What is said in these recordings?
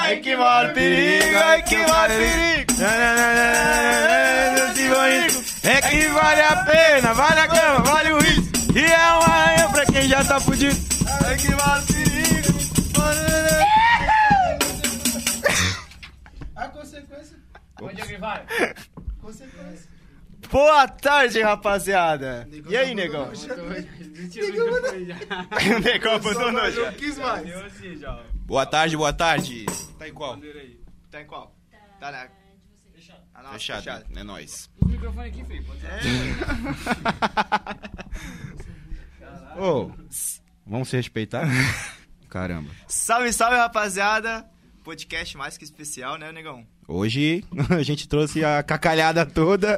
Ai que mora o perigo, ai que mora o perigo. É que vale a pena, vale a cama, vale o risco. E é um arranhão pra quem já tá fudido. Ai que mora o perigo. A consequência. Onde é que vai? Consequência. Boa tarde, rapaziada. E aí, negão? O negão abandonou já. Não quis mais. Boa tarde, boa tarde. Tá em qual? Tá em qual? Tá na... Fechado. É nóis. O microfone aqui, filho. Ô, vamos se respeitar? Caramba. Salve, salve, rapaziada. Podcast mais que especial, né, negão? Hoje a gente trouxe a cacalhada toda.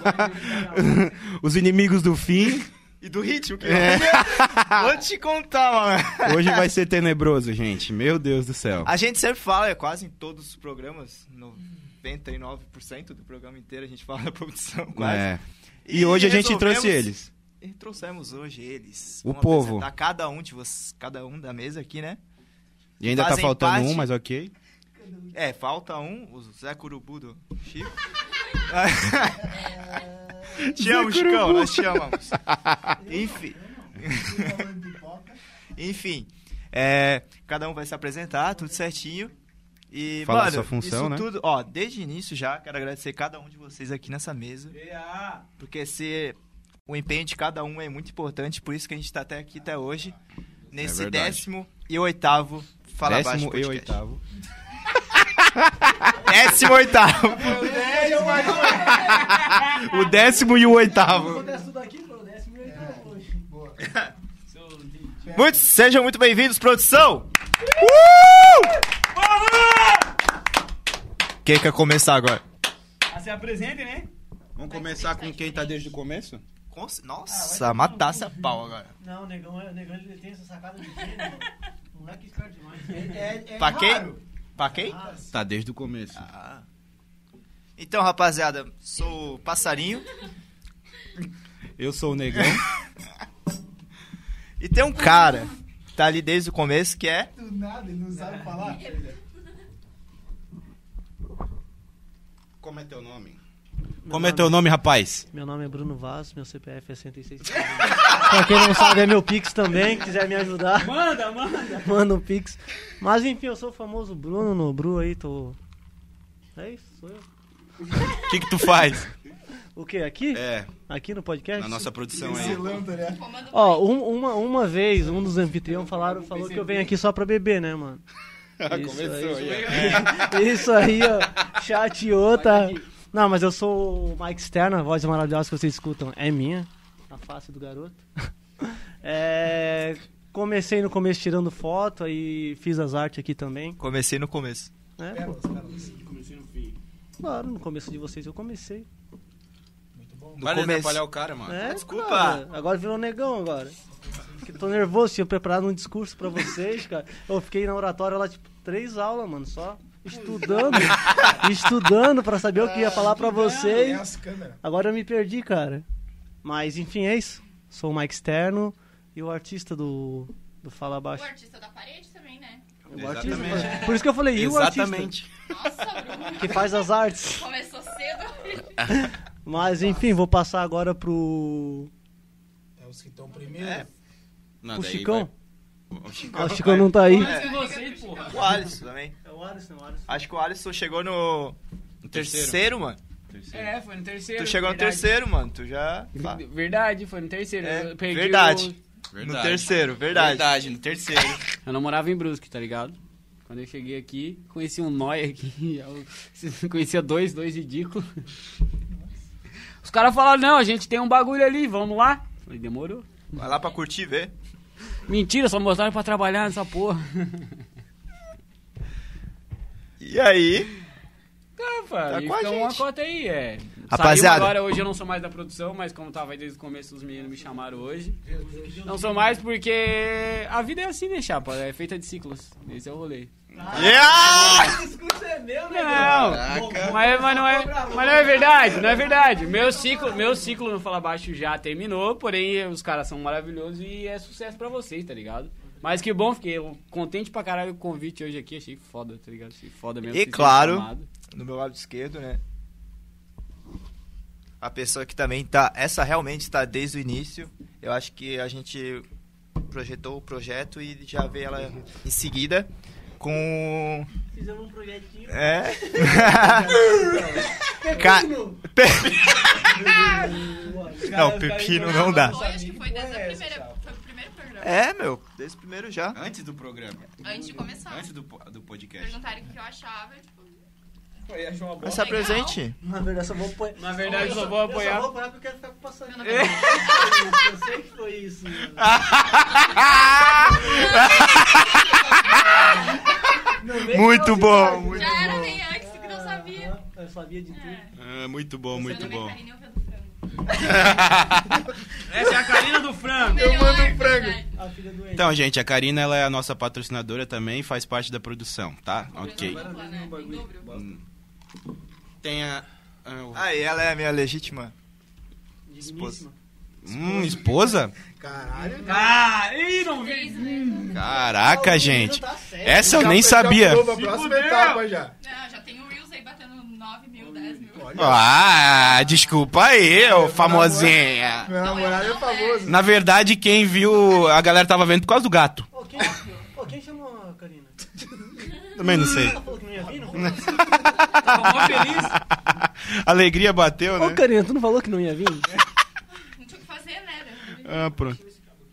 Os inimigos do fim. E do ritmo, que vou te contar, mano. Hoje vai ser tenebroso, gente. Meu Deus do céu. A gente sempre fala, é quase em todos os programas, 99% do programa inteiro a gente fala da produção, quase. É. E hoje a gente trouxe eles. E trouxemos hoje eles. O Vamos povo. apresentar cada um de vocês, cada um da mesa aqui, né? E ainda tá Fazem faltando parte- um, mas ok. É, falta um, o Zé Curubu do Chico. Te amo, Chicão, nós te amamos. Enfim, cada um vai se apresentar, tudo certinho. E, Falar mano, sua função, isso né? tudo, ó, desde o início já, quero agradecer cada um de vocês aqui nessa mesa. Porque o empenho de cada um é muito importante, por isso que a gente tá até aqui até hoje, nesse verdade. 18º Fala Baixo Décimo e Podcast. oitavo. 18º. O 10º e o 8º. Acontece tudo aqui, pô. 18º hoje. Boa. Sejam muito bem-vindos, produção! Quem quer começar agora? Se apresente, né? Vamos começar com quem tá desde o começo? Nossa, matasse a pau agora. Não, o negão ele tem essa sacada de gênio. Não é que esse cara demais. Pra quem? Pra quem? Tá desde o começo. Então, rapaziada, sou o Passarinho. Eu sou o Negão. E tem um cara que tá ali desde o começo que é... Do nada, ele não sabe falar. Como é teu nome? Como é teu nome, rapaz? Meu nome é Bruno Vaz, meu CPF é 106. Pra quem não sabe, é meu Pix também, quiser me ajudar. Manda. Manda um Pix. Mas enfim, eu sou o famoso Bruno no Bru aí, tô... É isso, sou eu. O que tu faz? O quê? Aqui? É, Aqui no podcast? na nossa produção aí. Ó, uma vez, um dos anfitriões falou que eu venho aqui só pra beber, né, mano? Começou aí. Isso aí, ó. Chateou, tá? Não, mas eu sou o Mike Externo, a voz maravilhosa que vocês escutam é minha. A face do garoto. Comecei no começo tirando foto, aí fiz as artes aqui também. Comecei no começo. Né, pô? Claro, no começo de vocês eu comecei. Vai começo. atrapalhar o cara, mano. Desculpa. Cara, agora virou negão agora. Porque tô nervoso, tinha preparado um discurso pra vocês, cara. Eu fiquei na oratória lá, tipo, 3 aulas, mano, só estudando pra saber o que ia falar pra vocês. Agora eu me perdi, cara. Mas, enfim, é isso. Sou o Mike Externo e o artista do Fala Baixo. O artista da parede também, né? O artista, Exatamente. por isso que eu falei, e o artista? Exatamente. Nossa, Bruno. Que faz as artes. Começou cedo. Mas, enfim, vou passar agora pro Os que estão primeiro. Não, o daí Chicão. vai- O Chicão. Ah, o Chicão não tá aí. Vocês, porra. O Alisson também. É o Alisson. Acho que o Alisson chegou no terceiro, mano. Foi no terceiro. Tu chegou no verdade. terceiro, mano. Tu já... Verdade, foi no terceiro. É, Eu peguei verdade. o- No terceiro, verdade. No terceiro. Eu não morava em Brusque, tá ligado? Quando eu cheguei aqui, conheci um nóia aqui. Eu conhecia dois ridículos. Os caras falaram, não, a gente tem um bagulho ali, vamos lá. Falei, demorou. Vai lá pra curtir, ver. Mentira, só mostraram pra trabalhar nessa porra. E aí... Rafa, Tá e com a fica uma gente. cota aí, Rapaziada. Saiu agora, hoje eu não sou mais da produção, mas como tava aí desde o começo, os meninos me chamaram hoje. Não sou mais porque a vida é assim, né, chapa? É feita de ciclos. Esse é o rolê. Yeah! Não, mas não é verdade, não é verdade. Meu ciclo no Fala Baixo já terminou, porém os caras são maravilhosos e é sucesso pra vocês, tá ligado? Mas que bom, fiquei contente pra caralho com o convite hoje aqui. Achei foda, tá ligado? Achei foda mesmo. E claro, no meu lado esquerdo, né? A pessoa que também tá... Essa realmente está desde o início. Eu acho que a gente projetou o projeto e já veio ela em seguida com... Fizemos um projetinho. É? Não, pepino não dá. Foi, acho que foi desde a primeira... Foi o primeiro programa. É, meu. Desde o primeiro já. Antes do programa. Antes de começar. Antes do podcast. Perguntaram o que eu achava, tipo... Mas se apresente. Na verdade, só vou apoiar. Na verdade, só vou apoiar. Eu só vou apoiar porque eu quero ficar com o passarinho. É. Eu sei que foi isso. Muito bom, muito Já era bom. bem antes que não sabia. Eu sabia de tudo. Muito bom, muito bom. Karina, eu vendo frango. Essa é a Karina do frango. Eu mando um frango. A filha do Então, gente, a Karina ela é a nossa patrocinadora também, faz parte da produção, tá? Ok. Tem a... Ah, e ela é a minha legítima esposa. Esposa? Caralho. Ih, não vi. Caraca, gente. Essa eu nem sabia. Já próxima etapa já. Não, já tem o Reels aí batendo 9 mil, 10 mil. Ah, desculpa aí, ô famosinha. Meu namorado é famoso. Na verdade, quem viu, a galera tava vendo por causa do gato. Quem chamou a Karina? Também não sei. Ela falou que não ia vir, não? Tava mó feliz. Alegria bateu, Ô, né? Karina, tu não falou que não ia vir? Não tinha o que fazer, né? Ah, pronto.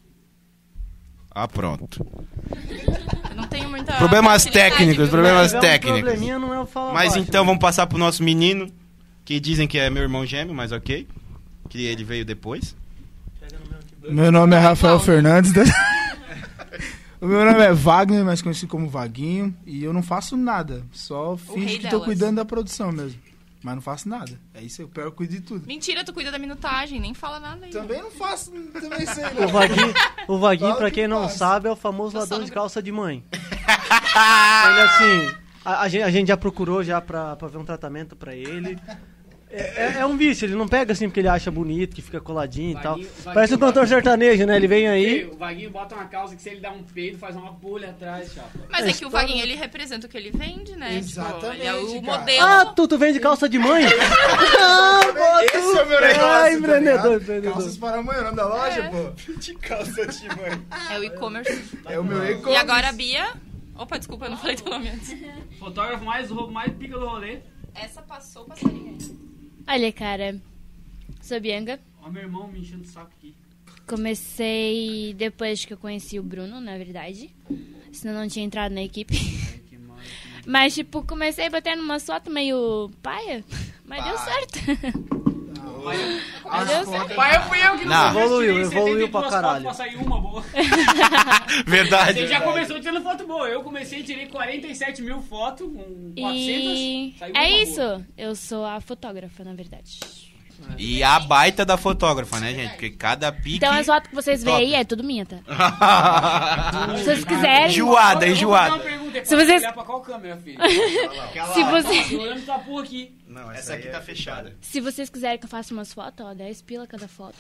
Eu não tenho muita... Problemas facilidade, técnicos, viu? problemas O técnicos. probleminha não é o falar Mas baixo, então né? vamos passar pro nosso menino, que dizem que é meu irmão gêmeo, mas ok. Que ele veio depois. Meu nome é Rafael Fernandes. O meu nome é Wagner, mais conhecido como Vaguinho. E eu não faço nada. Só finjo que tô delas. cuidando da produção mesmo. Mas não faço nada. É isso, eu pego, cuido de tudo. Mentira, tu cuida da minutagem, nem fala nada aí. Também não faço, também sei. O Vaguinho, Fala pra que quem não faço. sabe, é o famoso Tô só ladrão no de grupo. calça de mãe. Ele assim, a gente já procurou já pra ver um tratamento pra ele. É um vício, ele não pega assim porque ele acha bonito, que fica coladinho e tal. Vaguinho Parece um cantor sertanejo, né? Ele vem aí. O Vaguinho bota uma calça que se ele dá um peido, faz uma bolha atrás, chapa. Mas é que o Vaguinho, ele representa o que ele vende, né? Exatamente, Tipo, ele é o cara. modelo. Ah, tu vem de calça de mãe? Esse é o meu negócio. Ah, empreendedor, tá empreendedor. Calças para amanhã, o nome da loja, É. pô. De calça de mãe. É o e-commerce. É o meu e-commerce. E agora a Bia... Opa, desculpa, eu não falei teu nome antes. Fotógrafo mais pica do rolê. Essa passou o passarinho. Olha, cara, sou Bianca. Ó, meu irmão me enchendo o saco aqui. Comecei depois que eu conheci o Bruno, na verdade. Senão não tinha entrado na equipe. Mas, tipo, comecei batendo uma foto meio paia. Mas deu certo. Mas deu certo. Pai, fui eu que Não. Evoluiu pra caralho. Pra sair uma boa. Verdade. Você já começou tirando foto boa. Eu comecei e tirei 47 mil fotos com 400. E saiu uma é boa. isso. Eu sou a fotógrafa, na verdade. E a baita da fotógrafa, né, gente? Porque cada pique... Então as fotos que vocês veem Top. aí é tudo minha, tá? Se vocês quiserem. Enjoada, Eu vou fazer uma enjoada. pergunta. Se vocês- olhar pra qual câmera, filho? Se, você... Tô olhando tua porra aqui. Não, Essa aqui tá fechada. Se vocês quiserem que eu faça umas fotos, ó, 10 pila cada foto.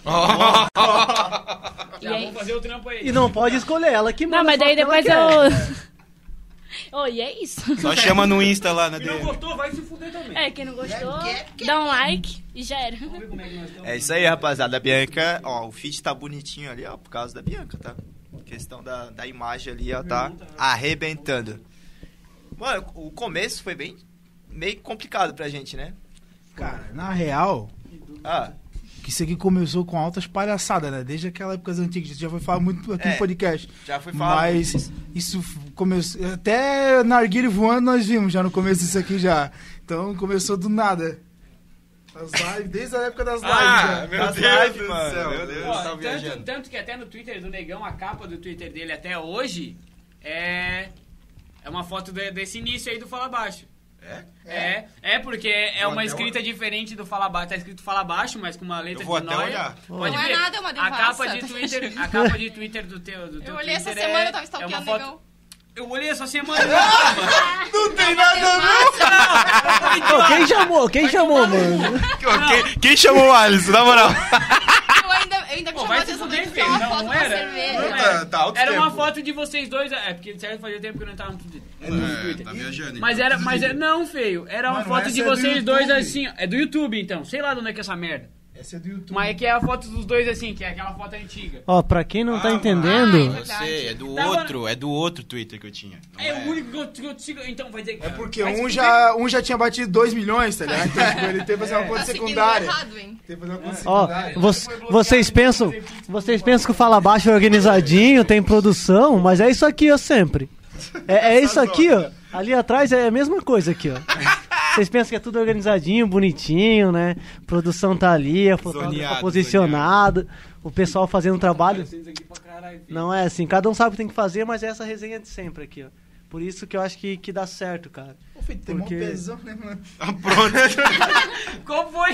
E Já aí... vou fazer o trampo aí. E não pode escolher, ela que manda. Não, mas a daí foto que depois ela eu... Oh, e é isso. Só chama no Insta lá na Quem não DM. gostou, vai se fuder também. É, quem não gostou, dá um like e já era. Vamos ver como é que nós estamos. É isso aí, rapaziada. A Bianca, ó, o feed tá bonitinho ali, ó, por causa da Bianca, tá? Questão da imagem ali, ó, tá arrebentando. Mano, o começo foi bem meio complicado pra gente, né? Cara, na real, Ah, que isso aqui começou com altas palhaçadas, né? Desde aquela época antigas. A gente já foi falar muito aqui É. no podcast. já foi falado. Mas isso começou... Até narguilho voando nós vimos já no começo disso aqui já. Então começou do nada. As lives, desde a época das lives. já. meu As Deus lives, do mano, céu. meu Deus. Ó, Tá viajando. tanto que até no Twitter do Negão, a capa do Twitter dele até hoje é uma foto desse início aí do Fala Baixo. É porque é uma escrita diferente do Fala Baixo. Tá escrito Fala Baixo, mas com uma letra Eu vou de até nóia. olhar. Pode Não é ver. nada, é uma a devassa. capa de Twitter do teu Eu olhei essa Twitter semana, eu tava é stalkeando uma o foto... Negão. Eu olhei essa semana. Não tem nada a ver. Ô, quem chamou, mano? Quem chamou o Alisson, na moral? Eu ainda me Pô, chamou a vai se atenção fuder, dele. feio. uma Não, foto não com era. cerveja. Não Tá- era. tá alto Era uma tempo. foto de vocês dois. É, porque sério, fazia tempo que eu não entrava no Twitter. Tá viajando. Mas era. Não, feio. Era uma Mano, foto essa de é do vocês dois YouTube. assim. Ó. É do YouTube, então. Sei lá de onde é que é essa merda. Essa é do YouTube. Mas é que é a foto dos dois assim, que é aquela foto antiga. Ó, pra quem não tá Ah, entendendo... Eu sei, é do outro Twitter que eu tinha. Não É o único que eu sigo. Então vai dizer que. É porque vai se um fuder. já tinha batido 2 milhões, tá ligado? Então, tipo, ele teve que fazer uma conta Tá seguindo secundária. errado, hein? Teve que fazer uma conta Ó, secundária. vocês pensam que o Fala Baixo é organizadinho, tem produção, mas é isso aqui, ó, sempre. É isso aqui, ó. Ali atrás é a mesma coisa aqui, ó. Vocês pensam que é tudo organizadinho, bonitinho, né? Produção tá ali, a fotógrafa Zoneado, posicionada, o pessoal fazendo trabalho. Isso aqui pra caralho, filho. Não é assim, cada um sabe o que tem que fazer, mas é essa resenha de sempre aqui, ó. Por isso que eu acho que dá certo, cara. Pô, filho, tem porque- mó pesão, né, mano? Ah, pronto. Qual foi?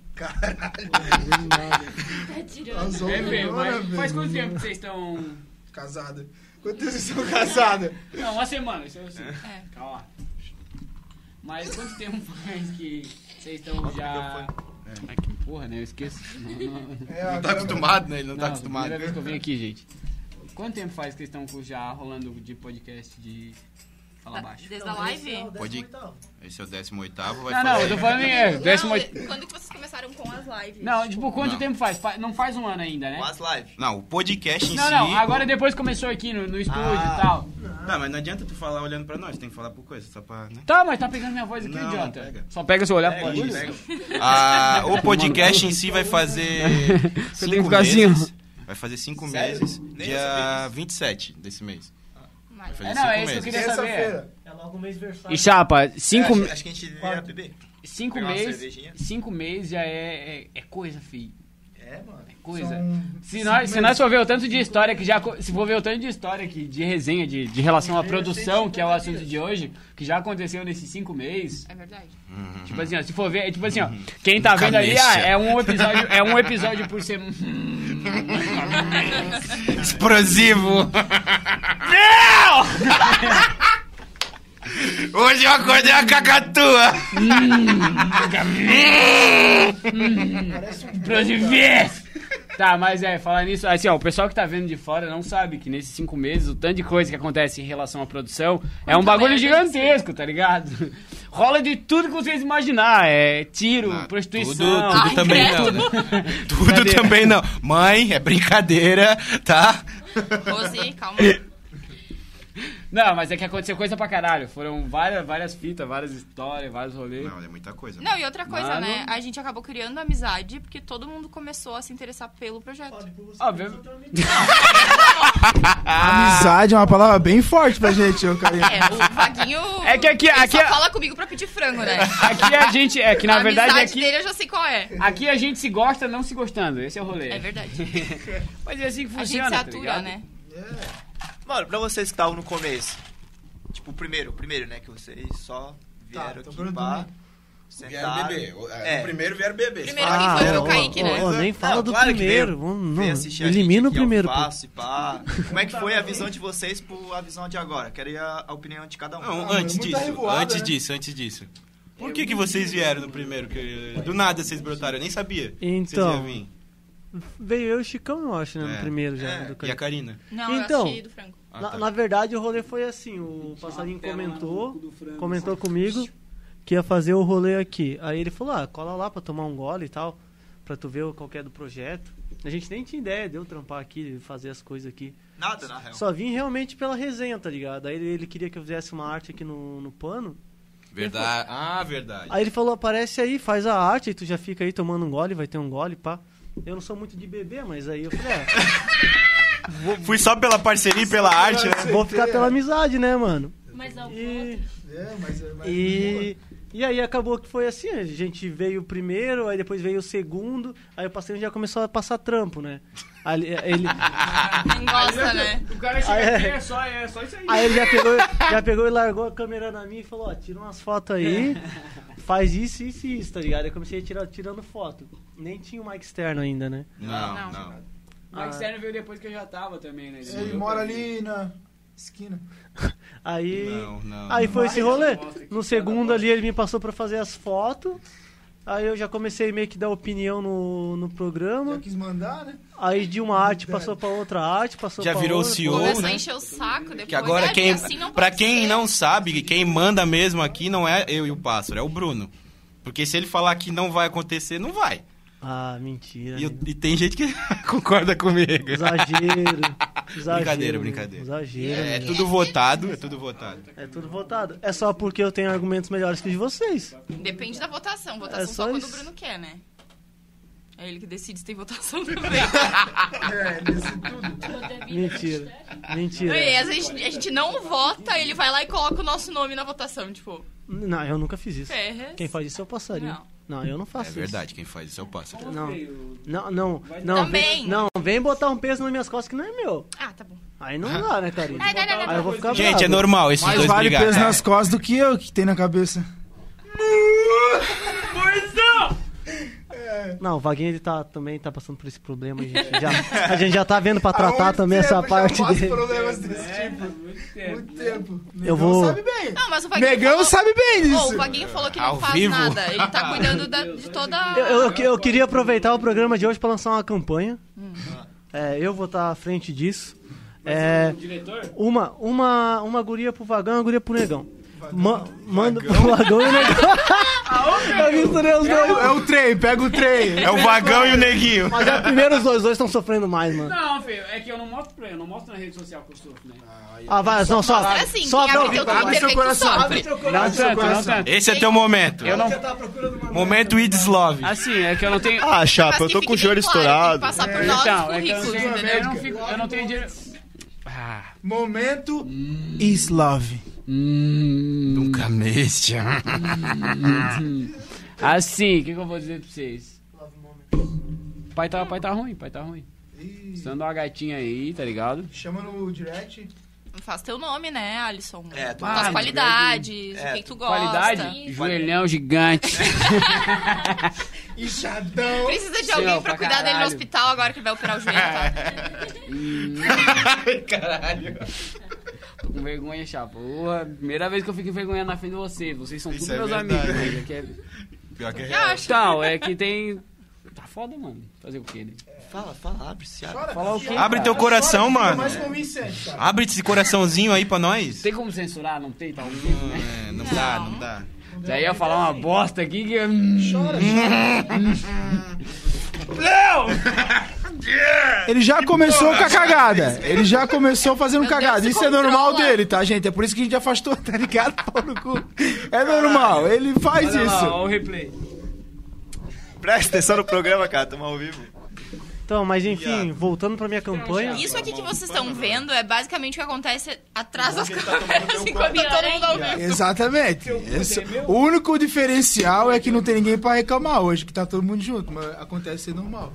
Tá tirando. As É, velho, outras, mas faz quanto tempo que vocês estão. Casada. Quanto tempo vocês estão casadas? Não, uma semana, isso eu sei. É. Calma lá. Mas quanto tempo faz que vocês estão já. Ai, que porra, né? Eu esqueço. Não tá acostumado, né? Ele não tá acostumado. Primeira vez que eu venho aqui, gente. Quanto tempo faz que vocês estão já rolando de podcast de Fala Baixo? Desde a live? Pode... Esse é o 18º, vai Não, fazer... eu tô falando em. Não, quando que vocês começaram com as lives? Não, tipo, quanto Não. tempo faz? Não faz um ano ainda, né? Com as lives. Não, o podcast em Não, si... não, agora depois começou aqui no estúdio e tal. Tá, mas não adianta tu falar olhando pra nós, tem que falar por coisa, só pra... Né? Tá, mas tá pegando minha voz aqui, Não, idiota. não pega. Só pega seu olhar pro bagulho. O podcast em si vai fazer Você tem que 5 ficar assim, meses. Vai fazer 5 Sério? meses, Nem eu dia sabia 27 desse mês. Mas- Vai fazer É, não, 5 é isso que eu meses. queria saber. Terça-feira. É logo o mês versátil. E chapa, Acho que a gente devia beber. 5 Pegar uma meses. cervejinha. 5 meses já é coisa, filho. É, mano. É coisa. São Se nós for ver o tanto de história que já. Se for ver o tanto de história que, de resenha, de relação à produção, que é o assunto de hoje, que já aconteceu nesses 5 meses. É verdade. Tipo assim, ó, se for ver, é tipo assim, ó, quem tá vendo ali, Cabeça. é um episódio por semana. Explosivo! Hoje eu acordei a cacatua! Explosivo! Tá, mas falar nisso, assim, ó, o pessoal que tá vendo de fora não sabe que nesses 5 meses o tanto de coisa que acontece em relação à produção é um bagulho merda, gigantesco, tá ligado? Rola de tudo que vocês imaginar, tiro, Não, prostituição. tudo Ai, também credo. não, né? Tudo também não. Mãe, é brincadeira, tá? Rose, calma. Não, mas é que aconteceu coisa pra caralho. Foram várias fitas, várias histórias, vários rolês. Não, é muita coisa. Não, e outra coisa, Mano. né? A gente acabou criando amizade porque todo mundo começou a se interessar pelo projeto. Óbvio. Amizade é uma palavra bem forte pra gente, ô carinha. É, o Vaguinho. É que aqui ele só é- fala comigo pra pedir frango, né? Aqui a gente. É que na a verdade amizade aqui. dele eu já sei qual é. Aqui a gente se gosta não se gostando. Esse é o rolê. É verdade. Mas é assim que A gente funciona. se tá atura, ligado? né? Mano, pra vocês que estavam no começo, tipo, o primeiro, né, que vocês só vieram tô aqui, perguntando. pá, Vieram sentaram. beber. É. O primeiro vieram beber. Primeiro quem foi o Kaique, né? Nem fala Não, do claro que primeiro. veio- Vamos, veio não, assistir a elimina o gente aqui, primeiro. pô. Alface, pá. Como é que foi a visão de vocês a visão de agora? Quero ir a opinião de cada um. Não, Ah, antes muita disso, revoada, né? antes disso. Por que vocês vieram no primeiro? Que do nada vocês brotaram, eu nem sabia. que Então, vocês iam vir. Veio eu e o Chicão, eu acho, né? É. No primeiro já. É. do E Cari- a Karina? Não, Então, eu achei do frango. Ah, na, tá. na verdade, o rolê foi assim: o passarinho comentou comigo que ia fazer o rolê aqui. Aí ele falou: ah, cola lá pra tomar um gole e tal, pra tu ver qual que é do projeto. A gente nem tinha ideia de eu trampar aqui, fazer as coisas aqui. Nada, na real. Só vim realmente pela resenha, tá ligado? Aí ele queria que eu fizesse uma arte aqui no pano. Verdade. Ah, verdade. Aí ele falou: aparece aí, faz a arte, aí tu já fica aí tomando um gole, vai ter um gole, pá. Eu não sou muito de beber, mas aí eu falei: Fui só pela parceria e pela arte, né? vou ficar pela amizade, né, mano? Mas ao E, É, mas e aí acabou que foi assim: a gente veio o primeiro, aí depois veio o segundo, aí o passarinho já começou a passar trampo, né? Aí ele, Quem gosta, né? O cara chega Ah, aqui, é. é só isso aí. aí ele já pegou e largou a câmera na minha e falou: ó, tira umas fotos aí, faz isso, isso e isso, tá ligado? Aí comecei a tirando foto. Nem tinha o mic externo ainda, né? Não, Não. não. O Mike Stern veio depois que eu já tava também, né? ele mora ali na esquina. Aí, Não. aí foi esse rolê. No segundo ali ele me passou pra fazer as fotos. Aí eu já comecei meio que dar opinião no programa. Já quis mandar, né? Aí de uma arte passou pra outra arte, passou Já pra virou outra. CEO, Começou a né? encher o saco depois. Que agora porque assim não pra pode quem ser. não sabe, quem manda mesmo aqui não é eu e o Pássaro, é o Bruno. Porque se ele falar que não vai acontecer, não vai. Ah, mentira. E tem gente que concorda comigo. Exagero. Brincadeira. Exagero. É tudo votado, É tudo votado. É só porque eu tenho argumentos melhores que os de vocês. Depende da votação. Votação É só só quando isso. o Bruno quer, né? É ele que decide se tem votação também. Nesse tudo. Mentira. E a gente não vota, ele vai lá e coloca o nosso nome na votação, tipo... Não, eu nunca fiz isso. Ferres. Quem faz isso é o passarinho. Não, eu não É faço isso. verdade, quem faz isso é o Pássaro. Não. Também. Não, vem botar um peso nas minhas costas que não é meu. Ah, tá bom. Aí não dá, né, Karine? Não. Aí eu vou ficar Gente, bravo. é normal esses Mais dois vale brigarem. peso nas costas do que eu que tem na cabeça. Não, o Vaguinho ele também tá passando por esse problema. A gente já tá vendo pra tratar também essa parte dele. Problemas desse tipo. Muito tempo. Eu vou- sabe bem. Não, mas o Vaguinho Negão falou... sabe bem disso. O Vaguinho falou que não Ao faz vivo. nada. Ele tá cuidando de toda... Eu queria aproveitar o programa de hoje pra lançar uma campanha. Eu vou estar à frente disso. Uma guria pro Vagão e uma guria pro Negão. Manda pro Vagão e o Negão. Eu misturei os dois. É o trem, pega o trem. É o Vagão e o Neguinho. Mas é primeiro os dois estão sofrendo mais, mano. Não, filho, é que eu não mostro pra ele, eu não mostro na rede social que eu sofro, né? Ah, vai, não, só. Mostra assim, só quem abre teu abre Twitter seu vê que tu coração. sofre. Não tanto, não tanto. Esse é teu momento. Eu não... Momento It's Love. Assim, é que eu não tenho... Ah, chapa, Mas eu que tô fique com o joelho bem claro, estourado. Tem que passar por nós Então, é que eu não currículos, tenho... entendeu? Eu não tenho dinheiro... Ah... Momento is love. Nunca mexa. Assim, o que eu vou dizer pra vocês? Pai tá ruim. Estando uma gatinha aí, tá ligado? Chama no direct. Faz teu nome, né, Alisson? Tu Tuas qualidades, o que tu gosta. Qualidade? Joelhão gigante. Inchadão. Precisa de Sim, alguém ó, pra pra cuidar dele no caralho. hospital agora que ele vai operar o joelho, tá? Caralho. Tô com vergonha, chapa. Porra, primeira vez que eu fico envergonhado na frente de vocês. Vocês são Isso todos é meus verdade. amigos. Né? Que é... Pior que é Eu real. acho. Então, é que tem... Tá foda, mano. Fazer o quê, né? Fala, abre-se. Falar o quê? Abre teu coração, mano. Mais convincente, cara. Abre esse coraçãozinho aí pra nós. Tem como censurar? Não tem? Tá ao vivo, né? É, não dá. Já ia falar uma bosta aqui que... Ele já começou com a cagada. Ele já começou fazendo Meu Deus, cagada. se Isso é normal controla. dele, tá, gente? É por isso que a gente afastou, tá ligado? Pau no cu. É normal. Ele faz Olha lá, isso. ó, o replay. Presta atenção no programa, cara, tamo ao vivo. Então, mas enfim, voltando pra minha campanha. Isso aqui que vocês estão vendo é basicamente o que acontece atrás das câmeras enquanto tá todo mundo ao vivo. Exatamente. O único diferencial é que não tem ninguém pra reclamar hoje, que tá todo mundo junto, mas acontece ser normal.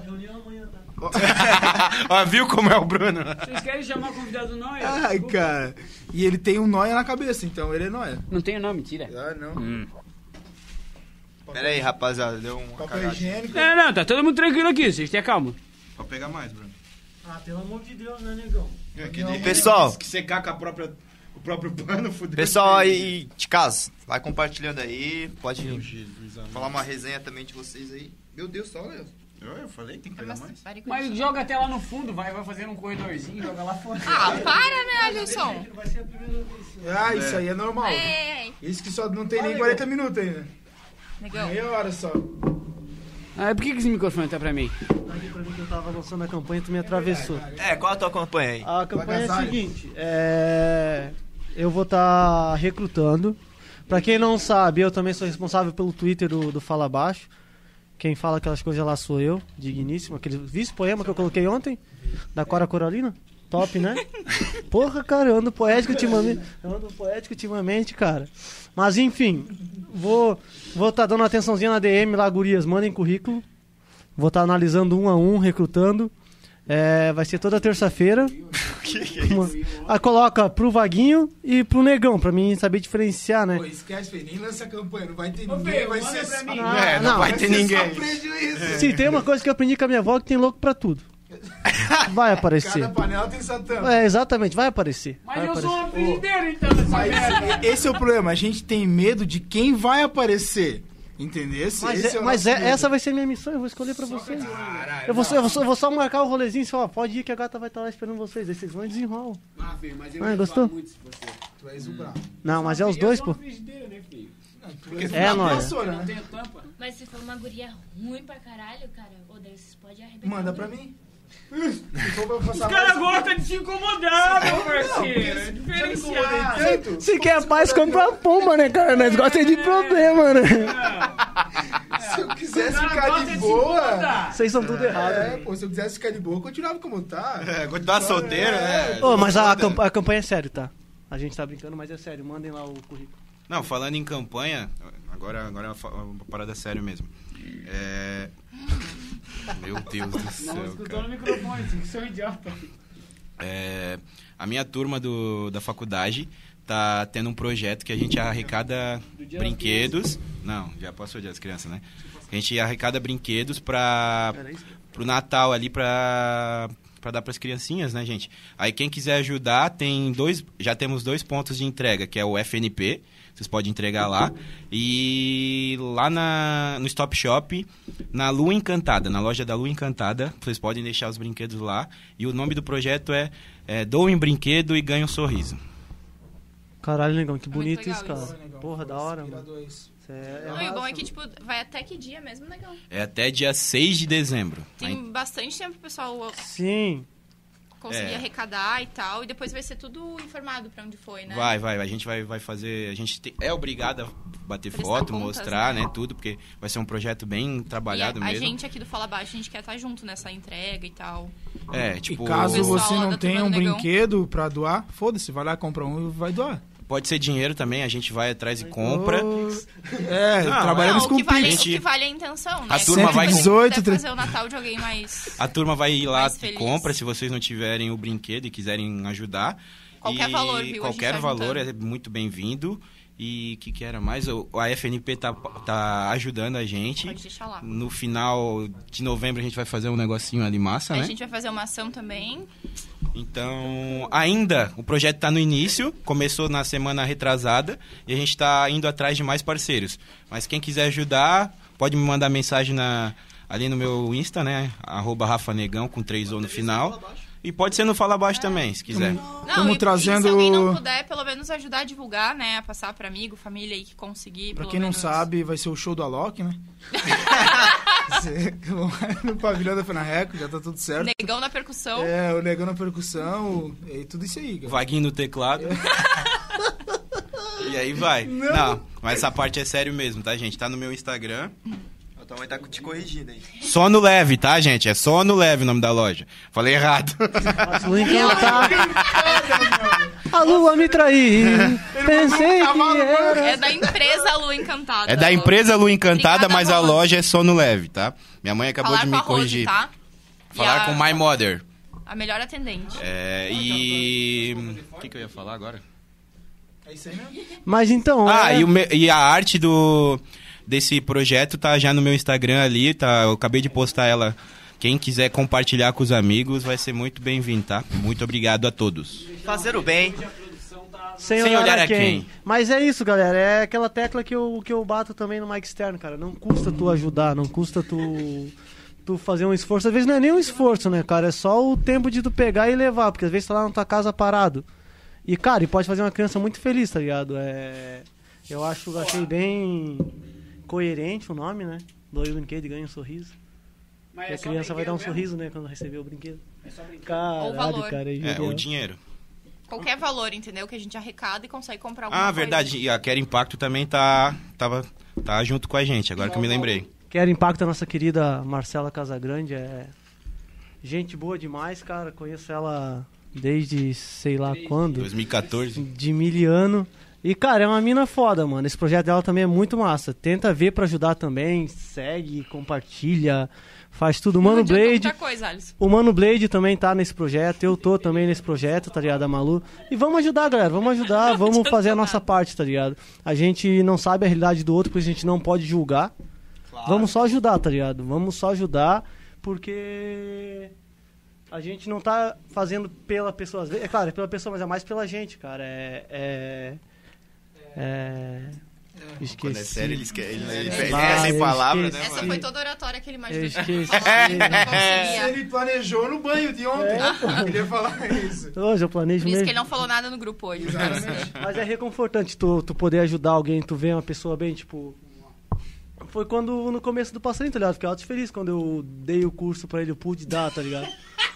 Ó, viu como é o Bruno? Vocês querem chamar o convidado não? Ai, cara. E ele tem um nóia na cabeça, então ele é nóia. Não tenho não, mentira. Ah, não. Pera aí, rapaziada, deu uma Papel cagada. higiênico. Não, tá todo mundo tranquilo aqui, vocês tenham calma. Pode pegar mais, Bruno. Ah, pelo amor de Deus, né, negão? Pessoal, Que secar com o próprio pano, fudeu. pessoal aí de casa, vai compartilhando aí, pode falar uma resenha também de vocês aí. Meu Deus, só olha. Eu falei, tem que pegar mais. Mas joga até lá no fundo, vai fazendo um corredorzinho, joga lá fora. Ah, para, né, Alisson? Ah, isso aí é normal. Ei, Isso que só não tem nem 40 minutos ainda. negão. Meia hora só. Ah, por que esse microfone tá pra mim? Aqui pra mim que eu tava lançando a campanha, tu me atravessou. Qual a tua campanha aí? A campanha é a Agasalho. seguinte, eu vou estar recrutando. Pra quem não sabe, eu também sou responsável pelo Twitter do Fala Baixo. Quem fala aquelas coisas lá sou eu, digníssimo. Viu esse poema que eu coloquei ontem? Da Cora Coralina? Top, né? Porra, cara, eu ando poético ultimamente, cara. Mas enfim, vou estar dando atençãozinha na DM lá, gurias, mandem currículo. Vou estar analisando um a um, recrutando. Vai ser toda terça-feira. Coloca pro Vaguinho e pro Negão, pra mim saber diferenciar, né? Pô, esquece, filho, nem lança a campanha, não vai ter ninguém, vai ser só... Não vai ter ninguém. Só prejuízo. Sim, tem uma coisa que eu aprendi com a minha avó, que tem louco pra tudo. Vai aparecer. Cada panela tem sua tampa. Exatamente, vai aparecer. Mas Vai eu aparecer. sou um apelideiro então dessa merda. Mas esse é o problema, a gente tem medo de quem vai aparecer. Entendeu? Mas essa vai ser minha missão, eu vou escolher pra vocês. Eu vou só marcar o rolezinho, só, pode ir que a gata vai estar lá esperando vocês. Aí vocês vão e desenrolam. Filho, mas eu ia gostou? muito se você. Tu és o brabo. Não, mas é os dois, pô. Frigideira, né, filho? Nós. Eu não tenho tampa. Mas se for uma guria ruim pra caralho, cara, ou daí vocês podem arrebentar. Manda pra mim. Os caras gostam de te incomodar, meu parceiro. É diferenciado. Se quer paz, compra a pomba, né, cara? Nós gostamos de problema, né? Se eu quisesse ficar de boa... Vocês são tudo errado. Pô, se eu quisesse ficar de boa, eu continuava como tá. Continuar solteiro, né? Ô, mas a campanha é sério, tá? A gente tá brincando, mas é sério. Mandem lá o currículo. Não, falando em campanha, agora é uma parada sério mesmo. Meu Deus do céu, Não, escutou cara. no microfone, que sou idiota. A minha turma da faculdade tá tendo um projeto que a gente arrecada brinquedos. Não, já passou o dia das crianças, né? A gente arrecada brinquedos pro Natal ali pra dar pras criancinhas, né, gente? Aí quem quiser ajudar, já temos 2 pontos de entrega, que é o FNP, vocês podem entregar lá. E lá no Stop Shop, na Lua Encantada, na loja da Lua Encantada, vocês podem deixar os brinquedos lá. E o nome do projeto é Doem Brinquedo e Ganhe um Sorriso. Caralho, negão, que bonito legal isso, cara. isso. Porra, da hora, mano. Não, e o bom é que, tipo, vai até que dia mesmo, negão? É até dia 6 de dezembro. Tem bastante tempo pro pessoal Sim. conseguir arrecadar e tal. E depois vai ser tudo informado pra onde foi, né? Vai. A gente vai fazer... A gente é obrigado a bater Prestar foto, contas, mostrar, né? né, tudo, porque vai ser um projeto bem trabalhado E a mesmo. gente aqui do Fala Baixo, a gente quer estar junto nessa entrega e tal. Tipo... E caso pessoal você lá não da tenha Turma um do Negão. brinquedo pra doar, foda-se, vai lá, compra um e vai doar. Pode ser dinheiro também, a gente vai atrás e compra. Trabalhamos com o que vale, Pix. o que vale é a intenção, né? A turma vai 118, Quer fazer o Natal de alguém mais... A turma vai ir lá Mais e feliz. compra, se vocês não tiverem o brinquedo e quiserem ajudar. Qualquer valor, viu? A Qualquer gente tá valor juntando. é muito bem-vindo. E o que era mais? A FNP tá ajudando a gente. Pode deixar lá. No final de novembro a gente vai fazer um negocinho ali massa, A né? gente vai fazer uma ação também. Então, ainda, o projeto está no início, começou na semana retrasada e a gente está indo atrás de mais parceiros. Mas quem quiser ajudar, pode me mandar mensagem ali no meu Insta, né? @RafaNegão com 3 O no final. E pode ser no Fala Baixo também, se quiser. Não, Estamos e trazendo- se alguém não puder, pelo menos ajudar a divulgar, né? A passar pra amigo, família aí que conseguir. Pra pelo quem não menos. sabe, vai ser o show do Alok, né? No pavilhão da Fenarreco, já tá tudo certo. Negão na percussão. O Negão na percussão, e tudo isso aí, cara. Vaguinho no teclado. E aí vai. Não, mas essa parte é sério mesmo, tá, gente? Tá no meu Instagram. A tua mãe tá te corrigindo aí. Sono Leve, tá, gente? É Sono Leve o nome da loja. Falei errado. Lua Encantada. A lua me traiu. Pensei que era. É da empresa Lua Encantada. É da empresa Lua Encantada, Obrigada, mas a Rose. loja é Sono Leve, tá? Minha mãe acabou Falar de com me a Rose, corrigir. tá? E Falar com My Mother. A melhor atendente. O que eu ia falar agora? É isso aí mesmo? Mas então. E a arte desse projeto tá já no meu Instagram ali, tá? Eu acabei de postar ela. Quem quiser compartilhar com os amigos vai ser muito bem-vindo, tá? Muito obrigado a todos. Fazer o bem. Sem olhar a quem. Mas é isso, galera. É aquela tecla que eu bato também no mic externo, cara. Não custa tu ajudar, não custa tu fazer um esforço. Às vezes não é nem um esforço, né, cara? É só o tempo de tu pegar e levar, porque às vezes tá lá na tua casa parado. E, cara, e pode fazer uma criança muito feliz, tá ligado? Achei bem coerente o nome, né? Doe o brinquedo e ganha um sorriso. Mas E a criança vai dar um sorriso, né, quando receber o brinquedo. Ou Caralho, valor. cara. O dinheiro. Qualquer valor, entendeu? Que a gente arrecada e consegue comprar alguma coisa. Verdade. E a Quero Impacto também tá junto com a gente, agora que eu me lembrei. Quero Impacto a nossa querida Marcela Casagrande. É gente boa demais, cara. Conheço ela desde sei lá quando. 2014. De miliano. E, cara, é uma mina foda, mano. Esse projeto dela também é muito massa. Tenta ver pra ajudar também. Segue, compartilha, faz tudo. Não Mano adianta Blade. muita coisa, Alisson. O Mano Blade também tá nesse projeto. Eu tô também nesse projeto, tá ligado? A Malu. E vamos ajudar, galera. Vamos ajudar. Vamos fazer a nossa parte, tá ligado? A gente não sabe a realidade do outro, porque a gente não pode julgar. Claro. Vamos só ajudar, tá ligado? Vamos só ajudar, porque a gente não tá fazendo pela pessoa. Às vezes, é claro, é pela pessoa, mas é mais pela gente, cara. Esqueci. Quando é sério, ele Ah, é sem eu palavras, né, esqueci. Essa mano? foi toda a oratória que ele imaginou. Eu esqueci. Não conseguia. Ele planejou no banho de ontem. Ele ia falar isso. Hoje eu planejo Por isso mesmo. que ele não falou nada no grupo hoje. Mas é reconfortante tu poder ajudar alguém, tu ver uma pessoa bem, tipo... Foi quando, no começo do passarinho, tá ligado? Fiquei alto feliz quando eu dei o curso pra ele, eu pude dar, tá ligado?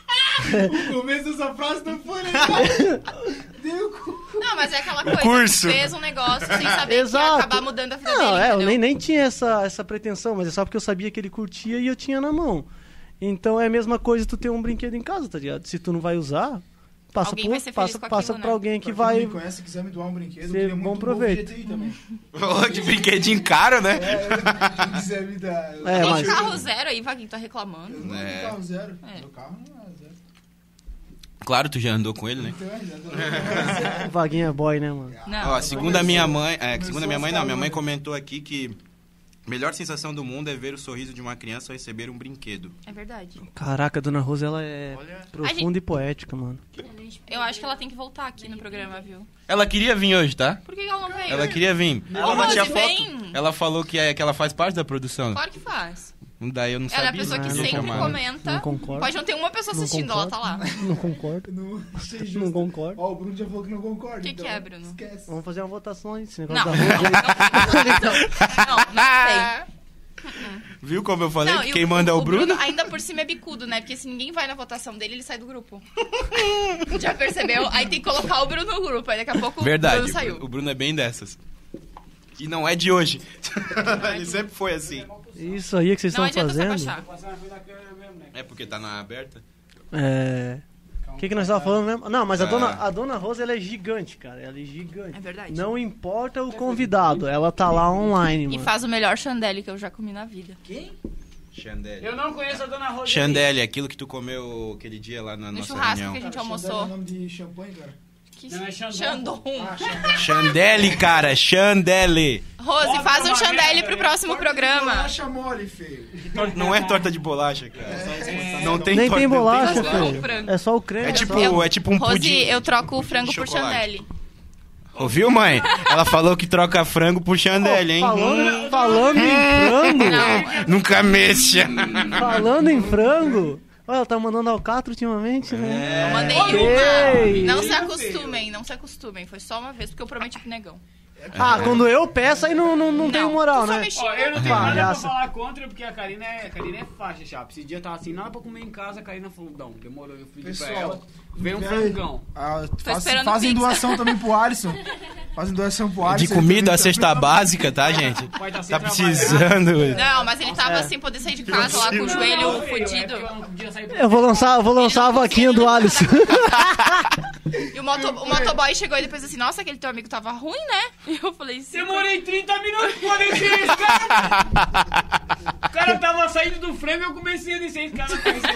O começo dessa frase não foi legal. Deu cu. Não, mas é aquela coisa. curso. Tu fez um negócio sem saber que ia Exato. acabar mudando a vida Não, dele, eu entendeu? nem tinha essa pretensão, mas é só porque eu sabia que ele curtia e eu tinha na mão. Então é a mesma coisa tu ter um brinquedo em casa, tá ligado? Se tu não vai usar, passa, Alguém vai ser feliz com passa aquilo, pra né? alguém que Pra vai... quem me conhece, quiser me doar um brinquedo, eu Ser queria bom muito proveito. GTI também. Ô, que brinquedinho caro, né? Quem quiser me dar. É, Tem mas- carro zero aí, Vaguinho, tá Eu reclamando. não É. tenho carro zero. É. Meu carro não é zero. Claro, tu já andou com ele, né? Então, já tô- Vaguinha é boy, né, mano? Não. Ó, segundo a minha mãe... Começou segundo a minha mãe, a ficar não. Minha mãe ruim. comentou aqui que a melhor sensação do mundo é ver o sorriso de uma criança ao receber um brinquedo. É verdade. Caraca, a Dona Rosa, ela é profunda e poética, mano. Eu acho que ela tem que voltar aqui no programa, viu? Ela queria vir hoje, tá? Por que ela não veio? Ela queria vir. Ela Ô, não tinha Rose, foto. vem. Ela falou que ela faz parte da produção. Claro que faz. Daí eu não Ela é a sabia. pessoa que não podia sempre chamar. comenta. Não concordo. Pode não ter uma pessoa Não assistindo, ela tá lá. Não concordo. Não achei Não justo. concordo. Ó, o Bruno já falou que não concorda. O que então que é, Bruno? Esquece. Vamos fazer uma votação aí, esse Não, negócio não, da Rosa aí. não sei. Viu como eu falei Não, que e quem manda é o Bruno? ainda por cima é bicudo, né? Porque se ninguém vai na votação dele, ele sai do grupo. Já percebeu? Aí tem que colocar o Bruno no grupo. Aí daqui a pouco o Verdade, Bruno saiu. o Bruno é bem dessas. E não é de hoje. Ele sempre foi assim. Isso aí que vocês Não estão adianta se fazendo. abaixar. É porque tá na aberta? É. O que nós estávamos falando mesmo? Não, mas Ah. a dona Rosa, ela é gigante, cara. Ela é gigante. É verdade. Não importa o convidado, ela tá lá online, E mano. faz o melhor chandelle que eu já comi na vida. Chandelle. Eu não conheço a Dona Rosa. Chandelle, aquilo que tu comeu aquele dia lá na No nossa churrasco reunião. que a gente Chandelle é almoçou. nome de champanhe, cara? Que Não, é Chandon. Chandon. Chandelle, cara, Chandelle. Rose, faz um chandelle pro próximo programa. Bolacha mole, feio. Não é torta de bolacha, cara. Não tem Nem torta, tem não bolacha, Só o filho. frango. É só o creme. É tipo, só. é tipo um Rose, pudim. eu troco o frango por chocolate. chandelle. Ouviu, mãe? Ela falou que troca frango por chandelle, hein? Falando em frango, Nunca mexa. falando em frango, olha, ela tá mandando alcatra ultimamente, né? Eu mandei Ei. uma. Não se acostumem, não se acostumem. Foi só uma vez, porque eu prometi pro negão. Ah, quando eu peço, aí não tem moral, tu só né? mexia. Ó, eu não tenho nada pra Palhaça. falar contra, porque a Karina é faixa, chapa. Esse dia tava assim, nada pra comer em casa, a Karina falou, não, demorou, eu fui pra Pessoal, ela. Veio um e aí? frangão. esperando Fazem pizza. doação também pro Alisson. Fazem doação pro Alisson. De comida, a Ele cesta básica, tá, gente? Vai tá sem Tá trabalhar. precisando. Não, mas ele tava sem poder sair de casa lá com o joelho fodido. Eu vou lançar a vaquinha do Alisson. E o motoboy chegou e depois assim, nossa, aquele teu amigo tava ruim, né? E eu falei assim. Demorei 30 minutos pra descer esse cara. O cara tava saindo do frango e eu comecei a descer esse cara.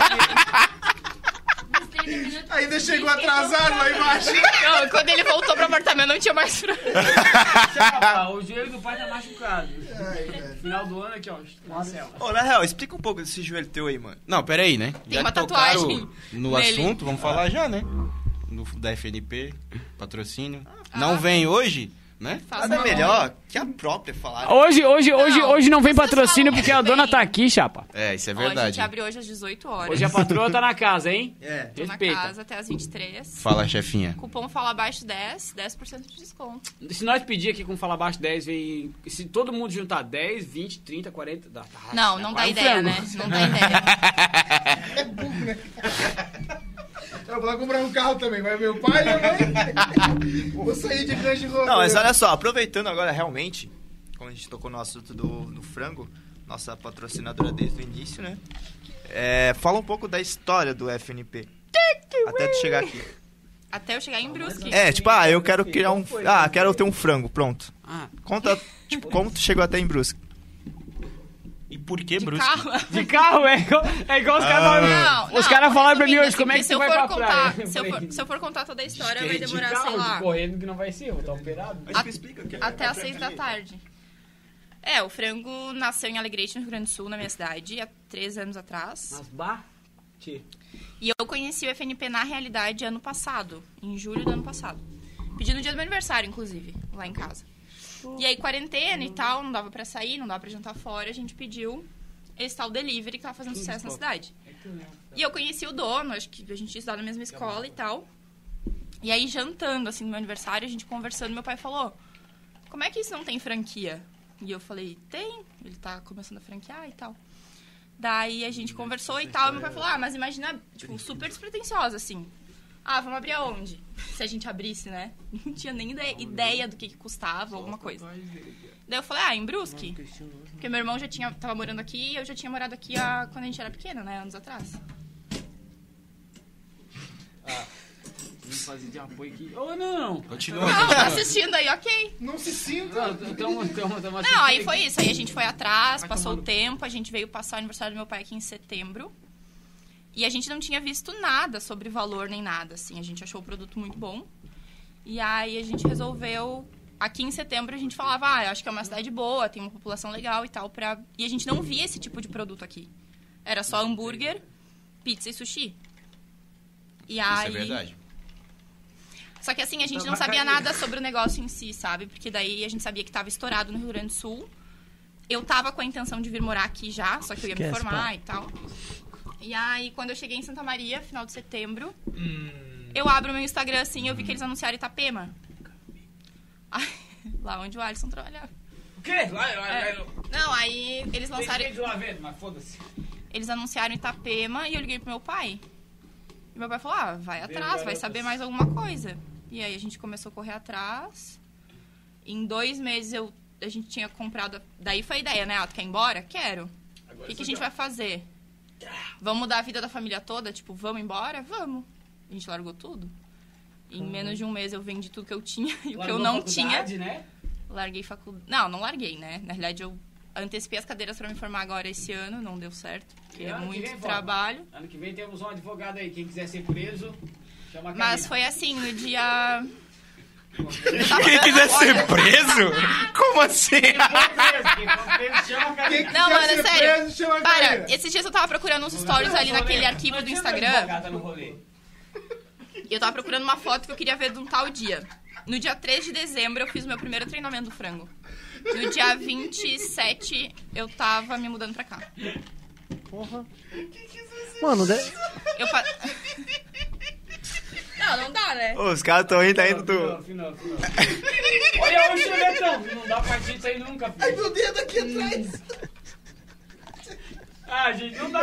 Ainda chegou atrasado lá embaixo. Não, quando ele voltou pro apartamento não tinha mais frango. Chapa, o joelho do pai tá machucado. Final do ano aqui, ó. Marcelo. Ô, na real, explica um pouco desse joelho teu aí, mano. Não, pera aí, né? Tem Já uma que tocaram tatuagem no nele. assunto, vamos falar já, né? Da FNP, patrocínio. Não vem hoje, né? Faça Nada uma- melhor que a própria falar. Hoje não vem vocês patrocínio falam porque a muito dona bem. tá aqui, chapa. É, isso é Ó, a gente verdade. abre hoje às 18 horas. Hoje a patroa tá na casa, hein? É. Tô na Respeita. casa até às 23. Fala, chefinha. Cupom Fala Abaixo 10% de desconto. Se nós pedir aqui com Fala Abaixo 10, vem. Se todo mundo juntar 10, 20, 30, 40. Não dá vai um ideia, frango. né? Não dá ideia. Eu vou lá comprar um carro também. Vai meu pai e minha mãe. Vou sair de grande roupa. Não, mas olha só, aproveitando agora realmente, como a gente tocou no assunto do frango, nossa patrocinadora desde o início, né? Fala um pouco da história do FNP. Até tu chegar aqui. Até eu chegar em Brusque. Tipo, eu quero criar um. Quero ter um frango, pronto. Ah. Conta, tipo, como tu chegou até em Brusque. E por que, De Brusque? carro. De carro, é igual os caras falam. Os caras falaram pra mim hoje, como é que você vai pra praia? Se eu for contar toda a história, vai De demorar, carro, sei lá, de correndo que não vai ser, eu vou estar operado. Mas explica que até às 6 da tarde. O frango nasceu em Alegrete, no Rio Grande do Sul, na minha cidade, há 3 anos atrás. Mas bah, tchê. E eu conheci o FNP na realidade ano passado, em julho do ano passado. Pedi no dia do meu aniversário, inclusive, lá em casa. E aí, quarentena e tal, não dava pra sair, não dava pra jantar fora, a gente pediu esse tal delivery que tava fazendo sucesso na cidade. E eu conheci o dono, acho que a gente tinha estudado na mesma escola e tal. E aí, jantando, assim, no meu aniversário, a gente conversando, meu pai falou, como é que isso não tem franquia? E eu falei, tem, ele tá começando a franquear e tal. Daí a gente conversou e tal, e meu pai falou, mas imagina, tipo, super despretensiosa, assim. Vamos abrir aonde? Se a gente abrisse, né? Não tinha nem ideia do que custava, alguma coisa. Daí eu falei, em Brusque. Porque meu irmão tava morando aqui e eu já tinha morado aqui quando a gente era pequena, né? Anos atrás. Vim fazer de apoio aqui. Não. Continua. Não, tá assistindo aí, ok. Não se sinta. Não, aí foi isso. Aí a gente foi atrás, passou o tempo, a gente veio passar o aniversário do meu pai aqui em setembro. E a gente não tinha visto nada sobre valor nem nada, assim. A gente achou o produto muito bom. E aí a gente resolveu... Aqui em setembro a gente falava, acho que é uma cidade boa, tem uma população legal e tal. E a gente não via esse tipo de produto aqui. Era só hambúrguer, pizza e sushi. E aí... Isso é verdade. Só que assim, a gente não sabia nada sobre o negócio em si, sabe? Porque daí a gente sabia que estava estourado no Rio Grande do Sul. Eu tava com a intenção de vir morar aqui já, só que eu ia me formar e tal. E aí, quando eu cheguei em Santa Maria, final de setembro, eu abro o meu Instagram assim e eu vi que eles anunciaram Itapema. Lá onde o Alisson trabalhava. O quê? Não, aí eles lançaram... Mas foda-se. Eles anunciaram Itapema e eu liguei pro meu pai. E meu pai falou, vai atrás, vai saber mais alguma coisa. E aí a gente começou a correr atrás. Em 2 meses a gente tinha comprado... Daí foi a ideia, né? Tu quer ir embora? Quero. O que a gente vai fazer? Vamos mudar a vida da família toda? Tipo, vamos embora? Vamos. A gente largou tudo. Em menos de 1 mês eu vendi tudo que eu tinha e o que eu não tinha. Né? Larguei faculdade. Não larguei, né? Na realidade, eu antecipei as cadeiras pra me formar agora esse ano. Não deu certo, porque é muito trabalho. Ano que vem temos um advogado aí. Quem quiser ser preso, chama a Mas foi assim, no dia... Quem quiser ser preso? Como assim? Não, mano, é sério. Para, esses dias eu tava procurando uns stories ali naquele arquivo do Instagram. E eu tava procurando uma foto que eu queria ver de um tal dia. No dia 3 de dezembro eu fiz o meu primeiro treinamento do frango. No dia 27 eu tava me mudando pra cá. Porra. Mano, Não dá, né? Ô, os caras tão rindo ainda do... Final. Olha o chevetão. Não dá pra gente sair nunca, filho. Ai, meu dedo aqui atrás. Gente, não dá.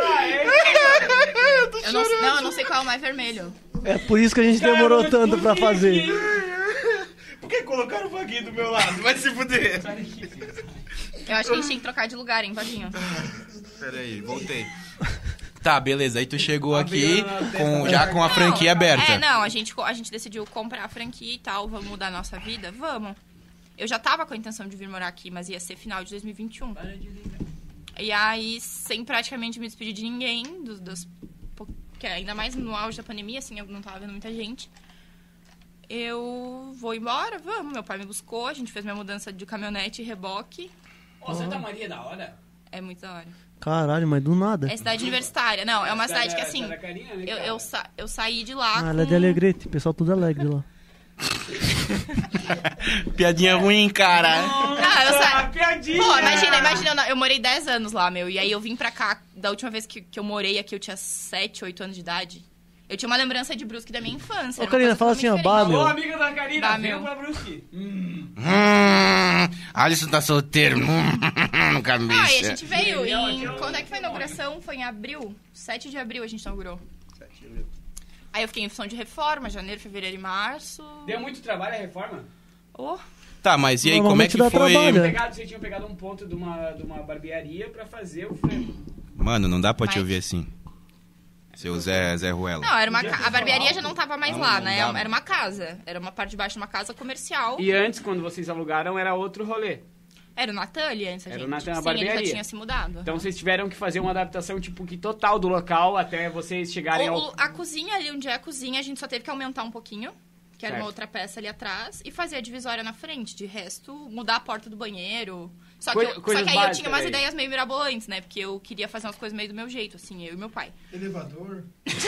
Eu não sei qual é o mais vermelho. é por isso que a gente demorou tanto pra fazer. Por que colocaram o Vaguinho do meu lado? Vai se fuder. Eu acho que a gente tinha que trocar de lugar, hein, Vaguinho? Peraí, voltei. Tá, beleza. Aí tu chegou aqui já com a franquia aberta. A gente decidiu comprar a franquia e tal. Vamos mudar a nossa vida? Vamos. Eu já tava com a intenção de vir morar aqui, mas ia ser final de 2021. E aí, sem praticamente me despedir de ninguém, porque ainda mais no auge da pandemia, assim, eu não tava vendo muita gente. Eu vou embora, vamos. Meu pai me buscou, a gente fez minha mudança de caminhonete e reboque. Santa Maria é da hora? É muito da hora. Caralho, mas do nada. É cidade universitária. Não, é uma cidade que, assim, eu saí de lá ela é de Alegrete, o pessoal tudo alegre lá. Piadinha ruim, cara. Piadinha. Pô, imagina, eu morei 10 anos lá, meu. E aí eu vim pra cá, da última vez que eu morei aqui, eu tinha 7, 8 anos de idade. Eu tinha uma lembrança de Brusque da minha infância. Ô, Karina, fala assim, Alô, meu. amiga da Karina, meu. pra Brusque. Alisson tá solteiro. Cabeça. E a gente veio quando é que foi a inauguração? Foi em abril. 7 de abril a gente inaugurou. 7 de abril. Aí eu fiquei em função de reforma, janeiro, fevereiro e março. Deu muito trabalho a reforma? Tá, mas e aí, como é que foi? Vocês tinham pegado um ponto de uma barbearia pra fazer o frango. Mano, não dá pra te ouvir assim. Seu Zé Ruela. Não, a barbearia já não tava mais lá, né? Era uma casa. Era uma parte de baixo de uma casa comercial. E antes, quando vocês alugaram, era outro rolê. Era o Natan ali antes, Era o Natan, a barbearia. Ele já tinha se mudado. Então vocês tiveram que fazer uma adaptação, tipo, que total do local até vocês chegarem A cozinha ali, onde é a cozinha, a gente só teve que aumentar um pouquinho. que era uma outra peça ali atrás, e fazer a divisória na frente. De resto, mudar a porta do banheiro. Só que, só que aí eu tinha umas ideias meio mirabolantes, né? Porque eu queria fazer umas coisas meio do meu jeito, assim, eu e meu pai. Elevador?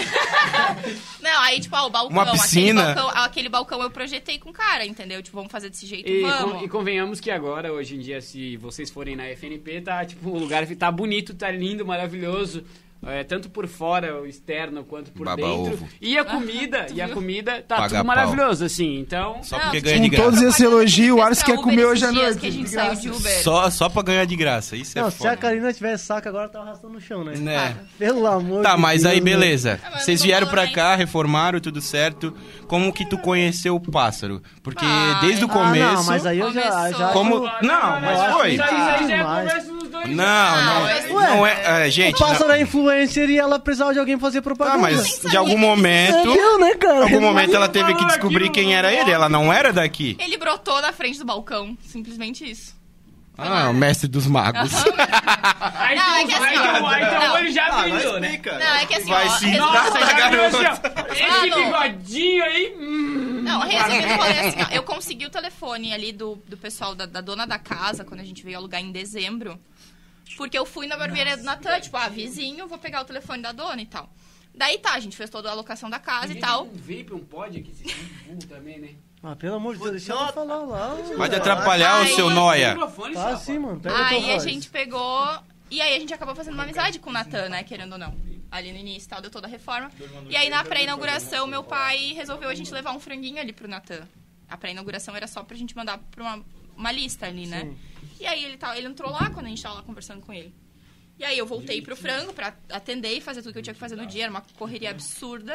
Não, aí, tipo, o balcão. Uma piscina. Aquele balcão eu projetei com o cara, entendeu? Tipo, vamos fazer desse jeito, vamos. E convenhamos que agora, hoje em dia, se vocês forem na FNP, tá, tipo, o lugar tá bonito, tá lindo, maravilhoso. Tanto por fora, o externo, quanto por Baba dentro. ovo. E a comida, tá Paga tudo pau. maravilhoso, assim, então... Só porque ganha de Com graça. todos esses elogios, o Ars quer comer hoje à noite. Que a gente de saiu graça. de Uber. Só pra ganhar de graça, isso é Não, se foda. a Karina tivesse saco agora, tava arrastando no chão, né? Né? Pelo amor Tá, de mas Deus, aí né? beleza. mas eu Vocês não tô vieram pra falando cá, reformaram, tudo certo. Como que tu conheceu o pássaro? Porque Ah, desde o Ah, começo... não, mas aí eu já... Começou. já Como... acho- Não, mas foi. Isso aí já é demais. conversa dos dois. Não é... Gente... O pássaro é influencer e ela precisava de alguém pra fazer propaganda. Ah, mas de algum momento... Eu, né, cara? Em algum momento ela teve que descobrir quem era ele. Ela não era daqui. Ele brotou na frente do balcão. Simplesmente isso. Ah, o mestre dos magos. Aí Não, é que assim, ó, aí então não. o olho já brilhou, né? Não, é que assim, Vai ó, se resumindo- Nossa, já garota. viu assim, ó, esse Mano. bigodinho aí... Não, resumindo, eu falei assim, ó, eu consegui o telefone ali do pessoal, da dona da casa, quando a gente veio alugar em dezembro, porque eu fui na barbearia do Natan, tipo, vizinho, vou pegar o telefone da dona e tal. Daí tá, a gente fez toda a alocação da casa e tal. Um vape, um pod aqui, esse burro também, né? Ah, pelo amor de Deus, deixa ela falar lá. Pode atrapalhar o Ai. seu noia. Microfone, Tá só, sim, mano. Pega Aí tua a voz. gente pegou. E aí a gente acabou fazendo uma amizade com o Natan, né? Querendo ou não. Ali no início e tal, deu toda a reforma. E aí na pré-inauguração, meu pai resolveu a gente levar um franguinho ali pro Natan. A pré-inauguração era só pra gente mandar pra uma lista ali, né? Sim. E aí ele entrou lá quando a gente tava lá conversando com ele. E aí eu voltei pro frango pra atender e fazer tudo que eu tinha que fazer no dia. Era uma correria absurda.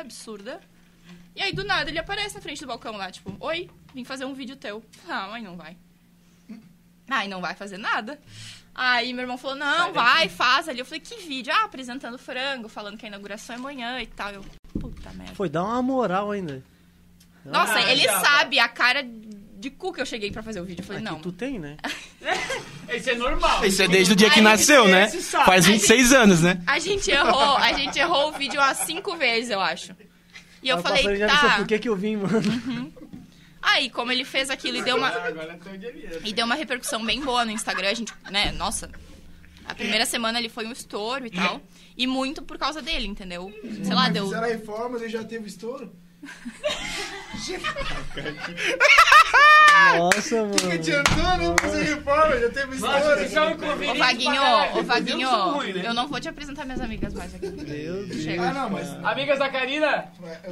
E aí do nada ele aparece na frente do balcão lá, tipo, oi, vim fazer um vídeo teu. Ah, mas não vai. Ai, não vai fazer nada. Aí meu irmão falou, não, vai, faz ali. Eu falei, que vídeo? Ah, apresentando frango, falando que a inauguração é amanhã e tal. Eu, puta merda. Foi dar uma moral ainda. Nossa, ele sabe a cara de cu que eu cheguei pra fazer o vídeo. Eu falei, não. Aqui tu tem, né? Isso é normal. Isso é desde o dia que nasceu, né? Faz 26 anos, né? A gente errou o vídeo umas 5 vezes, eu acho. E eu Aí o falei, passarinho já pensou, tá. por que eu vim, mano? Aí, como ele fez aquilo e deu uma repercussão bem boa no Instagram, a gente, né, nossa, a primeira semana ele foi um estouro e tal, e muito por causa dele, entendeu? Sei lá, deu... Fizeram a reforma, ele já teve estouro? Nossa, mano. Não adiantou, não fazer reforma, já teve estouro. Isso é um conveniente Ô, Vaguinho, pra caralho. ô, Vaguinho, Eu sou ruim, né? eu não vou te apresentar minhas amigas mais aqui. Meu Deus. Chega. Ah, não, mas... Amigas da Karina,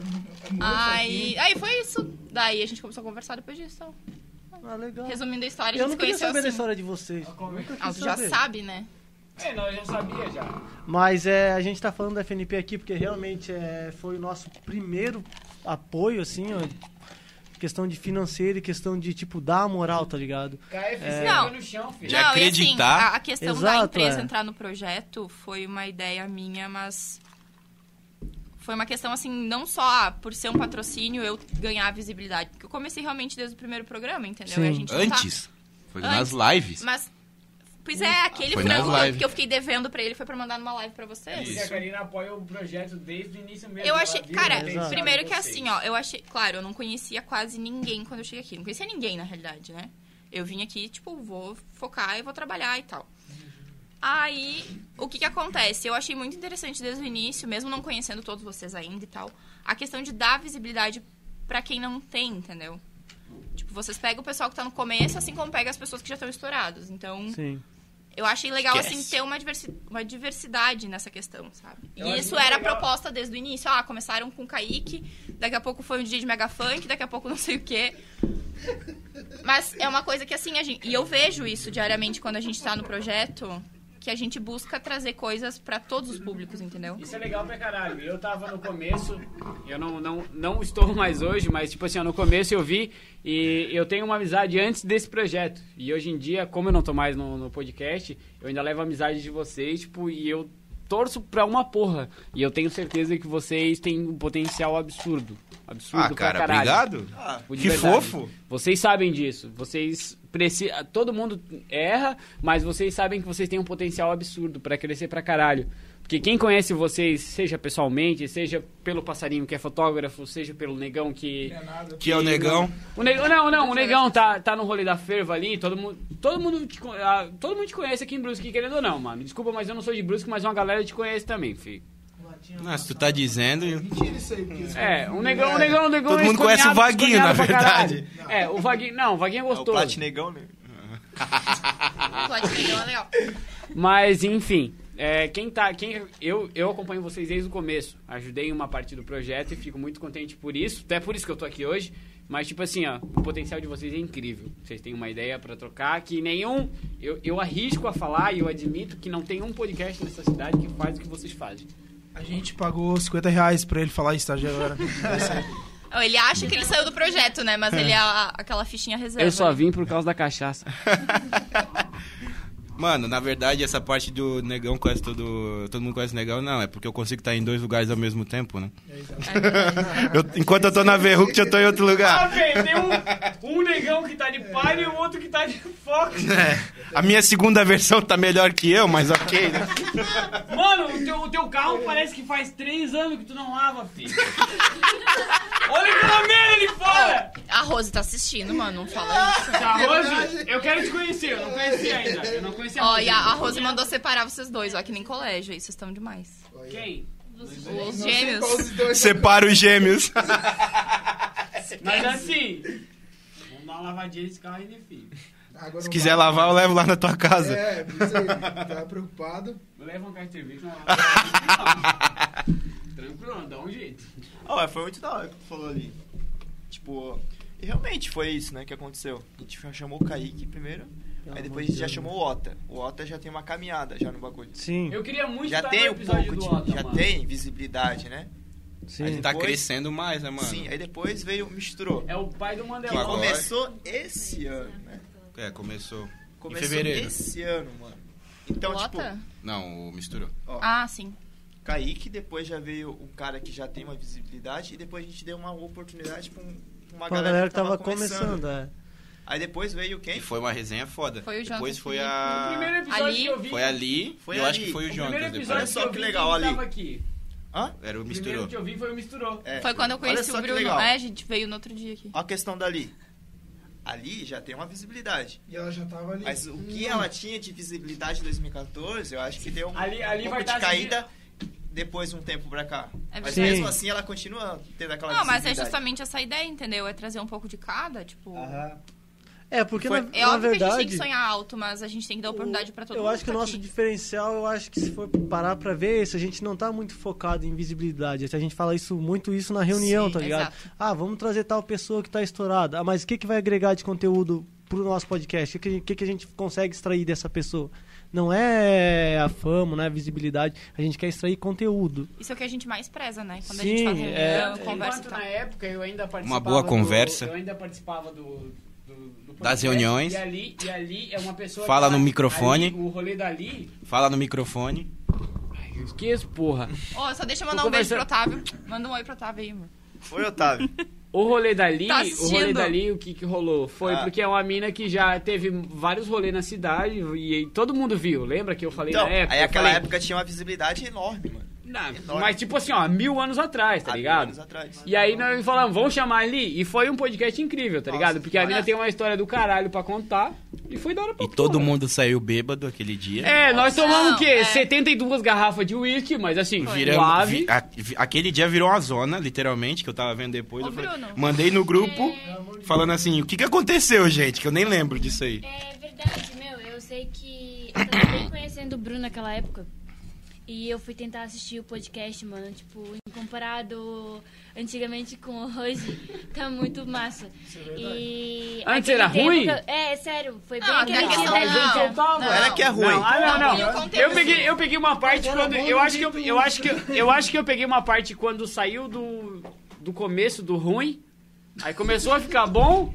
Aí foi isso. Daí a gente começou a conversar depois disso. Então. Ah, legal. Resumindo a história, a Eu gente não se queria conheceu saber da assim. história de vocês. Nunca Ah, quis tu já saber. sabe, né? não, eu já sabia já. Mas a gente tá falando da FNP aqui porque realmente foi o nosso primeiro apoio, assim, ó. Questão de financeiro e questão de, tipo, dar a moral, tá ligado? KFC Não. no chão, filho. De Não, acreditar. E assim, a questão da Exato, empresa é. entrar no projeto foi uma ideia minha, mas foi uma questão assim, não só por ser um patrocínio eu ganhar visibilidade, porque eu comecei realmente desde o primeiro programa, entendeu? Sim. E a gente não tá- Antes. Foi nas lives. Mas, pois é, aquele Foi nas frango lives. que eu fiquei devendo pra ele foi pra mandar numa live pra vocês. E a Karina apoia o projeto desde o início mesmo. Eu ela achei, viu cara, o potencial primeiro de que vocês. assim, ó, eu achei, claro, eu não conhecia quase ninguém quando eu cheguei aqui. Não conhecia ninguém, na realidade, né? Eu vim aqui, tipo, vou focar e vou trabalhar e tal. Aí, o que acontece? Eu achei muito interessante desde o início, mesmo não conhecendo todos vocês ainda e tal, a questão de dar visibilidade pra quem não tem, entendeu? Tipo, vocês pegam o pessoal que tá no começo, assim como pega as pessoas que já estão estouradas. Então, Sim. eu achei legal, Esquece. assim, ter uma diversidade nessa questão, sabe? Eu E acho isso muito era a legal. proposta desde o início. Ah, começaram com o Kaique, daqui a pouco foi um DJ de Mega Funk, daqui a pouco não sei o quê. Mas é uma coisa que, assim, e eu vejo isso diariamente quando a gente tá no projeto, que a gente busca trazer coisas pra todos os públicos, entendeu? Isso é legal pra caralho. Eu tava no começo, eu não estou mais hoje, mas tipo assim, ó, no começo eu vi e eu tenho uma amizade antes desse projeto. E hoje em dia, como eu não tô mais no podcast, eu ainda levo a amizade de vocês, tipo, e eu torço pra uma porra. E eu tenho certeza que vocês têm um potencial absurdo. Absurdo pra cara, caralho. obrigado. Tipo, de Que verdade. fofo. Vocês sabem disso. Vocês precisam. Todo mundo erra, mas vocês sabem que vocês têm um potencial absurdo pra crescer pra caralho. Porque quem conhece vocês, seja pessoalmente, seja pelo passarinho que é fotógrafo, seja pelo negão que... Que é o negão. O negão tá no rolê da ferva ali, todo mundo te conhece aqui em Brusque, querendo ou não, mano. Desculpa, mas eu não sou de Brusque, mas uma galera te conhece também, filho. Não, se tu tá dizendo... Mentira isso aí, porque... O negão Todo mundo conhece o Vaguinho, na verdade. O Vaguinho é É o gostoso. Platinegão, né? O Platinegão é legal. Mas, enfim, eu acompanho vocês desde o começo. Ajudei em uma parte do projeto e fico muito contente por isso. Até por isso que eu tô aqui hoje. Mas, tipo assim, ó, o potencial de vocês é incrível. Vocês têm uma ideia pra trocar que nenhum... Eu arrisco a falar e eu admito que não tem um podcast nessa cidade que faz o que vocês fazem. A gente pagou R$50 pra ele falar isso, tá? Já agora. Ele acha que ele saiu do projeto, né? Mas ele é aquela fichinha reserva. Eu só vim por causa da cachaça. Mano, na verdade, essa parte do negão conhece todo mundo conhece o negão, não. É porque eu consigo estar em 2 lugares ao mesmo tempo, né? Enquanto eu tô na Verruct, eu tô em outro lugar. velho, tem um negão que tá de palha e o outro que tá de fox. A minha segunda versão tá melhor que eu, mas ok, né? Mano, o teu carro parece que faz 3 anos que tu não lava, filho. Olha aquela merda ali fora! A Rose tá assistindo, mano. Não fala isso. Tá, Rose, eu quero te conhecer. Eu não conheci ainda. Eu não conheci a Ó, Rose. e a Rose mandou separar vocês dois, ó, que nem colégio. Aí vocês estão demais. Quem? Os gêmeos. Separa os gêmeos. Mas assim, vamos dar uma lavadinha nesse carro aí, né, filho? Se quiser lavar, eu levo lá na tua casa. É, isso aí. Tá preocupado. Leva um carro de cerveja, não lava. Tranquilo, dá um jeito. Foi muito da hora que tu falou ali. Tipo, e realmente foi isso, né, que aconteceu. A gente chamou o Kaique primeiro, aí depois a gente já chamou o Ota. O Ota já tem uma caminhada já no bagulho. Sim, Eu queria muito Já estar tem no um episódio pouco do de... Ota, já mano. tem visibilidade, né? sim. A gente tá Depois- crescendo mais, né, mano? Sim, aí depois veio o Misturou. É o pai do Que Mandela. agora- começou esse ano, né? Começou Começou em fevereiro. esse ano, mano. Então, tipo, Bota? Não, misturou. Ah, sim. Kaique, depois já veio um cara que já tem uma visibilidade e depois a gente deu uma oportunidade pra uma Pra galera que tava começando, é. Aí depois veio E quem? foi uma resenha foda. Foi o Jonathan Depois foi que- O a... primeiro episódio Ali- que eu vi... Foi ali, Foi eu ali. acho que foi o O primeiro Jonas episódio depois. Olha só que eu que vi, legal, quem ali. tava aqui. Hã? Era o O primeiro misturou. que eu vi foi o Misturou. É. Foi quando eu Olha conheci só o que Bruno. legal. É, a gente veio no outro dia aqui. Olha a questão dali. Ali já tem uma visibilidade. E ela já tava ali. Mas o que ela tinha de visibilidade em 2014, eu acho que deu um Ali pouco vai de tá caída depois de um tempo pra cá. É Mas verdade. mesmo assim ela continua tendo aquela Não, mas é visibilidade. justamente essa ideia, entendeu? É trazer um pouco de cada, tipo... Aham. É, porque Foi- na, É na óbvio que a gente tem verdade... que sonhar alto, mas a gente tem que dar oportunidade pra todo eu mundo. acho que o tá nosso aqui. diferencial, eu acho que se for parar pra ver isso, a gente não tá muito focado em visibilidade. A gente fala muito isso na reunião, Sim, tá ligado? exato. Ah, vamos trazer tal pessoa que tá estourada. Ah, mas o que vai agregar de conteúdo pro nosso podcast? O que a gente consegue extrair dessa pessoa? Não é a fama, não é a visibilidade. A gente quer extrair conteúdo. Isso é o que a gente mais preza, né? Quando Sim, a gente faz reunião, é. conversa e Enquanto tal. na época eu ainda participava... Uma boa conversa. Eu ainda participava do Das podcast, reuniões. E ali é uma pessoa... Fala que no tá- microfone. ali, o rolê dali... Fala no microfone. Ai, eu esqueço, porra. Ó, só deixa eu Tô mandar um beijo pro conversando- Otávio. Manda um oi pro Otávio aí, mano. Oi, Otávio. O rolê dali, Tá assistindo. o que rolou? Foi Ah. porque é uma mina que já teve vários rolês na cidade e todo mundo viu. Lembra que eu falei Então, na época? aí Eu aquela falei, época tinha uma visibilidade enorme, mano. Não, enorme. mas tipo assim, ó, 1000 anos atrás, tá Há ligado? anos atrás. E aí nós falamos, vamos chamar ali. E foi um podcast incrível, tá ligado? Porque a mina tem uma história do caralho pra contar. E foi da hora pra E todo porra. mundo saiu bêbado aquele dia. É, nós tomamos Não, o quê? é. 72 garrafas de uísque, mas assim, Viramos- suave. aquele dia virou uma zona, literalmente, que eu tava vendo depois. Ô, Eu falei- Bruno. mandei no grupo, falando assim, o que aconteceu, gente? Que eu nem lembro disso aí. É verdade, meu. Eu sei que eu tava bem conhecendo o Bruno naquela época. E eu fui tentar assistir o podcast, mano. Tipo, comparado antigamente com hoje, tá muito massa. E Antes aquele era tempo ruim? que é sério, foi bem Não, aquele tem dia questão da não. Lídia. Não, Era que é ruim. Não, Não, não. o conteúdo. Eu peguei uma parte quando. Eu acho que eu peguei uma parte quando saiu do começo do ruim. Aí começou a ficar bom.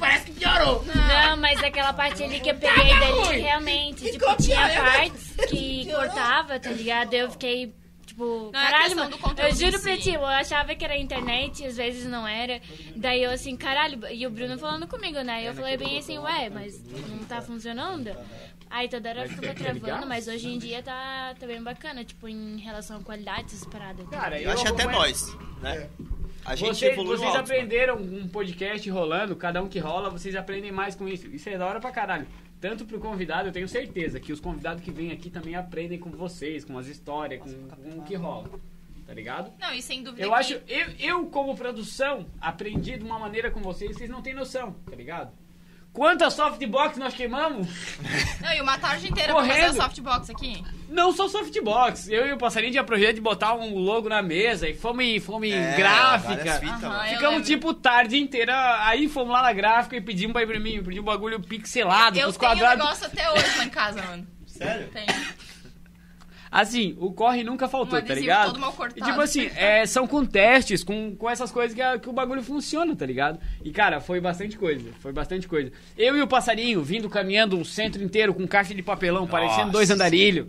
Não, mas aquela parte ali que eu peguei dali, realmente, tipo, tinha partes que cortava, tá ligado? Eu fiquei, Tipo, Não é caralho, questão mano, do conteúdo eu juro em pra si. ti, eu achava que era internet e às vezes não era. Daí eu assim, caralho, e o Bruno falando comigo, né? Eu falei bem assim, ué, mas não tá funcionando? Aí toda hora ficava travando, mas hoje em dia tá bem bacana, tipo, em relação à qualidade dessas paradas. Cara, Eu acho que até nós, né? A gente evoluiu Vocês alto, aprenderam um podcast rolando, cada um que rola, vocês aprendem mais com isso. Isso é da hora pra caralho. Tanto pro convidado, eu tenho certeza que os convidados que vêm aqui também aprendem com vocês, com as histórias, com o que rola. Tá ligado? Não, e sem dúvida Eu que... acho, eu como produção, aprendi de uma maneira com vocês não têm noção, tá ligado? Quantas softbox nós queimamos? Não, e uma tarde inteira pra fazer a Correndo. softbox aqui. Não só softbox. Eu e o Passarinho tinha projeto de botar um logo na mesa e fomos em várias gráfica. fitas, Aham, eu Ficamos lembro. tipo tarde inteira. Aí fomos lá na gráfica e pedimos pra imprimir. Pedimos um bagulho pixelado, com Eu os tenho um quadrados. negócio até hoje lá em casa, mano. Sério? Tem. Assim, o corre nunca faltou, Um tá adesivo ligado? todo mal cortado. E tipo assim, são com testes, com essas coisas que o bagulho funciona, tá ligado? E cara, foi bastante coisa. Eu e o Passarinho vindo caminhando um centro inteiro com caixa de papelão, parecendo dois andarilhos.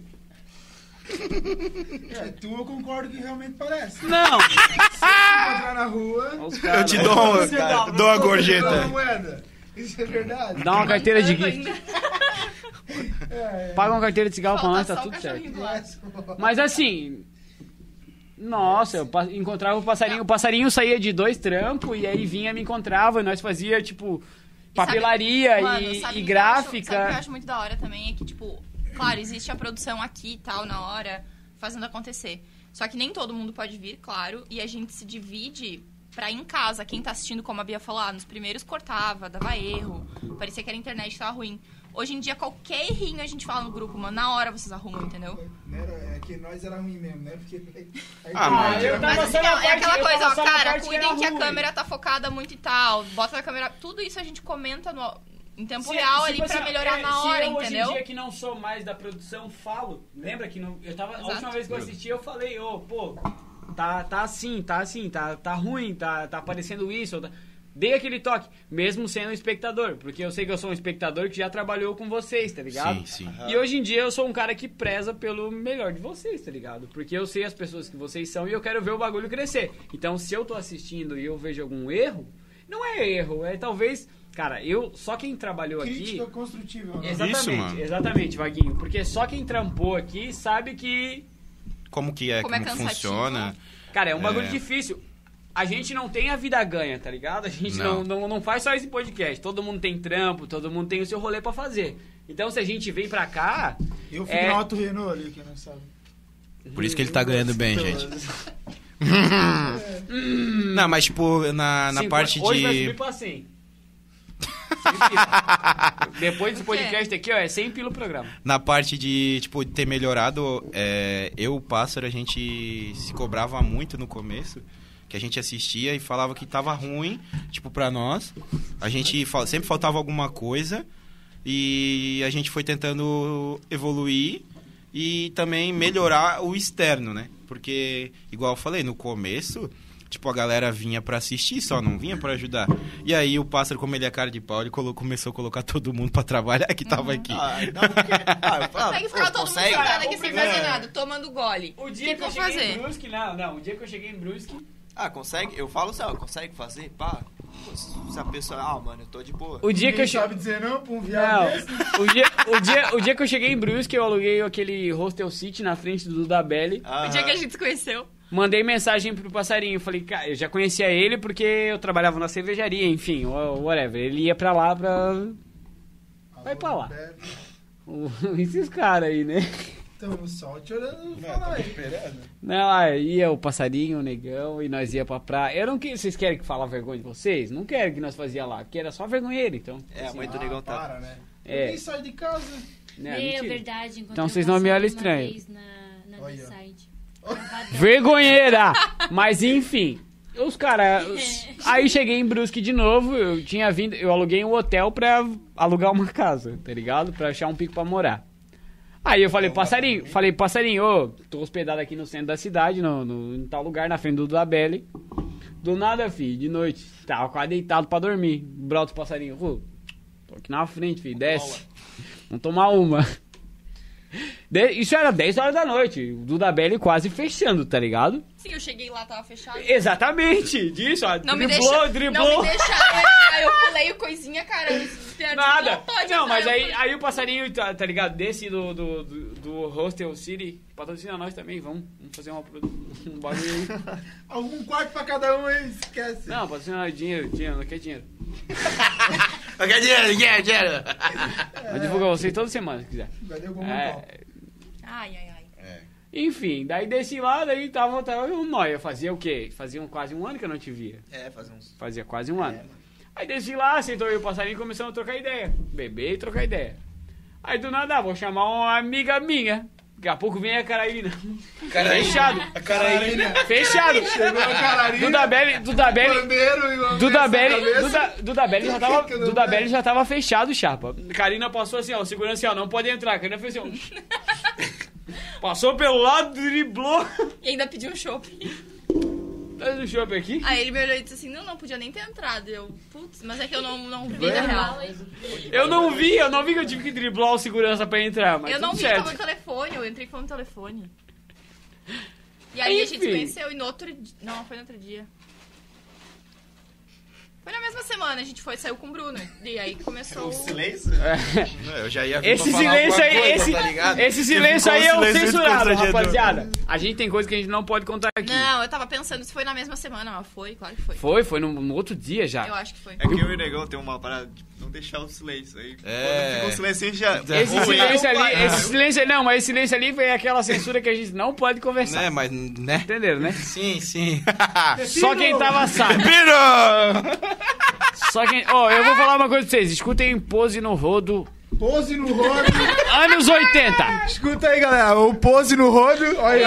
Tu eu concordo que realmente parece. Não! Se encontrar na rua, Os Eu caras- te dou uma dá uma gorjeta. moeda. Isso é verdade. Dá uma carteira de Tanto gift. ainda. Paga uma carteira de cigarro pra nós, Falta tá só o tudo certo. cachorrinho do lado. Mas assim. Nossa, eu encontrava o passarinho saía de 2 trampos e aí vinha me encontrava e nós fazia tipo papelaria Mano, e sabe o que gráfica. eu acho muito da hora também é que, tipo, claro, existe a produção aqui e tal, na hora, fazendo acontecer. Só que nem todo mundo pode vir, claro, e a gente se divide pra ir em casa. Quem tá assistindo, como a Bia falou, nos primeiros cortava, dava erro, parecia que a internet tava ruim. Hoje em dia, qualquer errinho a gente fala no grupo, mano, na hora vocês arrumam, entendeu? É que nós era ruim mesmo, né? Porque... mas eu tava Mas só assim, na ó, é parte- aquela eu coisa, tava ó, só na cara, parte que era cuidem que a ruim. câmera tá focada muito e tal, bota na câmera, tudo isso a gente comenta em tempo Se- real tipo ali assim, pra melhorar na se hora, eu, entendeu? Hoje em dia que não sou mais da produção, falo. Lembra que não, eu tava, a Exato. última vez que eu assisti eu falei, pô, tá assim, tá ruim, tá aparecendo isso. Dei aquele toque, mesmo sendo um espectador, porque eu sei que eu sou um espectador que já trabalhou com vocês, tá ligado? Sim, sim. E hoje em dia eu sou um cara que preza pelo melhor de vocês, tá ligado? Porque eu sei as pessoas que vocês são e eu quero ver o bagulho crescer. Então, se eu tô assistindo e eu vejo algum erro, não é erro, é talvez... Cara, só quem trabalhou Crítica aqui... construtiva. Né? Exatamente, Isso, mano. exatamente, Vaguinho. Porque só quem trampou aqui sabe que... Como que é, Como é como cansativo. funciona. Cara, é um bagulho É. difícil. A gente não tem a vida ganha, tá ligado? A gente não faz só esse podcast. Todo mundo tem trampo, todo mundo tem o seu rolê pra fazer. Então, se a gente vem pra cá... Eu fui no Auto Renault ali, quem não sabe. Por isso que ele tá ganhando bem, gente. Não, mas tipo, na parte Hoje vai de... subir pra 100. 100 pila. Depois desse podcast aqui, ó, é 100 pila o programa. Na parte de, tipo, de ter melhorado, eu e o Pássaro, a gente se cobrava muito no começo, que a gente assistia e falava que tava ruim, tipo, pra nós. A gente sempre faltava alguma coisa e a gente foi tentando evoluir e também melhorar o externo, né? Porque, igual eu falei, no começo... Tipo, a galera vinha pra assistir só, não vinha pra ajudar. E aí o Pássaro, como ele é cara de pau, ele começou a colocar todo mundo pra trabalhar que tava aqui. Consegue ficar todo mundo sentado aqui sem primeiro- fazer nada, tomando gole. O O dia que que eu eu vou cheguei em fazer? Brusque... Não, o dia que eu cheguei em Brusque... Consegue? Eu falo assim, ó, consegue fazer? Pá. Se a pessoa, mano, eu tô de boa. O dia que eu Ninguém sabe cheguei... dizer não pra um viado desse. Não, o dia que eu cheguei em Brusque, eu aluguei aquele Hostel City na frente do Dudabelli. O dia que a gente se conheceu. Mandei mensagem pro Passarinho, falei, cara, eu já conhecia ele porque eu trabalhava na cervejaria, enfim, whatever. Ele ia pra lá pra... Vai pra lá. Esses caras aí, né? Então, só te olhando e falar aí. Não, ia o Passarinho, o Negão, e nós ia pra praia. Eu não queria... Vocês querem que fale a vergonha de vocês? Não quero que nós fazia lá, porque era só vergonheira, então. A mãe do negão tá. Para, né? É. Ninguém sai de casa. Né, É mentira. verdade, encontrei Então o vocês não me olham Passarinho uma estranho. vez Na Olha. Riverside. Vergonheira! Mas enfim, os caras. Aí cheguei em Brusque de novo, eu aluguei um hotel pra alugar uma casa, tá ligado? Pra achar um pico pra morar. Aí eu falei, passarinho, ô, tô hospedado aqui no centro da cidade, em tal lugar, na frente do Dudabelli. Do nada, filho, de noite, tava quase deitado pra dormir. Brota o passarinho, tô aqui na frente, filho, desce. Vamos tomar uma. Isso era 10 horas da noite. O Duda Belli quase fechando, tá ligado? Sim, eu cheguei lá, tava fechado. Exatamente, disso, ó. Não driblou. Não me deixaram. Aí eu pulei o coisinha, cara. Nada. Não pode não, entrar, mas aí o passarinho, tá ligado? Desse do Hostel City, patrocina nós também. Vamos fazer um bagulho aí. Algum quarto pra cada um aí, esquece. Não, patrocina dinheiro, não quer dinheiro. Não quer dinheiro. Vou divulgar vocês toda semana, se quiser. Vai derrubar Ai. Enfim, daí desci lá, daí tava um nóia. Fazia o quê? Fazia quase um ano que eu não te via. Fazia quase um ano. Aí desci lá, sentou eu e o passarinho e começamos a trocar ideia. Beber e trocar ideia. Aí do nada, vou chamar uma amiga minha. Daqui a pouco vem a Caraína. Fechado. A Caraína. Fechado. Chegou a Caraína. Duda Belli já tava fechado, chapa. Karina passou assim, ó, o segurança, ó, não pode entrar. Karina fez assim, ó. Passou pelo lado, driblou. E ainda pediu um chopp. Traz um chopp aqui. Aí ele me olhou e disse assim, não podia nem ter entrado. Eu, putz, mas é que eu não vi na real. Eu não vi que eu tive que driblar o segurança pra entrar, mas eu não tudo vi, certo. tava no telefone, eu entrei e foi no telefone. E aí a gente se conheceu e no outro dia... Não, foi no outro dia. Foi na mesma semana, a gente saiu com o Bruno. E aí começou... O silêncio? Eu já ia vir Esse pra falar silêncio aí, alguma coisa, tá ligado? esse silêncio aí é o silêncio censurado, constrangedor. rapaziada. A gente tem coisa que a gente não pode contar aqui. Não, eu tava pensando se foi na mesma semana, mas foi, claro que foi. Foi no outro dia Eu já. acho que foi. É que eu e o Negão tem uma parada de não deixar o silêncio. Aí quando fica o silêncio, a gente já... Esse silêncio não, mas esse silêncio ali foi aquela censura que a gente não pode conversar. Né, mas, né? Entenderam, né? Sim. Só quem tava sabe. Piro! Só quem... Ó, eu vou falar uma coisa pra vocês. Escutem Pose no Rodo. Pose no rodo. Anos 80. Escuta aí, galera. O Pose no rodo. Olha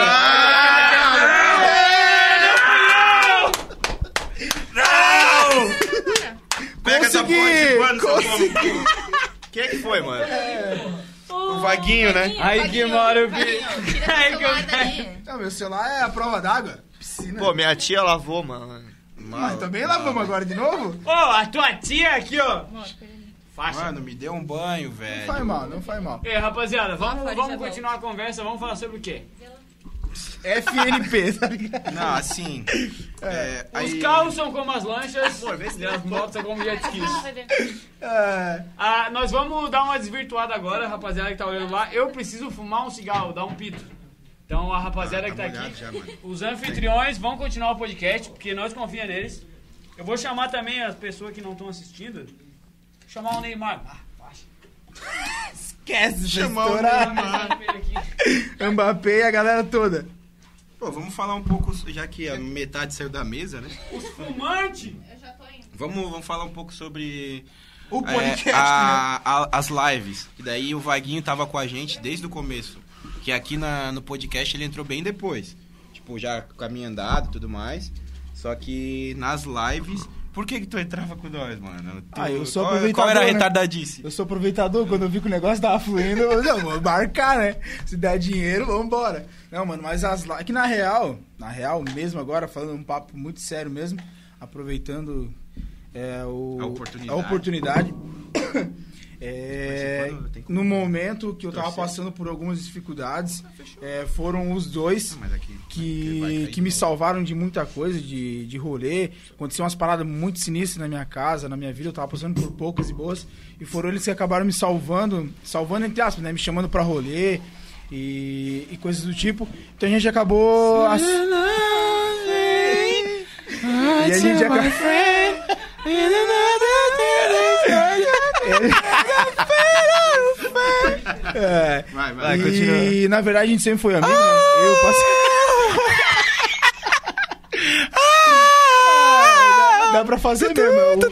Não! Pega essa Consegui! Consegui! Quem é que foi, mano? O Vaguinho, né? Aí que mora o Tira Aí esse que celular daí. Não, meu celular é a prova d'água. Piscina. Pô, minha tia lavou, mano. Mas também lavamos agora de novo? Ô, a tua tia aqui, ó. Faixa. Mano, me deu um banho, Não velho. faz mal. Ei, rapaziada, vamos Farinha continuar a conversa. Vamos falar sobre o quê? FNP, tá ligado? Não, assim... Os carros são como as lanchas e as motos são como jet skis. Nós vamos dar uma desvirtuada agora, rapaziada que tá olhando lá. Eu preciso fumar um cigarro, dar um pito. Então a rapaziada que tá aqui, molhado já, mano. os anfitriões vão continuar o podcast, porque nós confiamos neles. Eu vou chamar também as pessoas que não estão assistindo. Vou chamar o Neymar. Esquece, Chamar o estourar. Mbappé e a galera toda. Pô, vamos falar um pouco, já que a metade saiu da mesa, né? Os fumantes. Eu já tô indo. Vamos falar um pouco sobre... O podcast, as lives. E daí o Vaguinho tava com a gente desde o começo. Que aqui no podcast ele entrou bem depois. Tipo, já com a minha andada e tudo mais. Só que nas lives... Por que tu entrava com nós, mano? Eu sou Qual aproveitador, era a né? retardadice? Eu sou aproveitador, quando eu vi que o negócio tava fluindo, eu vou marcar, né? Se der dinheiro, vambora. Não, mano, mas aqui na real mesmo agora, falando um papo muito sério mesmo, aproveitando a oportunidade. No momento que eu tava passando por algumas dificuldades, foram os dois que me salvaram de muita coisa, de rolê. Aconteceu umas paradas muito sinistras na minha casa, na minha vida, eu tava passando por poucas e boas, e foram eles que acabaram me salvando entre aspas, né, me chamando pra rolê e coisas do tipo. Então a gente acabou e a gente acabou Vai, continua. E na verdade a gente sempre foi amigo, né? Eu passei... Dá pra fazer mesmo.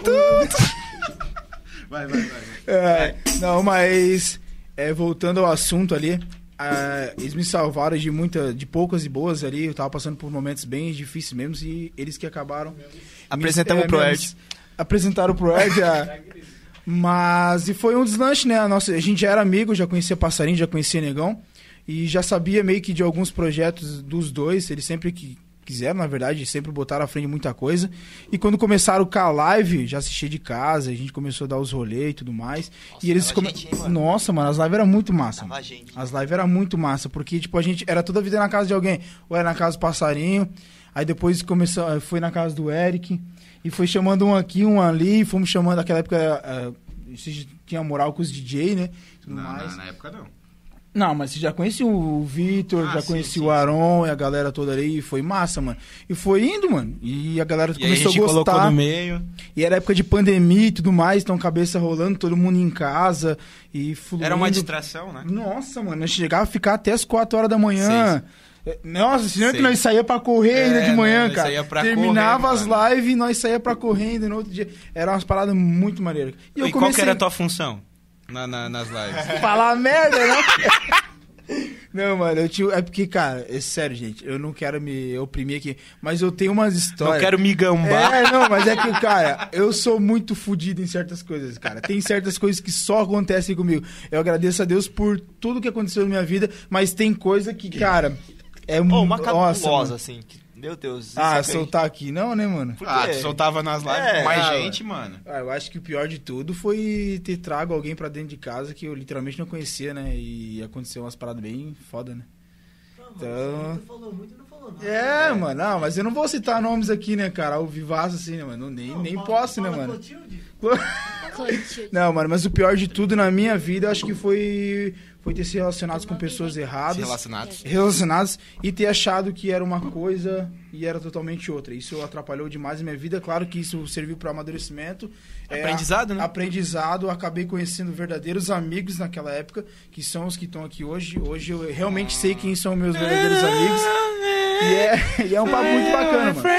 Vai. Não, mas voltando ao assunto ali, eles me salvaram de poucas e boas ali. Eu tava passando por momentos bem difíceis mesmo, e eles que acabaram Apresentamos pro Ed. Apresentaram pro Ed. Mas e foi um deslanche, né? A gente já era amigo, já conhecia Passarinho, já conhecia Negão, e já sabia meio que de alguns projetos dos dois. Eles sempre que quiseram, na verdade, sempre botaram à frente muita coisa. E quando começaram com a live, já assisti de casa, a gente começou a dar os rolês e tudo mais. Nossa, e eles Nossa, mano, as lives eram muito massa. As lives eram muito massa, porque, tipo, a gente era toda a vida na casa de alguém. Ou era na casa do Passarinho, aí depois foi na casa do Eric, e foi chamando um aqui, um ali, fomos chamando, naquela época, você tinha moral com os DJ, né? Tudo mais. Na época não. Não, mas você já conhecia o Vitor, já conhecia o Aron e a galera toda ali, e foi massa, mano. E foi indo, mano. E a galera começou a gostar. Colocou no meio. E era época de pandemia e tudo mais, então cabeça rolando, todo mundo em casa e fluindo. Era uma distração, né? Nossa, mano, nós chegava a ficar até as 4 horas da manhã. Nossa, senão que nós saía pra correr ainda de manhã, cara. Terminava as lives e nós saía pra correr ainda no outro dia. Era umas paradas muito maneiras. E qual que era a tua função nas lives? Falar merda, né? Não, mano, é porque, cara, é sério, gente, eu não quero me oprimir aqui, mas eu tenho umas histórias... Não quero me gambar. Não, mas é que, cara, eu sou muito fodido em certas coisas, cara. Tem certas coisas que só acontecem comigo. Eu agradeço a Deus por tudo que aconteceu na minha vida, mas tem coisa que, cara, é muito... uma cabulosa, assim, meu Deus. Soltar aqui não, né, mano? Tu soltava nas lives com mais gente, mano. Eu acho que o pior de tudo foi ter trago alguém pra dentro de casa que eu literalmente não conhecia, né? E aconteceu umas paradas bem foda, né? Então... Tu falou muito e não falou nada. Mano, não, mas eu não vou citar nomes aqui, né, cara? Ao vivaço, assim, né, mano? Nem posso, né, mano? Não, mano, mas o pior de tudo na minha vida, eu acho que foi ter se relacionado com pessoas erradas. Relacionados e ter achado que era uma coisa e era totalmente outra. Isso atrapalhou demais a minha vida. Claro que isso serviu para amadurecimento. Aprendizado, né? Aprendizado. Acabei conhecendo verdadeiros amigos naquela época, que são os que estão aqui hoje. Hoje eu realmente sei quem são meus verdadeiros amigos. E é um papo muito bacana, mano.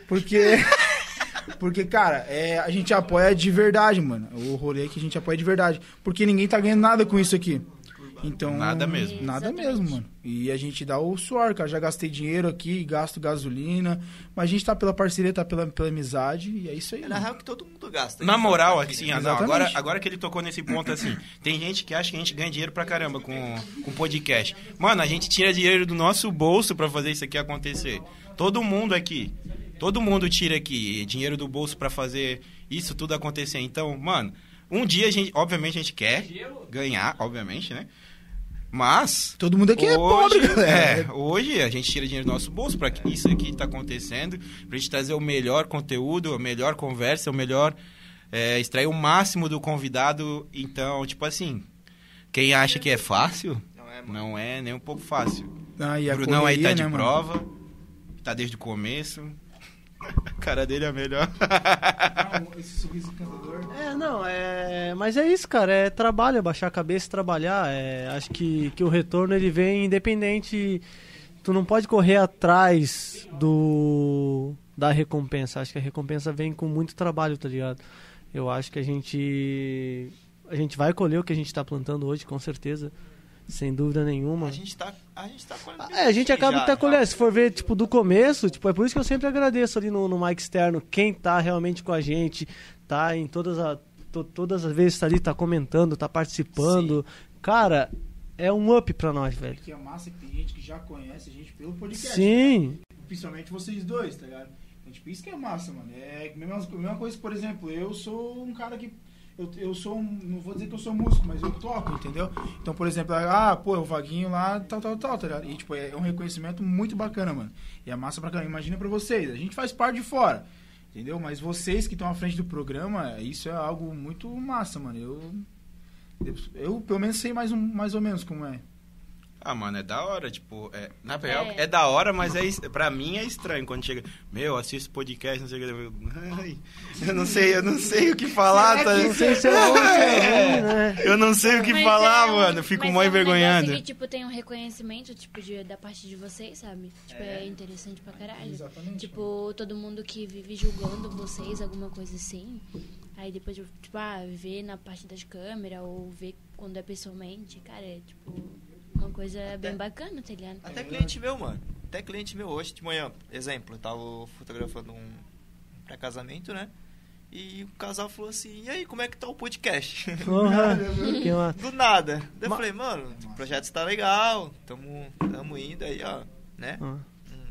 Porque, cara, a gente apoia de verdade, mano. O rolê é que a gente apoia de verdade. Porque ninguém tá ganhando nada com isso aqui. Então, nada mesmo. Nada mesmo, mano. E a gente dá o suor, cara. Já gastei dinheiro aqui, gasto gasolina. Mas a gente tá pela parceria, tá pela amizade. E é isso aí. Na real que todo mundo gasta. Na moral, assim, agora que ele tocou nesse ponto, assim, tem gente que acha que a gente ganha dinheiro pra caramba com podcast. Mano, a gente tira dinheiro do nosso bolso pra fazer isso aqui acontecer. Todo mundo tira aqui dinheiro do bolso pra fazer isso tudo acontecer. Então, mano, um dia obviamente a gente quer ganhar, obviamente, né? Mas... todo mundo aqui é pobre, galera. Hoje a gente tira dinheiro do nosso bolso pra que isso aqui tá acontecendo, pra gente trazer o melhor conteúdo, a melhor conversa, o melhor... extrair o máximo do convidado. Então, tipo assim, quem acha que é fácil, não é nem um pouco fácil. O Brunão aí tá de prova, tá desde o começo... A cara dele é melhor. Esse sorriso encantador. Mas é isso, cara. É trabalho, é baixar a cabeça e trabalhar. Acho que o retorno ele vem independente. Tu não pode correr atrás da recompensa. Acho que a recompensa vem com muito trabalho, tá ligado? Eu acho que a gente vai colher o que a gente tá plantando hoje, com certeza. Sem dúvida nenhuma. A gente tá colhendo. A gente acaba até colhendo. Se for ver, tipo, do começo, tipo, é por isso que eu sempre agradeço ali no mic externo quem tá realmente com a gente, tá em todas as vezes tá ali, tá comentando, tá participando. Sim. Cara, é um up pra nós, velho. Que é massa que tem gente que já conhece a gente pelo podcast. Sim. Né? Principalmente vocês dois, tá ligado? Então, tipo, isso que é massa, mano. É a mesma coisa, por exemplo, eu sou um cara que... Eu sou não vou dizer que eu sou músico, mas eu toco, entendeu? Então, por exemplo, o Vaguinho lá, tal, tá ligado? E, tipo, é um reconhecimento muito bacana, mano. E é massa pra caramba. Imagina pra vocês, a gente faz parte de fora, entendeu? Mas vocês que estão à frente do programa, isso é algo muito massa, mano. Eu pelo menos sei mais ou menos como é. Mano, é da hora, tipo, na real é da hora, mas pra mim é estranho quando chega, assisto podcast, não sei o que, eu não sei o que falar, tá? Não sei se é bom, né? Eu não sei o que falar, mano, eu fico mó envergonhado. Que, tipo, tem um reconhecimento, tipo, da parte de vocês, sabe? Tipo, é interessante pra caralho. Exatamente. Tipo, todo mundo que vive julgando vocês, alguma coisa assim, aí depois, tipo, ver na parte das câmeras ou ver quando é pessoalmente, cara, é, tipo... uma coisa bem bacana, tá ligado? Até cliente meu, mano. Até cliente meu hoje de manhã. Exemplo, eu tava fotografando um pré-casamento, né? E o casal falou assim, e aí, como é que tá o podcast? Do nada. Daí eu falei, mano, o projeto está legal, tamo indo aí, ó, né?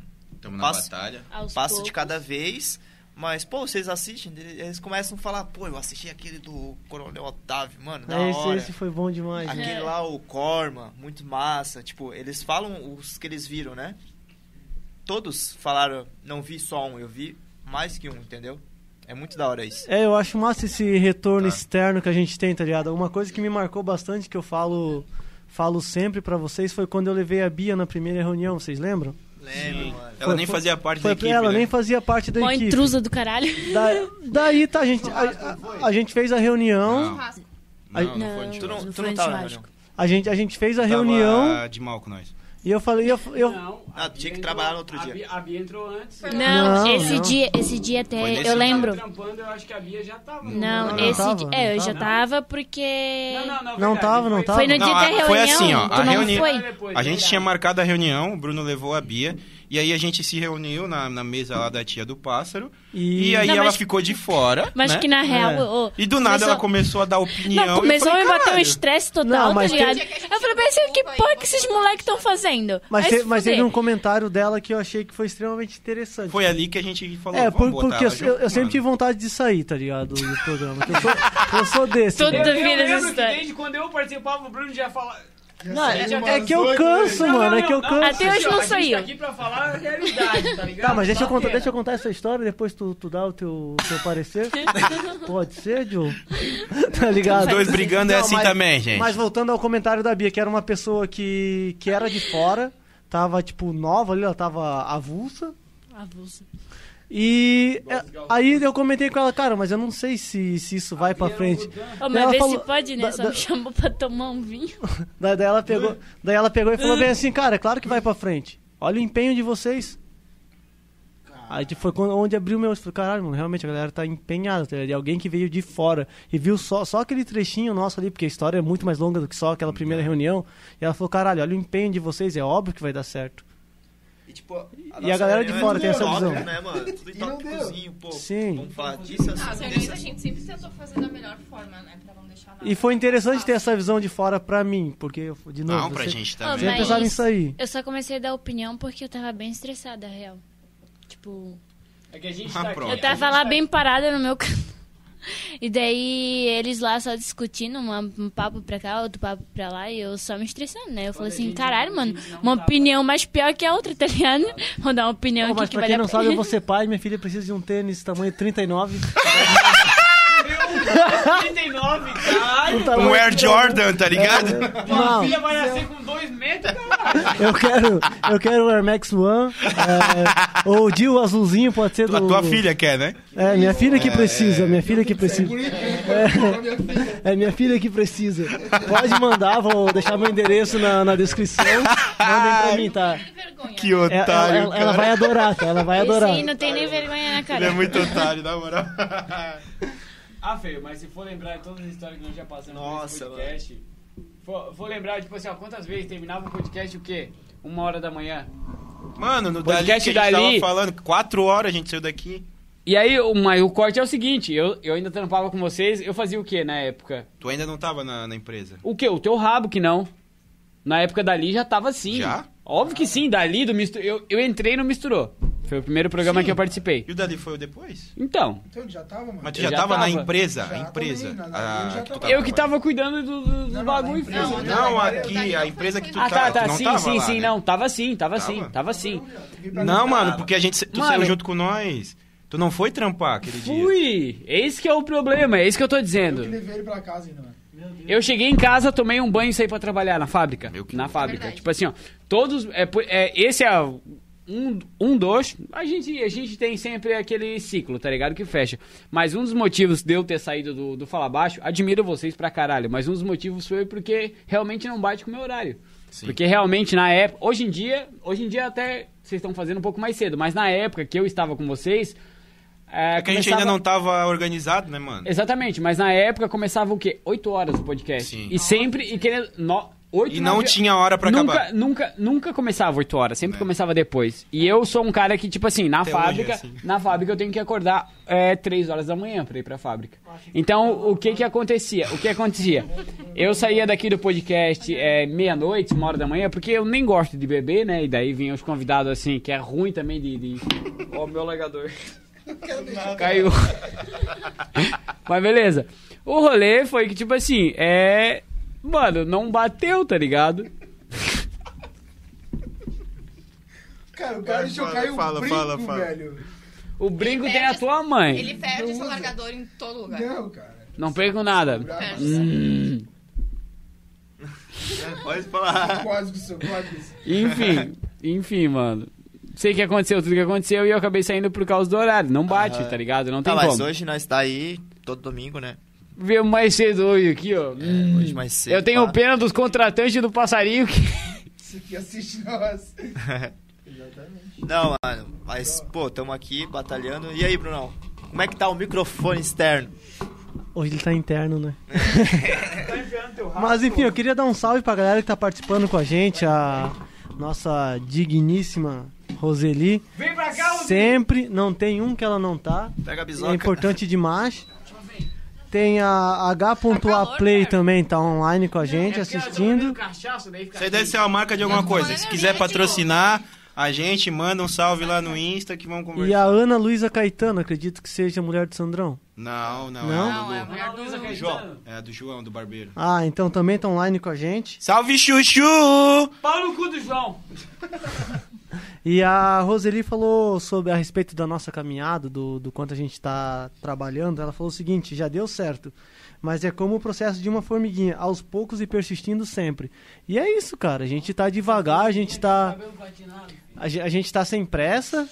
Tamo na batalha. Passo de cada vez. Mas, pô, vocês assistem? Eles começam a falar, pô, eu assisti aquele do Coronel Otávio, mano, da hora. Esse foi bom demais. Aquele lá, o Corma, muito massa. Tipo, eles falam os que eles viram, né? Todos falaram, não vi só um, eu vi mais que um, entendeu? É muito da hora isso. Eu acho massa esse retorno externo que a gente tem, tá ligado? Uma coisa que me marcou bastante, que eu falo sempre pra vocês, foi quando eu levei a Bia na primeira reunião, vocês lembram? Lembro, mano. Ela nem fazia parte da equipe, ela né? nem fazia parte da equipe. Uma intrusa do caralho. Daí, tá, a gente fez a reunião. Não foi. Tu não foi tava na churrasco. reunião? A gente fez a reunião Tava de mal com nós. e eu falei... Ah, tinha que trabalhar no outro dia. A Bia entrou antes. Não, Não, esse dia Foi até, nesse eu lembro. Trampando, eu acho que a Bia já tava. Não, Não esse tava, dia... não eu tava. já tava porque... Não tava. Foi no dia da reunião, Foi assim, ó. tu não foi? A gente tinha marcado a reunião, o Bruno levou a Bia, e aí a gente se reuniu na mesa lá da tia do pássaro, e aí Não, ela mas- ficou de fora, Mas né? que na real... E do nada ela começou a dar opinião. Não, começou e eu a me falei, bater um "Caralho." estresse total, Não, mas tá ligado? tem- Eu falei, pensei, que porra que esses moleques estão fazendo? Mas, Vai se mas teve fuder. um comentário dela que eu achei que foi extremamente interessante. Foi ali que a gente falou, Porque botar eu ela junto, sempre mano. tive vontade de sair, tá ligado? Do programa. Que eu sou desse. Todo- né? Eu Duvido essa lembro que história. desde quando eu participava, o Bruno já falava... Não, é que eu canso, mano. É que eu canso. Até hoje não a sou gente eu. tá aqui pra falar a realidade, tá ligado? Tá, mas deixa Só eu contar essa história, depois tu dá o teu parecer. Pode ser, Joe? Tá ligado? Os dois brigando é assim mas- também, gente. Mas voltando ao comentário da Bia, que era uma pessoa que era de fora, tava, tipo, nova ali, ela tava avulsa. Avulso. E aí eu comentei com ela, cara, mas eu não sei se isso vai pra frente. Ô, Daí mas ela vê falou- se pode, né? Só da- me chamou pra tomar um vinho. Daí ela pegou e falou bem assim, cara, é claro que vai pra frente. Olha o empenho de vocês. Aí foi onde abriu meu... Eu falei, caralho, mano, realmente a galera tá empenhada, tá ligado? E alguém que veio de fora e viu só aquele trechinho nosso ali, porque a história é muito mais longa do que só aquela primeira reunião. E ela falou, caralho, olha o empenho de vocês, é óbvio que vai dar certo. E, tipo, E a galera de fora tem essa tópico, visão. né, mano? Tudo em tópicozinho, pô. Sim. Vamos falar disso, As assim, reuniões desse a gente sempre tentou fazer da melhor forma, né? Pra não deixar nada. E foi interessante ter essa visão de fora pra mim, porque, de novo, Não, pra você gente Ô, também. sempre mas- pensava em sair. Eu só comecei a dar opinião porque eu tava bem estressada, real. Tipo... É que a gente Ah, tá aqui. pronto. Eu tava lá bem parada no meu canto. E daí eles lá só discutindo, um papo pra cá, outro papo pra lá, e eu só me estressando, né? Eu falei assim, caralho, mano, uma opinião mais pior que a outra, tá ligado? Vou dar uma opinião Pô, mas aqui que pra vai quem dar não sabe, eu vou ser pai, minha filha precisa de um tênis tamanho 39. 39, caralho. Um tamanho- Um Air Jordan, tá ligado? Tua Não, filha vai nascer com 2 metros, caralho. eu quero o Air Max One, ou o Dio azulzinho, pode ser do... A tua filha quer, né? É, minha filha que precisa, minha filha que precisa. É minha filha que precisa. Pode mandar, vou deixar meu endereço na descrição. Mandem pra mim, tá? Que vergonha. Que otário, Ela vai adorar, tá? Ela vai Esse adorar. aí não tem nem vergonha na Ele cara. é muito otário, na moral. Ah, feio, mas se for lembrar de todas as histórias que nós já passamos Nossa, nesse podcast, for lembrar, tipo assim, ó, quantas vezes terminava o podcast o quê? 1h da manhã. Mano, no Podcast dali que a gente dali- tava falando, 4 horas a gente saiu daqui. E aí, mas o corte é o seguinte, eu ainda trampava com vocês, eu fazia o quê na época? Tu ainda não tava na empresa? O quê? O teu rabo que não. Na época dali já tava assim. Já? Óbvio que sim, dali do Misturou. Eu entrei no Misturou. Foi o primeiro programa Sim. que eu participei. E o dali foi o depois? Então, Então ele já tava, mano. Mas tu Eu já já tava na tava. empresa? Já A empresa. também, Ah, eu já que tu tava. eu que tava cuidando do Não, bagulho. na empresa. filho. Não, aqui, a empresa que tu Ah, tá, tu não sim, tava sim, lá, sim, né? não, tava sim. Tava? Tava sim. Não, mano, porque tu Mano, saiu junto com nós. Tu não foi trampar aquele dia. Fui! Esse que é o problema, é isso que eu tô Eu que dizendo. levei ele pra casa ainda, mano. Eu cheguei em casa, tomei um banho e saí pra trabalhar na fábrica. Meu que Na louco. fábrica. Verdade. Tipo assim, ó, todos. Esse é um dos. A gente tem sempre aquele ciclo, tá ligado? Que fecha. Mas um dos motivos de eu ter saído do Fala Baixo, admiro vocês pra caralho, mas um dos motivos foi porque realmente não bate com o meu horário. Sim. Porque realmente na época. Hoje em dia até vocês estão fazendo um pouco mais cedo, mas na época que eu estava com vocês. É que a gente ainda não tava organizado, né, mano? Exatamente, mas na época começava o quê? 8 horas o podcast. Sim. E sempre, e querendo, 8, E não tinha hora pra acabar. Nunca começava 8 horas, sempre começava depois. E eu sou um cara que, tipo assim, na fábrica eu tenho que acordar 3 horas da manhã pra ir pra fábrica. Então, o que acontecia? Eu saía daqui do podcast meia-noite, 1h da manhã, porque eu nem gosto de beber, né? E daí vinham os convidados, assim, que é ruim também de... Ó, meu alegador. Caiu. Mas beleza. O rolê foi que, tipo assim, mano, não bateu, tá ligado? Cara, o cara deixou cair o brinco, velho. O brinco tem a tua mãe. Ele perde esse largador em todo lugar. Não, cara. Não perco nada. Pode falar. Quase. Enfim, mano. Sei que aconteceu tudo que aconteceu e eu acabei saindo por causa do horário. Não bate, tá ligado? Não tem mas como. hoje nós tá aí todo domingo, né? Veio mais cedo hoje aqui, ó. Hoje mais cedo. Eu tenho pena dos contratantes do passarinho que... Isso aqui assiste nós. Não, mano, mas, pô, tamo aqui batalhando. E aí, Brunão? Como é que tá o microfone externo? Hoje ele tá interno, né? Mas enfim, eu queria dar um salve pra galera que tá participando com a gente, a nossa digníssima Roseli. Vem pra cá, Roseli! Sempre, não tem um que ela não tá. Pega a bisoca. É importante demais. Tem a H.A Play também, tá online com a gente, assistindo. Isso aí deve ser uma marca de alguma coisa. Se quiser patrocinar a gente, manda um salve lá no Insta que vamos conversar. E a Ana Luísa Caetano, acredito que seja a mulher do Sandrão. Não. Não, é a mulher do João. É a do João, do barbeiro. Ah, então também tá online com a gente. Salve, Chuchu! Pau no cu do João! E a Roseli falou a respeito da nossa caminhada, do quanto a gente está trabalhando. Ela falou o seguinte: já deu certo, mas é como o processo de uma formiguinha, aos poucos e persistindo sempre. E é isso, cara. A gente tá devagar, a gente tá sem pressa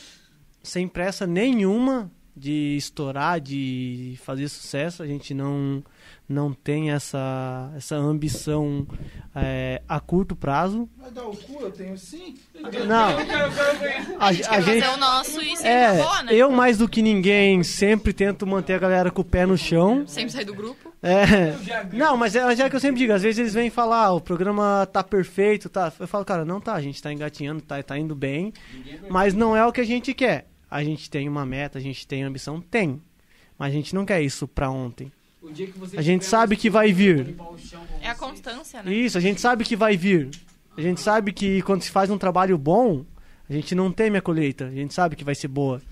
nenhuma de estourar, de fazer sucesso. A gente não tem essa ambição a curto prazo. Vai dar o cu, eu tenho sim. Não. A gente fazer o nosso e sempre boa, né? Eu, mais do que ninguém, sempre tento manter a galera com o pé no chão. Sempre sair do grupo. Não, mas já que eu sempre digo, às vezes eles vêm falar, o programa tá perfeito, tá. Eu falo, cara, não tá, a gente tá engatinhando, tá indo bem, mas não é o que a gente quer. A gente tem uma meta, a gente tem ambição, tem. Mas a gente não quer isso pra ontem. A gente sabe que vai vir. É a constância, né? Isso, a gente sabe que vai vir. A gente sabe que quando se faz um trabalho bom, a gente não teme a colheita. A gente sabe que vai ser boa.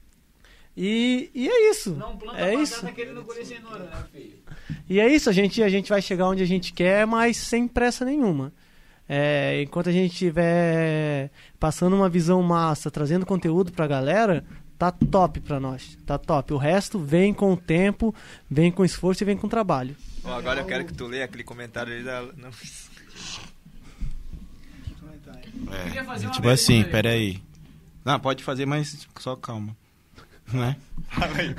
E é isso. Não planta é batata isso. querendo colher cenoura, né, filho? E é isso, a gente vai chegar onde a gente quer, mas sem pressa nenhuma. Enquanto a gente estiver passando uma visão massa, trazendo conteúdo pra galera, tá top pra nós, tá top. O resto vem com o tempo, vem com esforço e vem com trabalho. Agora eu quero que tu leia aquele comentário aí da... Não. Tipo assim, peraí. Não, pode fazer, mas só calma. Né? Fala aí.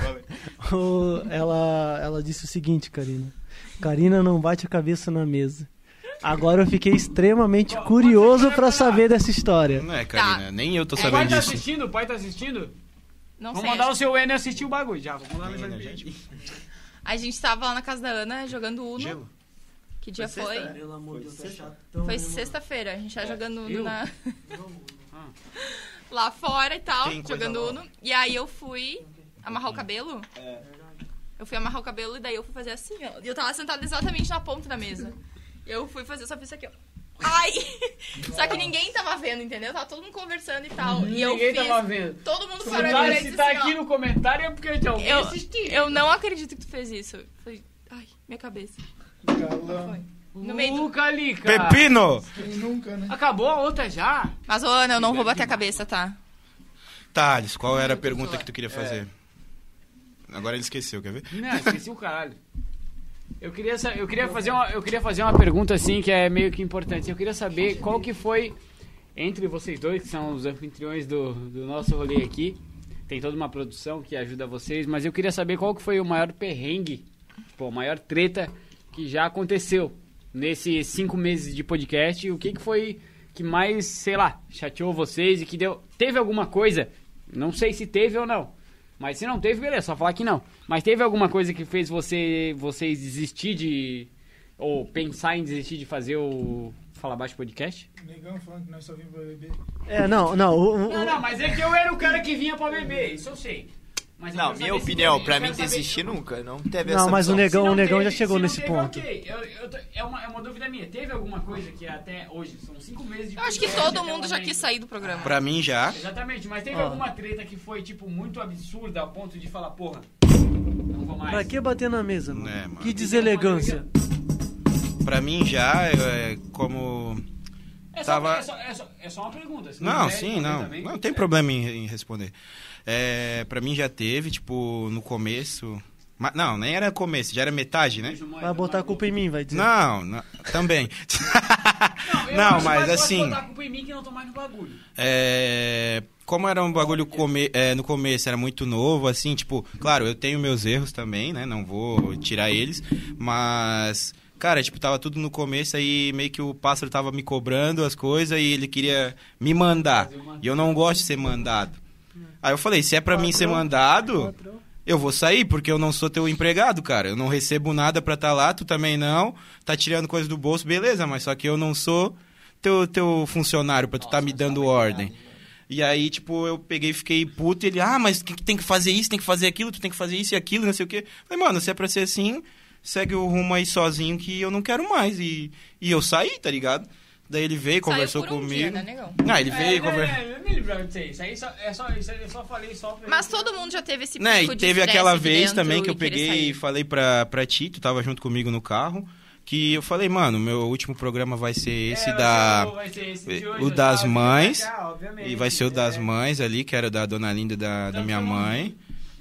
Ela disse o seguinte, Karina não bate a cabeça na mesa. Agora eu fiquei extremamente curioso pra saber dessa história. Não é, Karina, Tá. nem eu tô O pai sabendo tá disso. assistindo? O pai tá assistindo? Não Vamos sei. mandar o seu Enio assistir o bagulho já. Vamos mandar no gente. A gente tava lá na casa da Ana jogando Uno. Gelo? Que dia foi? Pelo amor de Deus, Foi sexta-feira. A gente tava jogando Uno Eu? lá fora e tal, Tem coisa jogando nova. Uno. E aí eu fui amarrar o cabelo. Eu fui amarrar o cabelo e daí eu fui fazer assim, ó. E eu tava sentada exatamente na ponta da mesa. Eu fui fazer, só fiz isso aqui, ó. Ai! Só que ninguém tava vendo, entendeu? Tava todo mundo conversando e tal. E eu Ninguém fiz... tava vendo. Todo mundo Se parou e olhou e se disse tá assim, ó, aqui no comentário é porque alguém assistiu. eu não acredito que tu fez isso. Falei, ai, minha cabeça. Foi. No meio do... Calica. Pepino! Quem nunca, né? Acabou a outra já? Mas, ô, Ana, eu não vou bater a cabeça, tá? Thales, qual era a pergunta que tu queria fazer? Agora ele esqueceu, quer ver? Não, esqueci o caralho. Eu queria fazer uma pergunta assim que é meio que importante. Eu queria saber qual que foi, entre vocês dois, que são os anfitriões do nosso rolê aqui, tem toda uma produção que ajuda vocês, mas eu queria saber qual que foi o maior perrengue, tipo, a maior treta que já aconteceu nesses 5 meses de podcast. O que foi que mais, sei lá, chateou vocês e que deu... Teve alguma coisa, não sei se teve ou não, mas se não teve, beleza, só falar que não. Mas teve alguma coisa que fez vocês desistir Ou pensar em desistir de fazer o Fala Baixo Podcast? Negão falando que nós só vimos pra beber. Não, mas é que eu era o cara que vinha pra beber, isso eu sei. Mas Não, minha opinião, pra mim desistir nunca, não teve essa Não, mas o opção. Negão já chegou nesse ponto. Okay. É uma dúvida minha. Teve alguma coisa que até hoje, são 5 meses de Eu acho que todo mundo já quis sair do programa. Pra mim já. Exatamente, mas teve alguma treta que foi, tipo, muito absurda a ponto de falar, porra, não vou mais. Pra que bater na mesa, mano? Mano. Que deselegância. Pra mim já, como... É só uma pergunta. Não, sim, não. Não tem problema em responder. Pra mim já teve, tipo, no começo... Não, nem era começo, já era metade, né? Vai botar a culpa em mim, vai dizer. Não, também. Não, mas assim... Vai botar a culpa em mim que não tô mais no bagulho. Como era um bagulho no começo, era muito novo, assim, tipo... Claro, eu tenho meus erros também, né? Não vou tirar eles, mas... Cara, tipo, tava tudo no começo, aí meio que o pássaro tava me cobrando as coisas e ele queria me mandar. E eu não gosto de ser mandado. Aí eu falei, se é pra mim ser mandado, eu vou sair, porque eu não sou teu empregado, cara. Eu não recebo nada pra tá lá, tu também não. Tá tirando coisa do bolso, beleza, mas só que eu não sou teu funcionário pra tu tá me dando ordem. E aí, tipo, eu peguei e fiquei puto e ele, mas tem que fazer isso, tem que fazer aquilo, tu tem que fazer isso e aquilo, não sei o quê. Falei, mano, se é pra ser assim... Segue o rumo aí sozinho que eu não quero mais. E eu saí, tá ligado? Daí ele veio, conversou por um comigo. Dia, né, negão? Ele veio, conversou. Eu me livrava disso aí. Isso aí eu só falei só pra... Mas todo mundo já teve esse pico Né, e teve aquela vez também que eu e querer peguei e falei pra ti, tu tava junto comigo no carro, que eu falei, mano, meu último programa vai ser esse o das mães. E vai ser o das mães ali, que era da Dona Linda da minha mãe.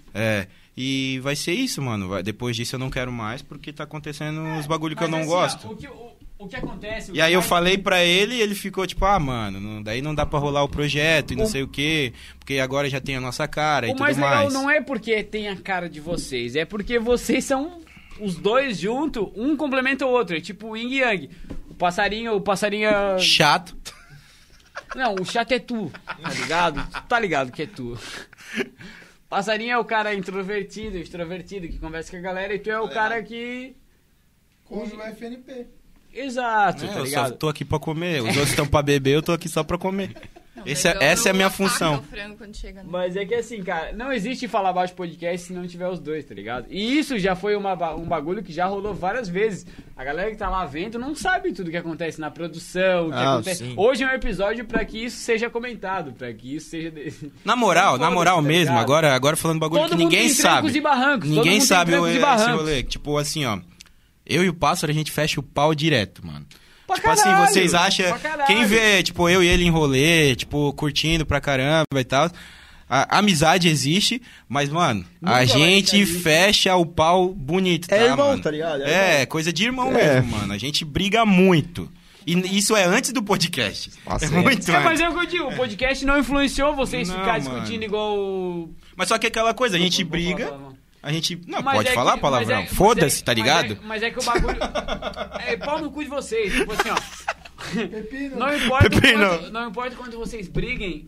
E vai ser isso, mano. Depois disso eu não quero mais, porque tá acontecendo uns bagulho que eu não assim, gosto. O que acontece... E aí eu falei pra ele e ele ficou tipo, mano, daí não dá pra rolar o projeto e não sei o quê, porque agora já tem a nossa cara e tudo mais. O mais legal não é porque tem a cara de vocês, é porque vocês são os dois juntos, um complementa o outro, é tipo o yin e yang. O passarinho... Chato. Não, o chato é tu, tá ligado? Tu tá ligado que é tu. Passarinho é o cara introvertido, extrovertido, que conversa com a galera, e tu é o cara que... Come o FNP. Exato, tá ligado? Eu só tô aqui pra comer, os outros estão pra beber, eu tô aqui só pra comer. Essa é a minha função. Mas é que assim, cara, não existe Fala Baixo Podcast se não tiver os dois, tá ligado? E isso já foi um bagulho que já rolou várias vezes. A galera que tá lá vendo não sabe tudo que acontece na produção, o que acontece. Sim. Hoje é um episódio pra que isso seja comentado, pra que isso seja... Na moral mesmo, agora falando bagulho todo que ninguém sabe. E barrancos, ninguém sabe esse rolê. Tipo assim, ó, eu e o Pássaro, a gente fecha o pau direto, mano. Tipo caralho, assim, vocês acham... Quem vê, tipo, eu e ele em rolê, tipo, curtindo pra caramba e tal... A amizade existe, mas, mano, nunca a gente fecha o pau bonito, tá, irmão, mano? Tá ligado? Coisa de irmão mesmo, mano. A gente briga muito. E isso é antes do podcast. Nossa, muito antes. Mas é o que eu digo, o podcast não influenciou vocês ficarem discutindo igual... Mas só que aquela coisa, a gente briga... A gente... Não, mas pode falar palavrão. Foda-se, tá ligado? Mas é que o bagulho... É pau no cu de vocês. Tipo assim, ó... Pepino. Não importa quando vocês briguem,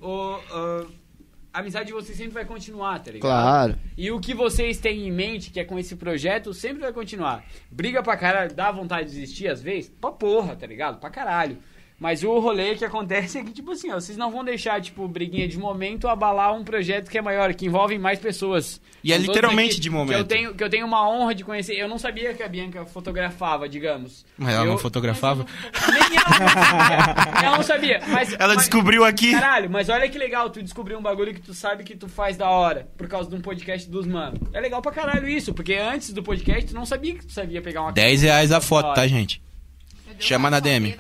a amizade de vocês sempre vai continuar, tá ligado? Claro. E o que vocês têm em mente, que é com esse projeto, sempre vai continuar. Briga pra caralho, dá vontade de desistir às vezes? Pra porra, tá ligado? Pra caralho. Mas o rolê que acontece é que, tipo assim, ó, vocês não vão deixar, tipo, briguinha de momento abalar um projeto que é maior, que envolve mais pessoas. E é literalmente de momento. Que eu tenho uma honra de conhecer. Eu não sabia que a Bianca fotografava, digamos. Mas ela não fotografava? Nem ela não sabia. Ela descobriu aqui. Caralho, mas olha que legal, tu descobriu um bagulho que tu sabe que tu faz da hora, por causa de um podcast dos manos. É legal pra caralho isso, porque antes do podcast tu não sabia que tu sabia pegar uma... R$10 a foto, tá, gente? Chama na DM.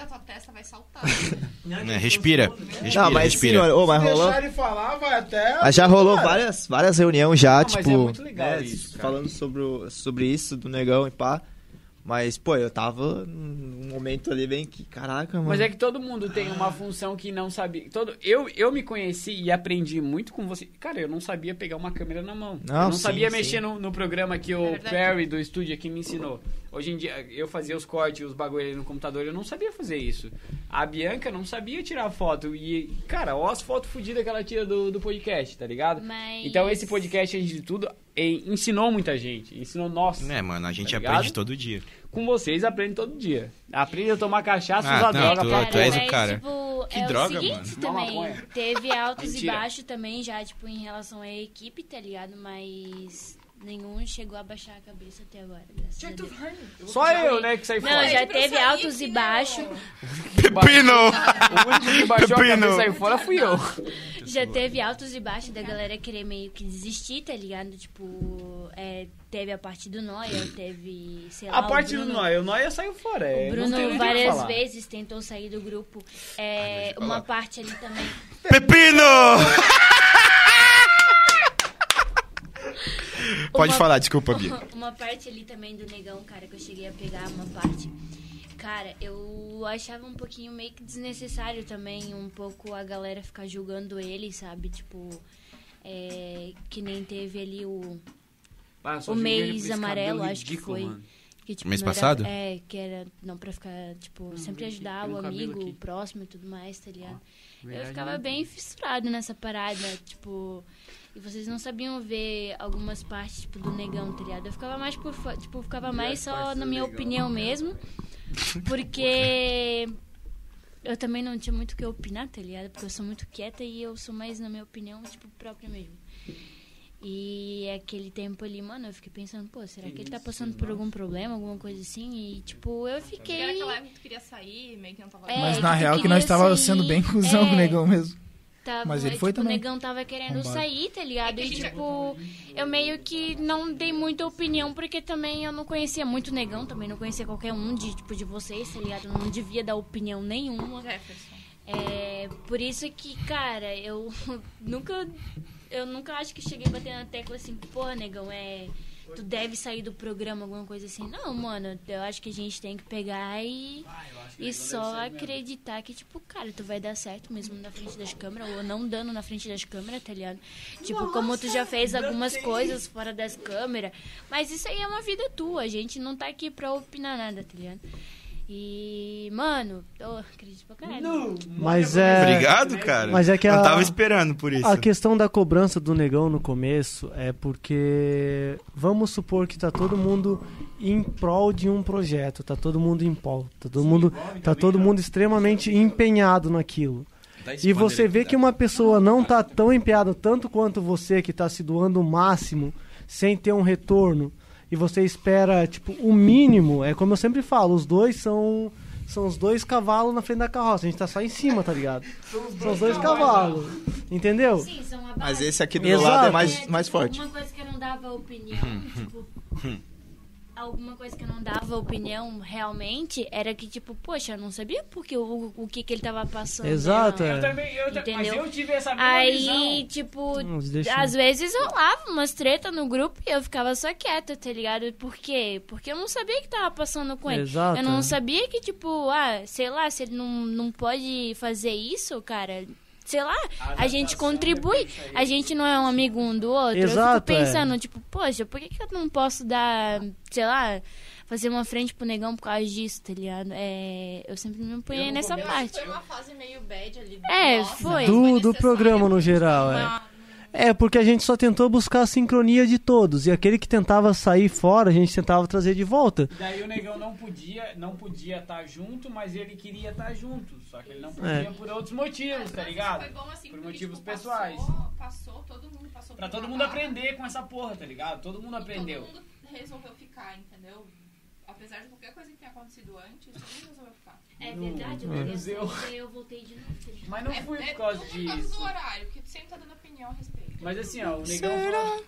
Respira. Não, mas senhor, mas rolou. Deixar ele falar, vai até. Mas já rolou várias reuniões já, não, tipo. Mas é muito legal isso, falando sobre isso, do negão e pá. Mas, pô, eu tava num momento ali bem que, caraca, mano. Mas é que todo mundo tem uma função que não sabia. Eu me conheci e aprendi muito com você. Cara, eu não sabia pegar uma câmera na mão. Eu não sabia mexer no programa que o Perry do estúdio aqui me ensinou. Hoje em dia, eu fazia os cortes e os bagulho ali no computador, eu não sabia fazer isso. A Bianca não sabia tirar foto. E, cara, olha as fotos fodidas que ela tira do podcast, tá ligado? Mas... Então esse podcast, antes de tudo, ensinou muita gente. Ensinou nós. Mano, a gente tá aprende todo dia. Com vocês, aprende todo dia. Aprende a tomar cachaça, Ah, usar não, droga. tu és o mas, cara. Tipo, Que é droga, o seguinte mano. Uma também. maconha. Teve altos e Mentira. baixos também, já, tipo, em relação à equipe, tá ligado? Mas nenhum chegou a baixar a cabeça até agora, graças a Deus. Só eu, né, que saí Não, fora. já teve altos e baixos. Pepino! O único que baixou a Pepino. cabeça e saiu fora fui eu. Já teve altos e baixos da galera querer meio que desistir, tá ligado? Tipo, teve a parte do Noia, teve, sei lá, A parte o Bruno, do Noia, o Noia saiu fora. O não tem Bruno nem o que várias falar. vezes tentou sair do grupo. Uma parte ali também. Pepino! Pode Uma- falar, desculpa, Bia. Uma parte ali também do Negão, cara, que eu cheguei a pegar uma parte. Cara, eu achava um pouquinho meio que desnecessário também, um pouco a galera ficar julgando ele, sabe? Tipo, que nem teve ali o só o julguei ele por mês esse amarelo, cabelo acho que ridículo, foi. mano. Que, tipo, Mês não era- passado? que era não pra ficar, tipo, sempre aqui, ajudar tem um o cabelo amigo, aqui. o próximo e tudo mais, tá ligado? Eu verdade, ficava né? bem fissurado nessa parada, tipo... E vocês não sabiam ver algumas partes, tipo, do Negão, tá ligado? Eu ficava mais por fora, tipo, ficava mais só na minha opinião mesmo. Porque... Eu também não tinha muito o que opinar, tá ligado? Porque eu sou muito quieta e eu sou mais, na minha opinião, tipo, própria mesmo. E aquele tempo ali, mano, eu fiquei pensando, pô, será que ele tá passando por algum problema, alguma coisa assim? E, tipo, eu Porque fiquei... era aquela época que tu queria sair, meio que não tava... Mas que na tu real que queria nós tava sair, sendo bem cuzão com o Negão mesmo. Tava, Mas ele foi tipo, também. O Negão tava querendo Vambora. sair, tá ligado? E, tipo, eu meio que não dei muita opinião, porque também eu não conhecia muito o Negão, também não conhecia qualquer um de vocês, tá ligado? Eu não devia dar opinião nenhuma. Jefferson. Por isso que, cara, eu nunca acho que cheguei a bater na tecla assim, porra, Negão, tu deve sair do programa, alguma coisa assim. Não, mano, eu acho que a gente tem que pegar e só acreditar que, tipo, cara, tu vai dar certo mesmo na frente das câmeras, ou não dando na frente das câmeras, tá ligado? Tipo, como tu já fez algumas coisas fora das câmeras, mas isso aí é uma vida tua, a gente não tá aqui pra opinar nada, tá ligado? E, mano, eu acredito pra caralho. Mas Obrigado, cara. Mas é que Não a- tava esperando por isso. A questão da cobrança do Negão no começo é porque vamos supor que tá todo mundo em prol de um projeto, tá todo mundo em prol, tá todo mundo extremamente empenhado naquilo. E você vê que uma pessoa não tá tão empenhada tanto quanto você, que tá se doando o máximo sem ter um retorno, e você espera, tipo, o mínimo, é como eu sempre falo, os dois são os dois cavalos na frente da carroça, a gente tá só em cima, tá ligado? São os dois cavalos, entendeu? Sim, são a base. Mas esse aqui do Exato. meu lado é mais forte. Alguma coisa que eu não dava opinião, tipo... Alguma coisa que eu não dava opinião realmente era que, tipo, poxa, eu não sabia porque o que ele tava passando. Exato, né? é. Eu também, mas Entendeu? eu tive essa mesma Aí, visão. tipo, Nos deixa- às vezes rolava umas treta no grupo e eu ficava só quieta, tá ligado? Por quê? Porque eu não sabia o que tava passando com ele. Exato. Eu não sabia que, tipo, sei lá, se ele não pode fazer isso, cara... Sei lá, a gente contribui, a gente não é um amigo um do outro. Exato, eu fico pensando, tipo, poxa, por que eu não posso dar, sei lá, fazer uma frente pro Negão por causa disso, tá ligado? Eu sempre me apoiei nessa parte. Foi uma fase meio bad ali. Foi. Do necessário. programa no geral, É porque a gente só tentou buscar a sincronia de todos. E aquele que tentava sair fora, a gente tentava trazer de volta. Daí o Negão não podia estar junto, mas ele queria estar junto. Só que ele não podia por outros motivos, tá ligado? Foi bom assim, Por porque, motivos tipo, pessoais. Passou, todo mundo passou Pra por todo uma mundo barra. aprender com essa porra, tá ligado? Todo mundo aprendeu. Todo mundo resolveu ficar, entendeu? Apesar de qualquer coisa que tenha acontecido antes, todo mundo resolveu ficar. É verdade, Menos eu. eu voltei de novo. tá ligado? Mas não fui por causa tudo por causa disso. do horário, porque tu sempre tá dando opinião a respeito. Mas assim, ó, o Negão falou...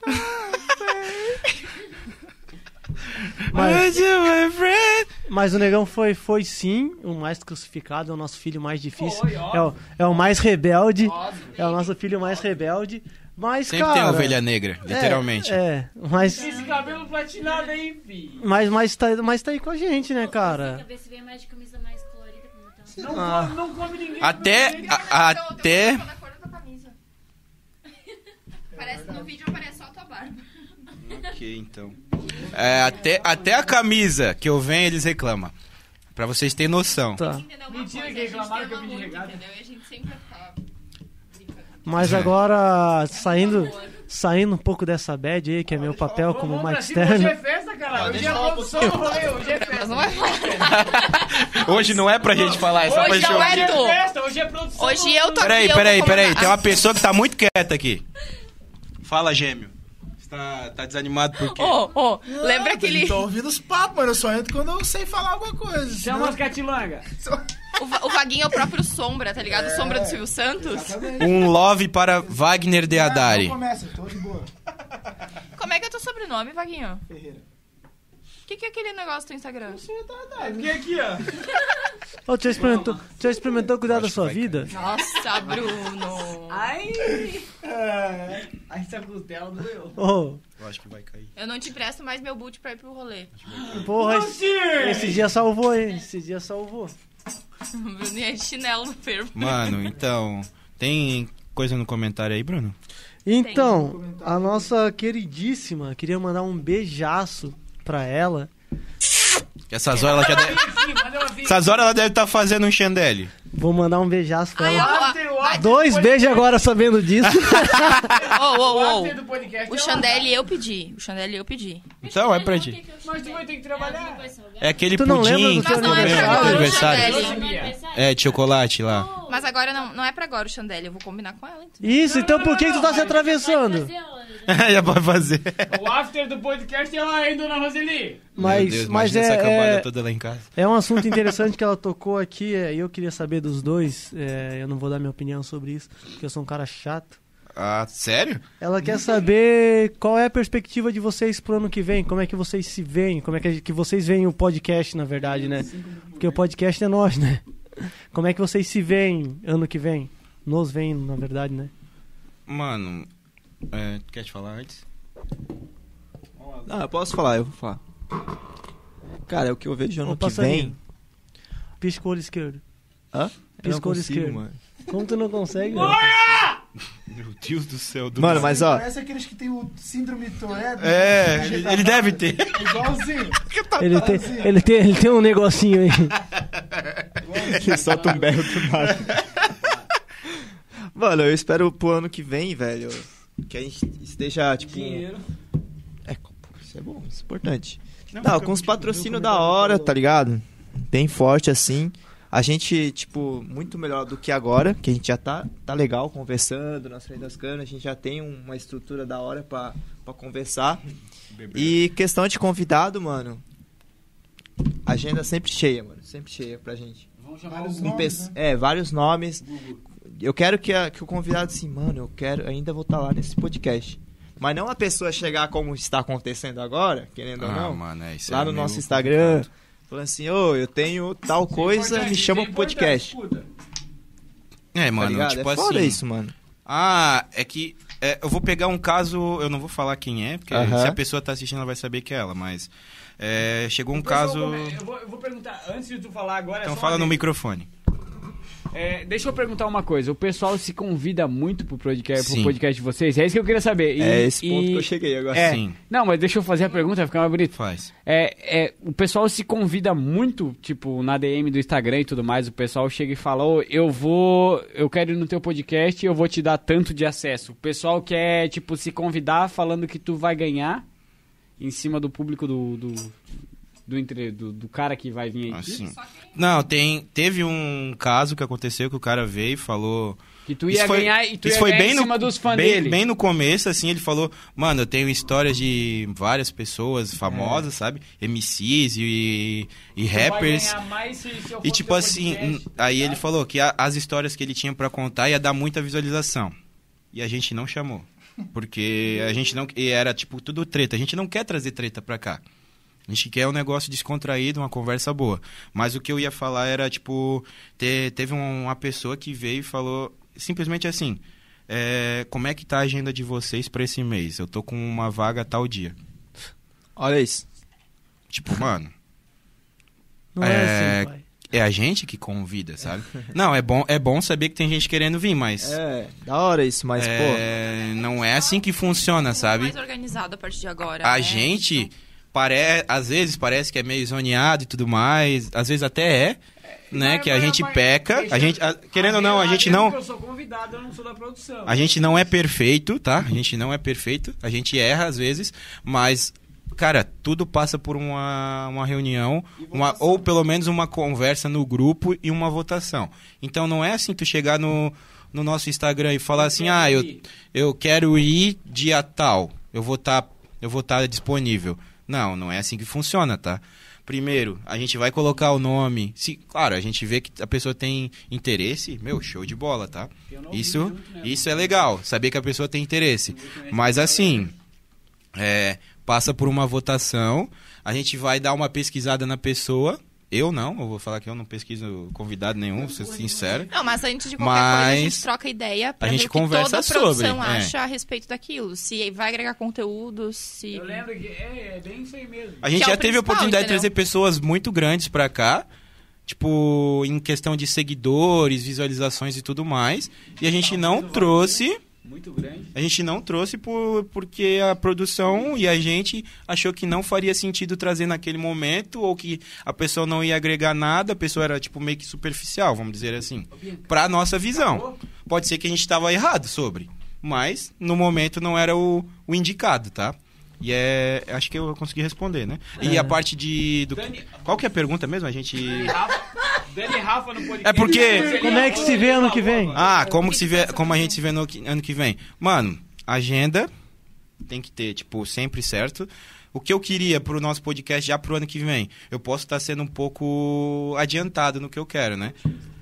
Mas o Negão foi sim o mais crucificado, é o nosso filho mais difícil. Foi, óbvio. É o mais rebelde. Óbvio. É o nosso filho mais rebelde. Mas, Sempre cara, tem a ovelha negra, literalmente. Mas Esse cabelo platinado aí, fi. mas tá aí com a gente, né, cara? Quer ver se vem mais de camisa mais colorida pra botar um... Não come ninguém. Até. Até. Da cor da tua camisa. Parece, no vídeo parece só a tua barba. Ok, então. Até a camisa que eu venho, eles reclamam. Pra vocês terem noção. Tá. Mentira que reclamaram que eu vim de regata. Entendeu? E a gente sempre tá brincando. Mas agora, saindo um pouco dessa bad aí, que é meu papel como Mike Stern. Hoje é festa, cara. Hoje é produção do rolê, hoje é festa. Não é Hoje não é pra gente falar, é só pra Hoje gente não é ouvir. tu. Festa, hoje é produção. Hoje eu tô aqui. Peraí, eu vou comandar. tem uma pessoa que tá muito quieta aqui. Fala, gêmeo. Você tá desanimado por quê? Lembra aquele... Tô ouvindo os papos, mano. Eu só entro quando eu sei falar alguma coisa. Chama as catilanga. O Vaguinho é o próprio Sombra, tá ligado? Sombra do Silvio Santos. Um love para Wagner Deodari. Não começa, tô de boa. Como é que é teu sobrenome, Vaguinho? Ferreira. O que é aquele negócio do teu Instagram? Aqui, aqui, ó. Ô, já experimentou cuidar da sua vida? Nossa, Bruno. Ai, essa costela doeu. Ô, Eu acho que vai cair. Eu não te empresto mais meu boot pra ir pro rolê. porra, esse dia salvou, hein? Esse dia salvou. O Bruno ia de chinelo no fervo. Mano, então... Tem coisa no comentário aí, Bruno? Então, a nossa queridíssima, queria mandar um beijaço pra ela. Que essas horas ela já deve... Essas horas ela deve estar fazendo um chandelle. Vou mandar um beijaço pra Ai, ela. ó, 2 beijos agora sabendo disso. O Chandelle eu pedi. Então, é pra ti. Mas tu vai ter que trabalhar. É aquele Tu não lembra pudim do que teu Mas não é pra aniversário? agora o aniversário. Chandelle. É, de chocolate lá. Mas agora não é pra agora o Chandelle. Eu vou combinar com ela, então. Isso, então por que tu tá se atravessando? Já pode fazer. O after do podcast é lá ainda, dona Roseli. Mas, Meu Deus, mas imagina essa cambada toda lá em casa. é um assunto interessante que ela tocou aqui, e eu queria saber dos dois. Eu não vou dar minha opinião sobre isso, porque eu sou um cara chato. Ah, sério? Ela quer saber qual é a perspectiva de vocês pro ano que vem, como é que vocês se veem, como é que vocês veem o podcast, na verdade, né? Porque o podcast é nós, né? Como é que vocês se veem ano que vem? Nos veem, na verdade, né? Mano, quer te falar antes? Não, eu posso falar, eu vou falar. Cara, é o que eu vejo ano Ô, que vem... passarinho. Pisca o olho esquerdo. Hã? Eu não Pisca o olho consigo, esquerdo. mano. Como tu não consegue? Né? Meu Deus do céu. Mano, mas ó... Parece aqueles que tem o síndrome Tourette. É, ele deve ter. É igualzinho. Ele tem um negocinho aí. que solta um berro do nada. Mano, eu espero pro ano que vem, velho, que a gente esteja, tipo... Dinheiro. Isso é bom, isso é importante. Não, com os patrocínios da hora, tá ligado? Bem forte, assim. A gente, tipo, muito melhor do que agora, que a gente já tá legal conversando nas frente das câmeras, a gente já tem uma estrutura da hora pra conversar. E questão de convidado, mano, agenda sempre cheia, mano, sempre cheia pra gente. Vamos chamar Vários nomes. Eu quero que o convidado, assim, mano, eu quero, ainda vou estar lá nesse podcast. Mas não a pessoa chegar como está acontecendo agora, querendo ou não, mano, isso lá é no meio nosso Instagram, complicado. falando assim, eu tenho tal coisa, me chama pro podcast. É, Tá mano, ligado? tipo É foda assim... isso, mano. É que eu vou pegar um caso, eu não vou falar quem é, porque se a pessoa tá assistindo ela vai saber que é ela, mas chegou um caso... Eu vou perguntar, antes de tu falar agora... Então fala no microfone. Deixa eu perguntar uma coisa, o pessoal se convida muito pro podcast Sim. de vocês? É isso que eu queria saber. É esse ponto que eu cheguei agora. Sim. Não, mas deixa eu fazer a pergunta, vai ficar mais bonito. Faz. O pessoal se convida muito, tipo, na DM do Instagram e tudo mais, o pessoal chega e fala, eu quero ir no teu podcast e eu vou te dar tanto de acesso. O pessoal quer, tipo, se convidar falando que tu vai ganhar em cima do público do cara que vai vir aqui. Assim. Não, teve um caso que aconteceu que o cara veio e falou... Que tu ia ganhar e tu isso ia foi ganhar bem em no, cima dos fãs bem, dele. bem no começo, assim, ele falou, mano, eu tenho histórias de várias pessoas famosas, sabe? MCs e rappers. Vai ganhar mais se eu E for tipo no teu assim, podcast, aí tá? ele falou que as histórias que ele tinha pra contar ia dar muita visualização. E a gente não chamou. Porque a gente não... E era tipo tudo treta. A gente não quer trazer treta pra cá. A gente quer um negócio descontraído, uma conversa boa. Mas o que eu ia falar era, tipo... Teve uma pessoa que veio e falou simplesmente assim... como é que tá a agenda de vocês pra esse mês? Eu tô com uma vaga tal dia. Olha isso. Tipo, mano... Não é assim, pai. É a gente que convida, sabe? Não, é bom saber que tem gente querendo vir, mas... Da hora isso, mas, pô... Não é assim que funciona, sabe? Mais organizado a partir de agora. A né? gente... às vezes parece que é meio zoneado e tudo mais, às vezes até é, né, que a gente peca, querendo ou não, a gente não... Eu sou convidado, eu não sou da produção. A gente não é perfeito, tá? A gente não é perfeito, a gente erra às vezes, mas, cara, tudo passa por uma reunião, ou pelo menos uma conversa no grupo e uma votação. Então não é assim tu chegar no nosso Instagram e falar assim, eu quero ir dia tal, eu vou estar disponível. Não é assim que funciona, tá? Primeiro, a gente vai colocar o nome. Se, claro, a gente vê que a pessoa tem interesse, show de bola, tá? Isso é legal, saber que a pessoa tem interesse. Mas assim, passa por uma votação, a gente vai dar uma pesquisada na pessoa. Eu vou falar que eu não pesquiso convidado nenhum, ser sincero. Não, mas antes de qualquer coisa, a gente troca ideia pra ver o que toda a produção acha a respeito daquilo. Se vai agregar conteúdo, se... Eu lembro que é bem isso aí mesmo. A gente já teve a oportunidade de trazer pessoas muito grandes pra cá, tipo, em questão de seguidores, visualizações e tudo mais, e a gente não trouxe... Muito grande. A gente não trouxe porque a produção e a gente achou que não faria sentido trazer naquele momento, ou que a pessoa não ia agregar nada, a pessoa era tipo meio que superficial, vamos dizer assim, pra nossa visão. Pode ser que a gente estava errado sobre, mas no momento não era o indicado, tá? E acho que eu consegui responder, né? E a parte qual que é a pergunta mesmo? A gente... Dani e Rafa no podcast. É porque... Como é que se vê ano que vem? Como a gente se vê no ano que vem? Mano, agenda tem que ter, tipo, sempre certo. O que eu queria pro nosso podcast já pro ano que vem? Eu posso estar sendo um pouco adiantado no que eu quero, né?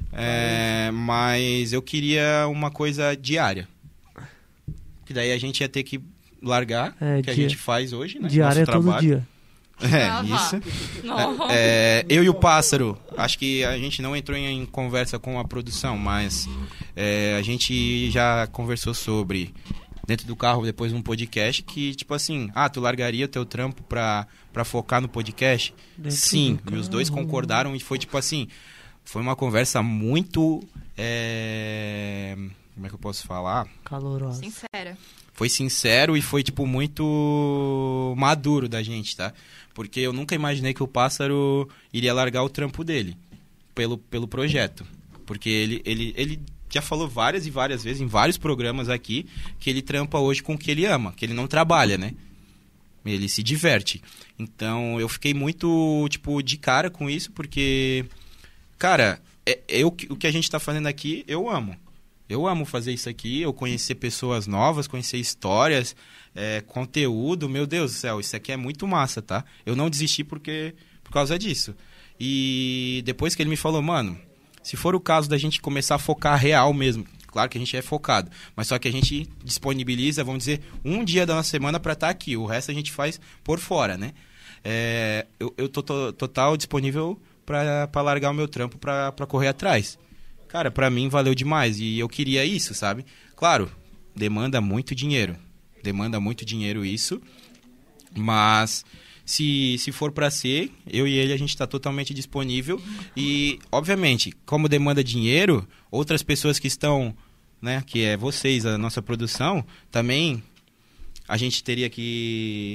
Mas eu queria uma coisa diária. Que daí a gente ia ter que largar, que a gente faz hoje, né? Diária nosso trabalho. todo dia. Isso. Eu e o Pássaro, acho que a gente não entrou em conversa com a produção, mas a gente já conversou sobre, dentro do carro, depois de um podcast, que tipo assim, tu largaria o teu trampo pra focar no podcast? Sim, e os dois concordaram e foi tipo assim, foi uma conversa muito, como é que eu posso falar? Calorosa. Sincera. Foi sincero e foi, tipo, muito maduro da gente, tá? Porque eu nunca imaginei que o Pássaro iria largar o trampo dele pelo projeto. Porque ele já falou várias e várias vezes, em vários programas aqui, que ele trampa hoje com o que ele ama, que ele não trabalha, né? Ele se diverte. Então, eu fiquei muito, tipo, de cara com isso, porque, cara, o que a gente tá fazendo aqui, eu amo. Eu amo fazer isso aqui, eu conhecer pessoas novas, conhecer histórias, conteúdo. Meu Deus do céu, isso aqui é muito massa, tá? Eu não desisti por causa disso. E depois que ele me falou, mano, se for o caso da gente começar a focar real mesmo, claro que a gente é focado, mas só que a gente disponibiliza, vamos dizer, um dia da nossa semana pra estar aqui. O resto a gente faz por fora, né? Eu tô total disponível pra largar o meu trampo pra correr atrás. Cara, pra mim valeu demais e eu queria isso, sabe? Claro, demanda muito dinheiro isso, mas se for pra ser, eu e ele a gente tá totalmente disponível e, obviamente, como demanda dinheiro, outras pessoas que estão, né, que é vocês, a nossa produção, também a gente teria que...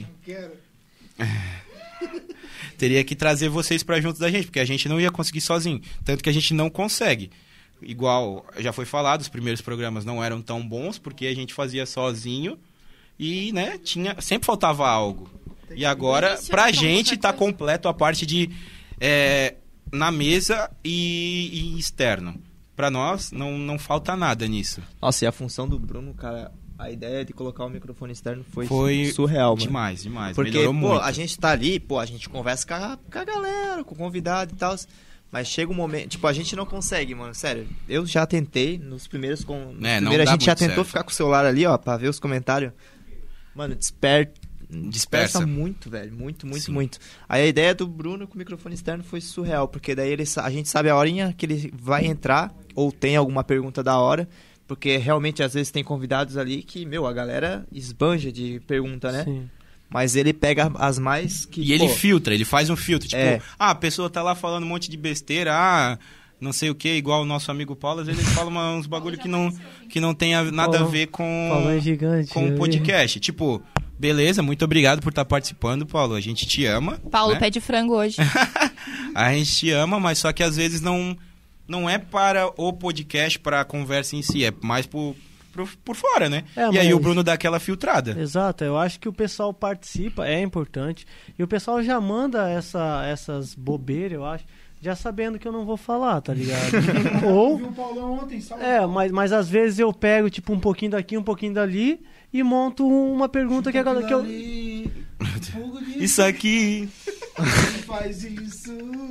teria que trazer vocês pra junto da gente, porque a gente não ia conseguir sozinho, tanto que a gente não consegue. Igual já foi falado, os primeiros programas não eram tão bons porque a gente fazia sozinho e, né, sempre faltava algo. E agora, pra gente, tá completo a parte de na mesa e externo. Pra nós, não falta nada nisso. Nossa, e a função do Bruno, cara, a ideia de colocar o microfone externo foi surreal, mano. Demais. Porque, melhorou muito. A gente tá ali, a gente conversa com a galera, com o convidado e tal... Mas chega um momento... Tipo, a gente não consegue, mano. Sério, eu já tentei nos primeiros... Primeiro a gente já tentou ficar com o celular ali, ó, pra ver os comentários. Mano, dispersa muito, velho. Muito. Aí a ideia do Bruno com o microfone externo foi surreal. Porque daí a gente sabe a horinha que ele vai entrar. Ou tem alguma pergunta da hora. Porque realmente, às vezes, tem convidados ali que, a galera esbanja de pergunta, né? Sim. Mas ele pega as mais que... E ele filtra, ele faz um filtro. Tipo, a pessoa tá lá falando um monte de besteira, não sei o que, igual o nosso amigo Paulo, às vezes ele fala uns bagulho que não tem nada a ver com gigante, o podcast. Tipo, Beleza, muito obrigado por estar participando, Paulo. A gente te ama. Paulo né? pede frango hoje. A gente te ama, mas só que às vezes não é para o podcast, para a conversa em si, é mais por fora, né? E aí o Bruno dá aquela filtrada. Exato, eu acho que o pessoal participa, é importante. E o pessoal já manda essas bobeiras, eu acho, já sabendo que eu não vou falar, tá ligado? Ou... o Paulão ontem, sabe? Mas às vezes eu pego, tipo, um pouquinho daqui, um pouquinho dali e monto uma pergunta que eu... Isso aqui... faz isso...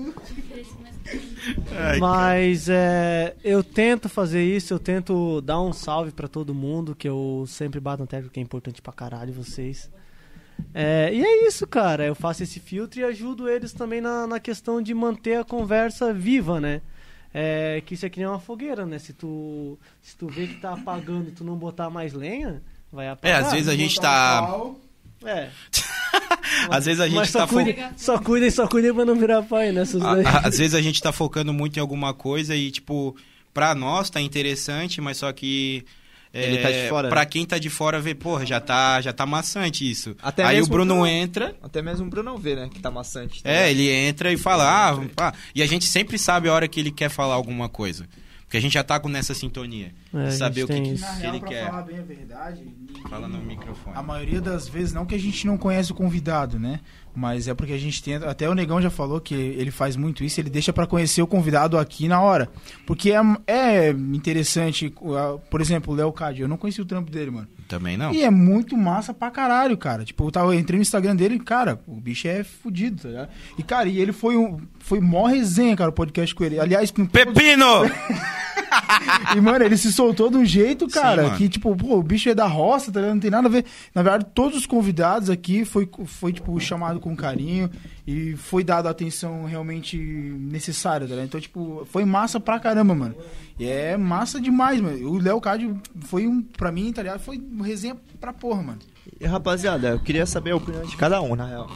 Mas eu tento fazer isso, eu tento dar um salve pra todo mundo, que eu sempre bato na tecla que é importante pra caralho vocês. E é isso, cara, eu faço esse filtro e ajudo eles também na questão de manter a conversa viva, né? Que isso aqui nem uma fogueira, né? Se tu vê que tá apagando e tu não botar mais lenha, vai apagar. Às vezes a gente tá... Às vezes a gente tá só cuida pra não virar pai nessas daí. Às vezes a gente tá focando muito em alguma coisa e, tipo, pra nós tá interessante, mas só que... Ele tá de fora, pra né? quem tá de fora vê, porra, já tá maçante isso. Até aí mesmo o Bruno entra... Até mesmo o Bruno vê, né? Que tá maçante. Tá ele entra e fala, e a gente sempre sabe a hora que ele quer falar alguma coisa. Porque a gente já tá nessa sintonia. Saber o que ele quer. Pra falar bem a verdade... Fala no microfone. A maioria das vezes, não que a gente não conhece o convidado, né? Mas é porque a gente tenta... Até o Negão já falou que ele faz muito isso, ele deixa pra conhecer o convidado aqui na hora. Porque é interessante, por exemplo, o Léo Cádio, eu não conheci o trampo dele, mano. Também não. E é muito massa pra caralho, cara. Tipo, eu entrei no Instagram dele, cara, o bicho é fudido, tá ligado? E, cara, ele foi mó resenha, cara, o podcast com ele. Aliás... Pepino! E, mano, ele se soltou de um jeito, cara, Sim, que, tipo, o bicho é da roça, tá ligado? Não tem nada a ver. Na verdade, todos os convidados aqui foi tipo, chamado com carinho e foi dado a atenção realmente necessária, tá ligado? Então, tipo, foi massa pra caramba, mano. E é massa demais, mano. O Léo Cádio foi pra mim, tá ligado? Foi uma resenha pra porra, mano. E, rapaziada, eu queria saber a opinião de cada um, na real.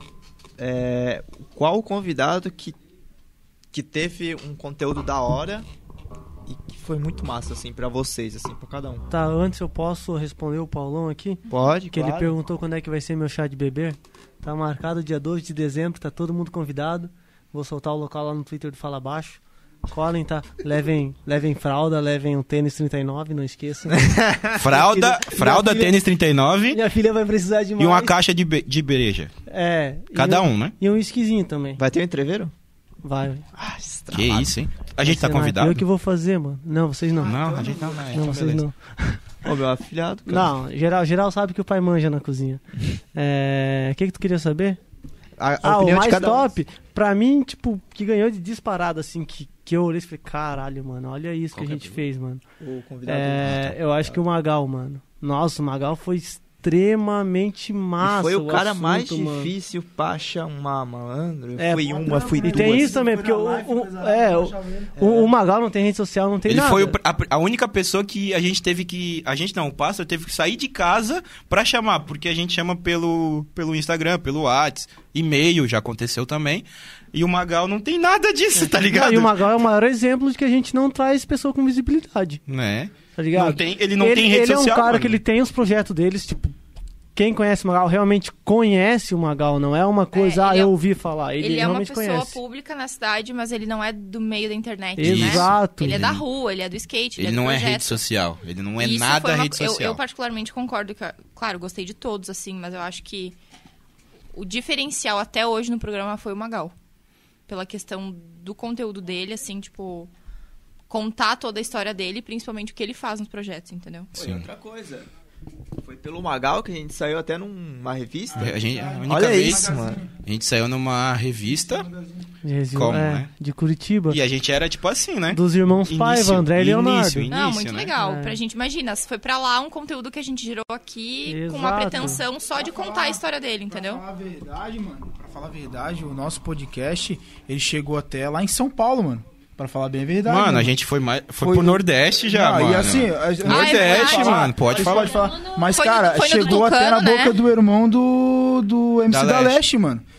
Qual o convidado que teve um conteúdo da hora e que foi muito massa, assim, pra vocês, assim, pra cada um? Tá, antes eu posso responder o Paulão aqui? Pode, Que claro. ele perguntou quando é que vai ser meu chá de beber. Tá marcado dia 12 de dezembro, tá todo mundo convidado. Vou soltar o local lá no Twitter do Fala Baixo. Colhem, tá? Levem fralda, levem um tênis 39, não esqueçam. Fralda, tênis 39. Minha filha vai precisar de mais. E uma caixa de bereja. Cada um, né? E um esquisinho também. Vai ter um entreveiro? Vai. Que isso, hein? A gente tá convidado? Eu que vou fazer, mano. Não, vocês não. Não, a gente não vai. Não, vocês não. Ô, meu afilhado, cara. Não, geral sabe que o pai manja na cozinha. O que tu queria saber? A o opinião mais de cada top, pra mim, tipo, que ganhou de disparado, assim, que eu olhei e falei, caralho, mano, olha isso que a gente fez, mano. O convidado. Eu acho que o Magal, mano. Nossa, o Magal foi extremamente massa. E foi o cara assunto, mais mano. difícil pra chamar, malandro. Fui E duas. tem isso também, porque o Magal não tem rede social, não tem Ele nada. foi a única pessoa que a gente teve que... A gente não, o Pássaro teve que sair de casa pra chamar, porque a gente chama pelo Instagram, pelo WhatsApp, e-mail, já aconteceu também. E o Magal não tem nada disso, tá ligado? E o Magal é o maior exemplo de que a gente não traz pessoa com visibilidade. Né? Tá ligado? Ele não tem rede social, Ele é um cara mano. que ele tem os projetos deles, tipo... Quem conhece o Magal realmente conhece o Magal, não é uma coisa, eu ouvi falar. Ele é uma realmente pessoa conhece. pública na cidade, mas ele não é do meio da internet, Exato. né? Ele é da rua, ele é do skate, ele é do não projeto. é rede social, ele não é Isso nada foi rede social. Eu particularmente concordo que, claro, gostei de todos, assim, mas eu acho que o diferencial até hoje no programa foi o Magal. Pela questão do conteúdo dele, assim, tipo, contar toda a história dele, principalmente o que ele faz nos projetos, entendeu? Sim. Outra coisa, foi pelo Magal que a gente saiu até numa revista. A única Olha vez, isso, mano. A gente saiu numa revista. Como, né? De Curitiba. E a gente era tipo assim, né? Dos irmãos Paiva, André e Leonardo. Não, muito né? legal. Pra gente, imagina, se foi pra lá um conteúdo que a gente gerou aqui Exato. com uma pretensão só de contar a história dele, entendeu? Pra falar a verdade, o nosso podcast, ele chegou até lá em São Paulo, mano. Pra falar bem a verdade. Mano, mano. a gente foi pro Nordeste já, mano. E assim, Nordeste, mano, pode falar. Mas, Foi cara, no chegou Tucano, até na boca né? do irmão do MC da Leste, mano.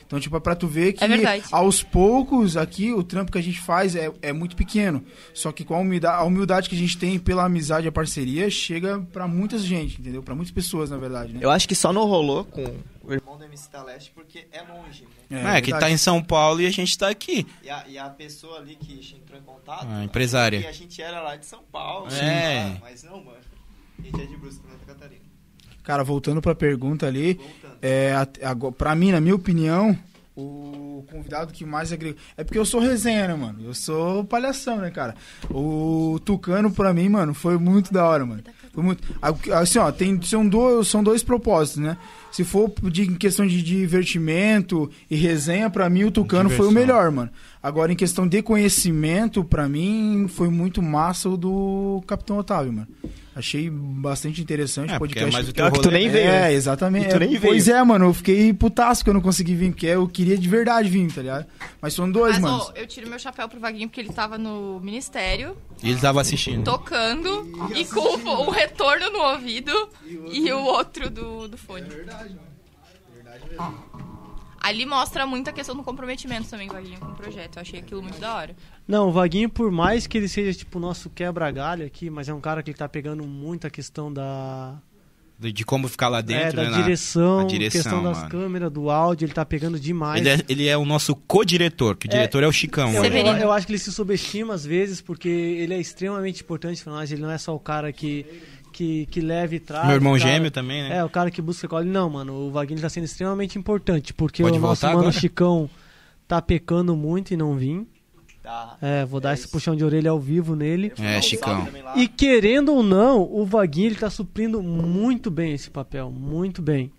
Então, tipo, é pra tu ver que verdade. aos poucos aqui o trampo que a gente faz é muito pequeno. Só que com a humildade que a gente tem pela amizade e a parceria, chega pra muita gente, entendeu? Pra muitas pessoas, na verdade, né? Eu acho que só não rolou com o irmão do MC da Leste porque é longe, né? Que tá em São Paulo e a gente tá aqui. E a pessoa ali que entrou em contato... A empresária. E a gente era lá de São Paulo. Mas não, mano. A gente é de Brusque, Santa Catarina. Cara, voltando pra pergunta ali, pra mim, na minha opinião, o convidado que mais agregou... É porque eu sou resenha, né, mano? Eu sou palhação, né, cara? O Tucano, pra mim, mano, foi muito da hora, mano. Foi muito... Assim, ó, são dois propósitos, né? Se for em questão de divertimento e resenha, pra mim, o Tucano foi o melhor, mano. Agora, em questão de conhecimento, pra mim, foi muito massa o do Capitão Otávio, mano. Achei bastante interessante o podcast. É mais o teu rolê, que tu nem veio. É, exatamente. E tu nem veio. Pois é, mano, eu fiquei putaço que eu não consegui vir, porque eu queria de verdade vir, tá ligado? Mas são dois, Mas, mano. ó, eu tiro meu chapéu pro Vaguinho porque ele tava no ministério, E ele tava assistindo. tocando e com o retorno no ouvido e o outro do fone. É verdade, mano. Verdade mesmo. Ali mostra muito a questão do comprometimento também, Vaguinho, com o projeto. Eu achei aquilo muito da hora. Não, o Vaguinho, por mais que ele seja tipo o nosso quebra-galho aqui, mas é um cara que ele tá pegando muito a questão De como ficar lá dentro, da né? direção, na direção, questão das mano. câmeras, do áudio, ele tá pegando demais. Ele é o nosso co-diretor, que o diretor é o Chicão. Eu, Né? eu acho que ele se subestima às vezes, porque ele é extremamente importante pra nós, ele não é só o cara que leva e traz. Meu irmão o cara, gêmeo também, né? É, o cara que busca cola. Não, mano, o Vaguinho tá sendo extremamente importante, porque Pode o nosso voltar mano agora? Chicão tá pecando muito e não vim. Tá. Vou dar esse puxão de orelha ao vivo nele. Chicão. E querendo ou não, o Vaguinho ele tá suprindo muito bem esse papel, muito bem.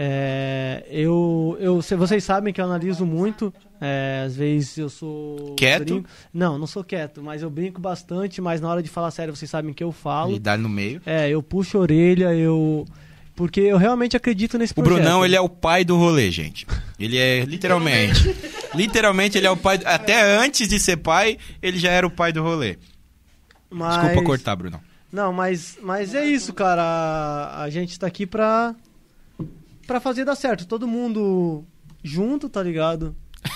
Vocês sabem que eu analiso muito, às vezes eu sou... Quieto? Não sou quieto, mas eu brinco bastante, mas na hora de falar sério vocês sabem que eu falo. E dá no meio. Eu puxo a orelha, porque eu realmente acredito nesse projeto. O Brunão, ele é o pai do rolê, gente. Ele é literalmente... literalmente, ele é o pai... Até antes de ser pai, ele já era o pai do rolê. Desculpa cortar, Brunão. Não, mas é isso, cara. A gente tá aqui pra fazer dar certo. Todo mundo junto, tá ligado?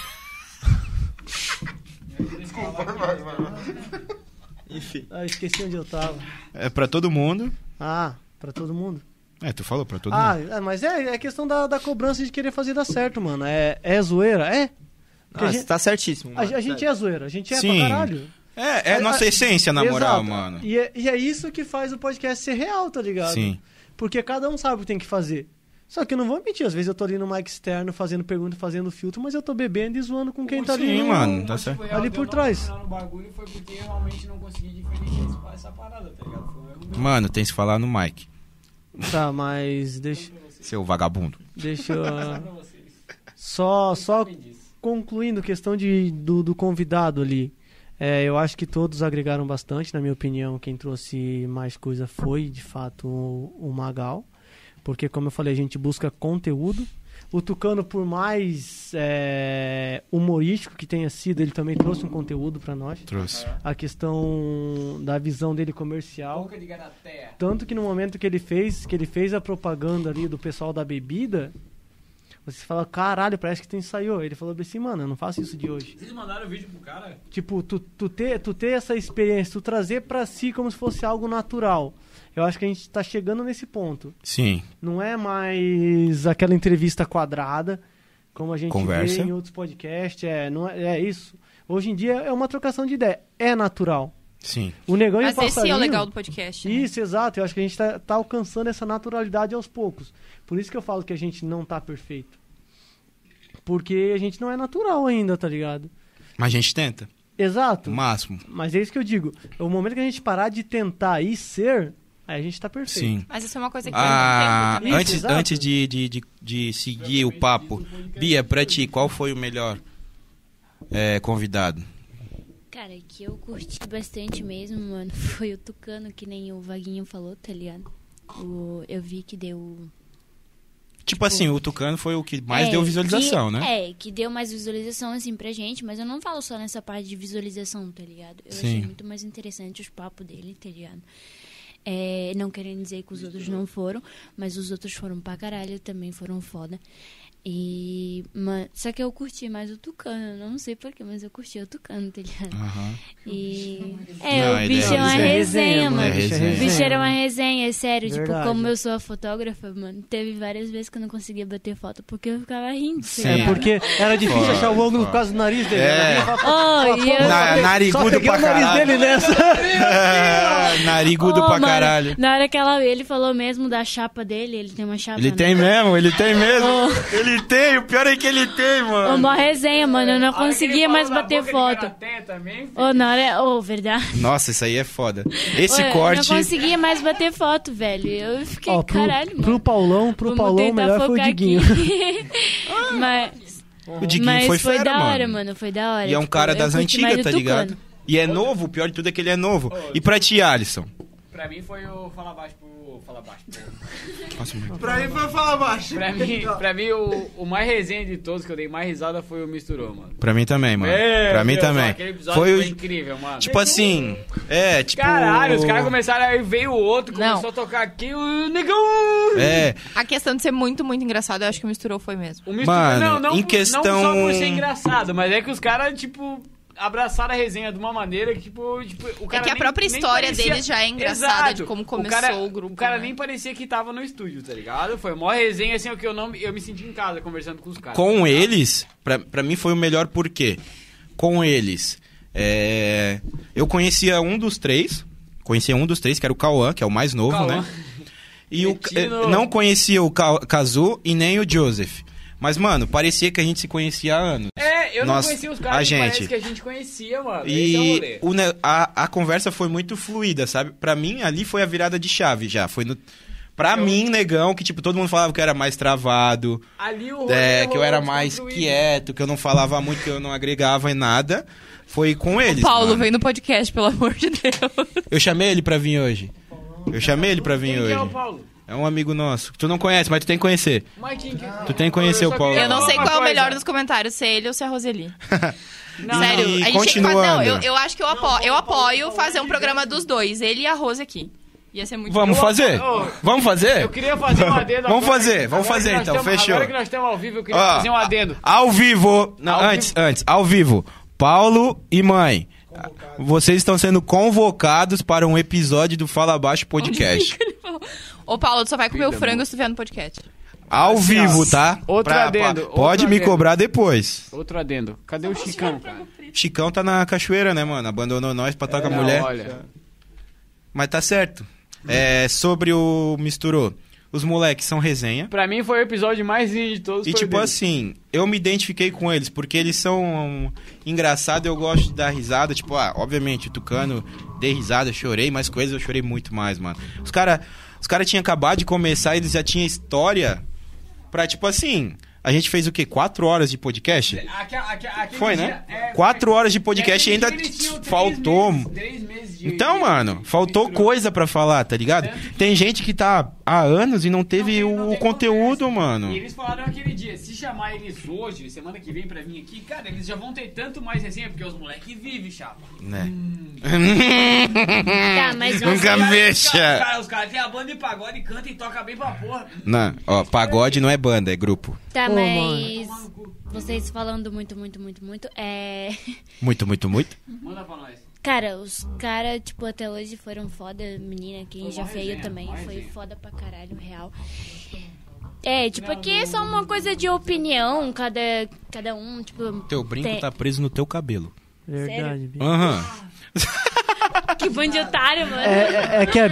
Desculpa, Enfim. Esqueci onde eu tava. É pra todo mundo. Pra todo mundo? Tu falou pra todo mundo. Mas é questão da cobrança de querer fazer dar certo, mano. É zoeira? Você tá certíssimo. A gente é zoeira, a gente é Sim. pra caralho. É nossa essência, na moral, Exato. mano. E é isso que faz o podcast ser real, tá ligado? Sim. Porque cada um sabe o que tem que fazer. Só que eu não vou mentir, às vezes eu tô ali no mic externo fazendo pergunta, fazendo filtro, mas eu tô bebendo e zoando com quem tá ali. Sim, mano, tá certo. Ali por trás. No bagulho foi porque eu realmente não consegui diferenciar essa parada, tá ligado? Foi um erro meu. Mano, tem que se falar no mic. Tá, mas deixa Seu vagabundo. eu... Só concluindo, questão do convidado ali. Eu acho que todos agregaram bastante, na minha opinião. Quem trouxe mais coisa foi, de fato, o Magal. Porque, como eu falei, a gente busca conteúdo. O Tucano, por mais humorístico que tenha sido, ele também trouxe um conteúdo pra nós. Trouxe. A questão da visão dele comercial. Boca de garateia. Tanto que no momento que ele fez a propaganda ali do pessoal da bebida, você fala, caralho, parece que tu ensaiou. Ele falou assim, mano, eu não faço isso de hoje. Vocês mandaram o vídeo pro cara? Tipo, tu ter essa experiência, tu trazer pra si como se fosse algo natural. Eu acho que a gente tá chegando nesse ponto. Sim. Não é mais aquela entrevista quadrada, como a gente Conversa. vê em outros podcasts. Não é isso. Hoje em dia é uma trocação de ideia. É natural. Sim. O Negão e o Mas esse é Passarinho... o legal do podcast, né? Isso, exato. Eu acho que a gente tá alcançando essa naturalidade aos poucos. Por isso que eu falo que a gente não tá perfeito. Porque a gente não é natural ainda, tá ligado? Mas a gente tenta. Exato. O máximo. Mas é isso que eu digo. O momento que a gente parar de tentar e ser, aí a gente tá perfeito. Sim. Mas isso é uma coisa que vai no tempo também. Isso, exato. Antes de seguir o papo, Bia, pra ti, qual foi o melhor convidado? Cara, que eu curti bastante mesmo, mano, foi o Tucano, que nem o Vaguinho falou, tá ligado? Eu vi que deu... Tipo assim, o Tucano foi o que mais deu visualização, né? Que deu mais visualização, assim, pra gente, mas eu não falo só nessa parte de visualização, tá ligado? Eu Sim. achei muito mais interessante os papos dele, tá ligado? Não querendo dizer que os outros não foram, mas os outros foram pra caralho, também foram foda. Só que eu curti mais o Tucano, não sei porquê, mas eu curti o Tucano, tá ligado? E... o bicho é uma resenha, mano. O bicho era uma resenha, é sério. Verdade. Tipo, como eu sou a fotógrafa, mano, teve várias vezes que eu não conseguia bater foto porque eu ficava rindo. Sim, porque era difícil achar o ângulo por causa do nariz dele. Narigudo pra caralho. O nariz dele nessa. Narigudo pra caralho. Na hora que ele falou mesmo da chapa dele, ele tem uma chapa. Ele tem mesmo. Ele tem, o pior é que ele tem, mano. Uma resenha, mano, eu não conseguia mais bater foto. Verdade. Nossa, isso aí é foda. Esse corte... Eu não conseguia mais bater foto, velho. Eu fiquei, caralho, mano. Pro Paulão, melhor foi o Diguinho. O Diguinho foi fera, da hora, mano. Foi da hora. E é um cara das antigas, tá ligado? E é novo, o pior de tudo é que ele é novo. E pra ti, Alisson? Pra mim foi o Fala Baixo pro... Fala Baixo, Nossa, pra mim foi o Fala Baixo. Pra mim o mais resenha de todos, que eu dei mais risada, foi o Misturou, mano. Pra mim também, mano. Pra mim também. Aquele episódio foi incrível, mano. Tipo assim, tipo... Caralho, os caras começaram, aí veio o outro, começou a tocar aqui, o negão... A questão de ser muito, muito engraçado, eu acho que o Misturou foi mesmo. O Misturou, mano, em questão... Não só por ser engraçado, mas é que os caras, tipo... abraçaram a resenha de uma maneira que, tipo o cara é que a própria história deles já é engraçada. Exato. De como começou o grupo. O cara nem parecia que tava no estúdio, tá ligado? Foi a maior resenha, assim, que eu me senti em casa conversando com os caras. Com eles, pra mim foi o melhor porque com eles, eu conhecia um dos três, que era o Cauã, que é o mais novo, né? E não conhecia o Kazu e nem o Joseph. Mas, mano, parecia que a gente se conhecia há anos. Eu não conhecia os caras, mas parece que a gente conhecia, mano. E a conversa foi muito fluida, sabe? Pra mim, ali foi a virada de chave já. Foi no... Pra mim, negão, que tipo, todo mundo falava que eu era mais travado. Ali o que eu era mais quieto, que eu não falava muito, que eu não agregava em nada. Foi com eles. O Paulo, mano. vem no podcast, pelo amor de Deus. Eu chamei ele pra vir hoje. Quem é o Paulo? É um amigo nosso. Tu não conhece, mas tu tem que conhecer. Tu tem que conhecer o Paulo. Eu não sei qual é o melhor dos comentários, se é ele ou se é a Roseli. Sério, a gente continuando. eu acho que eu apoio fazer um programa dos dois, ele e a Rose aqui. Ia ser muito Vamos fazer? Vamos fazer? Eu queria fazer um adendo. Vamos fazer então, fechou. Agora que nós estamos ao vivo, eu queria fazer um adendo. Ao vivo. Não, antes, ao vivo. Paulo e mãe. Vocês estão sendo convocados para um episódio do Fala Baixo Podcast. Ô, Paulo, tu só vai comer o frango se tu vier no podcast. Ao vivo, tá? Outro adendo. Pode me cobrar depois. Outro adendo. Cadê o Chicão, cara? Chicão tá na cachoeira, né, mano? Abandonou nós pra estar com a mulher. Olha. Mas tá certo. Sobre o Misturou. Os moleques são resenha. Pra mim foi o episódio mais lindo de todos. E tipo assim, eu me identifiquei com eles, porque eles são engraçados, eu gosto de dar risada. Tipo, obviamente, o Tucano, dei risada, chorei, mas com eles eu chorei muito mais, mano. Os cara tinham acabado de começar, eles já tinham história pra, tipo assim... A gente fez o quê? 4 horas de podcast? Foi, né? 4 horas de podcast e ainda faltou... 3 meses de... Então, mano, faltou coisa pra falar, tá ligado? Tem gente que tá há anos e não teve o conteúdo, mano. E eles falaram aquele dia, se chamar eles hoje, semana que vem pra vir aqui, cara, eles já vão ter tanto mais resenha, porque os moleques vivem, chapa. Né? Tá, mas nunca mexa. Os caras têm a banda de pagode, canta e toca bem pra porra. Não, pagode não é banda, é grupo. Tá, mas vocês falando muito, Muito? Manda pra nós. Cara, os caras, tipo, até hoje foram foda. Menina, quem já veio também foi foda pra caralho, real. Tipo, aqui é só uma coisa de opinião, cada um, tipo... Teu brinco tá preso no teu cabelo. Verdade, Bia. Aham. Que bando de otário, mano. É que a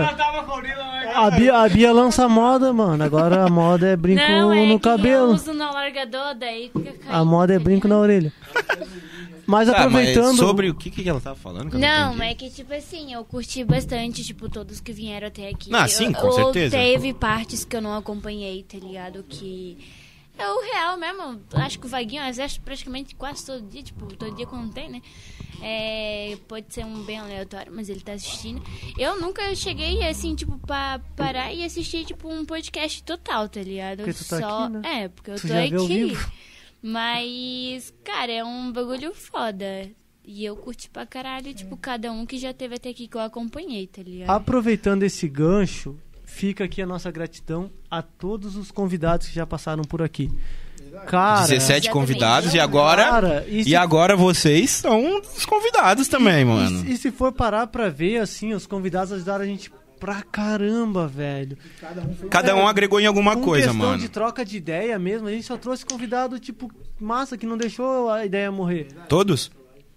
Bia lança moda, mano. Agora a moda é brinco no cabelo. Eu uso no alargador, daí fica caindo. A moda é brinco na orelha. Mas aproveitando... Mas sobre o que ela tava falando? Não, é que, tipo assim, eu curti bastante, tipo, todos que vieram até aqui. Sim, com certeza. Teve partes que eu não acompanhei, tá ligado? Que... É o real mesmo. Acho que o Vaguinho assiste praticamente quase todo dia, tipo, todo dia quando tem, né? Pode ser um bem aleatório, mas ele tá assistindo. Eu nunca cheguei, assim, tipo, pra parar e assistir, tipo, um podcast total, tá ligado? Porque tu tá aqui, né? Porque eu Tu tô já viu ao aqui. vivo? Mas, cara, é um bagulho foda. E eu curti pra caralho, tipo, cada um que já teve até aqui que eu acompanhei, tá ligado? Aproveitando esse gancho, fica aqui a nossa gratidão a todos os convidados que já passaram por aqui. Cara, 17 convidados e agora... Cara, e agora vocês são os convidados também, mano. E se for parar pra ver, assim, os convidados ajudaram a gente pra caramba, velho. Cada um agregou em alguma coisa, questão mano. de troca de ideia mesmo, a gente só trouxe convidado, tipo, massa, que não deixou a ideia morrer. Todos?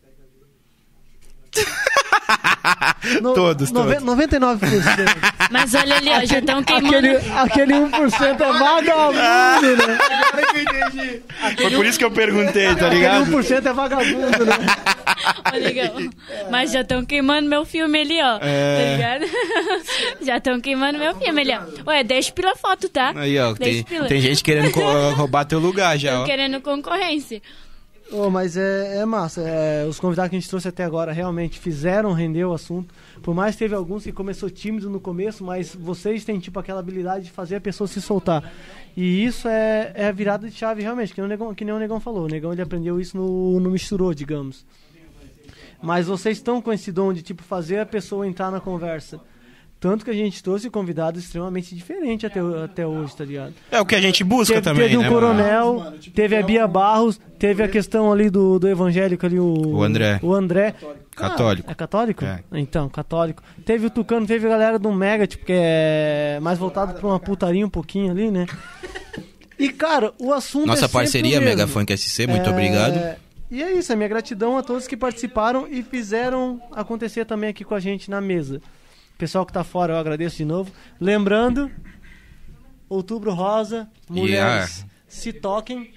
Todos. 99%. Mas olha ali, ó, já estão queimando. Aquele 1% é vagabundo, né? Agora que eu entendi. Foi por isso que eu perguntei, tá ligado? Aquele 1% é vagabundo, né? Ô, Negão, mas já estão queimando meu filme ali, ó. Tá ligado? Já estão queimando meu filme ali, ó. Ué, 10 pila foto, tá? Aí, ó, tem gente querendo roubar teu lugar já, Estão ó. querendo concorrência. Mas é massa. Os convidados que a gente trouxe até agora realmente fizeram render o assunto. Por mais que teve alguns que começou tímido no começo, mas vocês têm tipo aquela habilidade de fazer a pessoa se soltar. E isso é a virada de chave realmente, que nem o Negão falou. O Negão ele aprendeu isso no Misturou, digamos. Mas vocês estão com esse dom de tipo fazer a pessoa entrar na conversa. Tanto que a gente trouxe convidados extremamente diferentes até hoje, tá ligado? É o que a gente busca também, teve né? um coronel, teve a Bia Barros, teve a questão ali do evangélico ali, O André. O André. Católico. É católico? É. Então, católico. Teve o Tucano, teve a galera do Mega, tipo, que é mais voltado pra uma putaria um pouquinho ali, né? E, cara, o assunto Nossa parceria, sempre o mesmo. Mega Funk SC, muito obrigado. E é isso, a minha gratidão a todos que participaram e fizeram acontecer também aqui com a gente na mesa. Pessoal que tá fora, eu agradeço de novo. Lembrando, Outubro Rosa, mulheres, se toquem.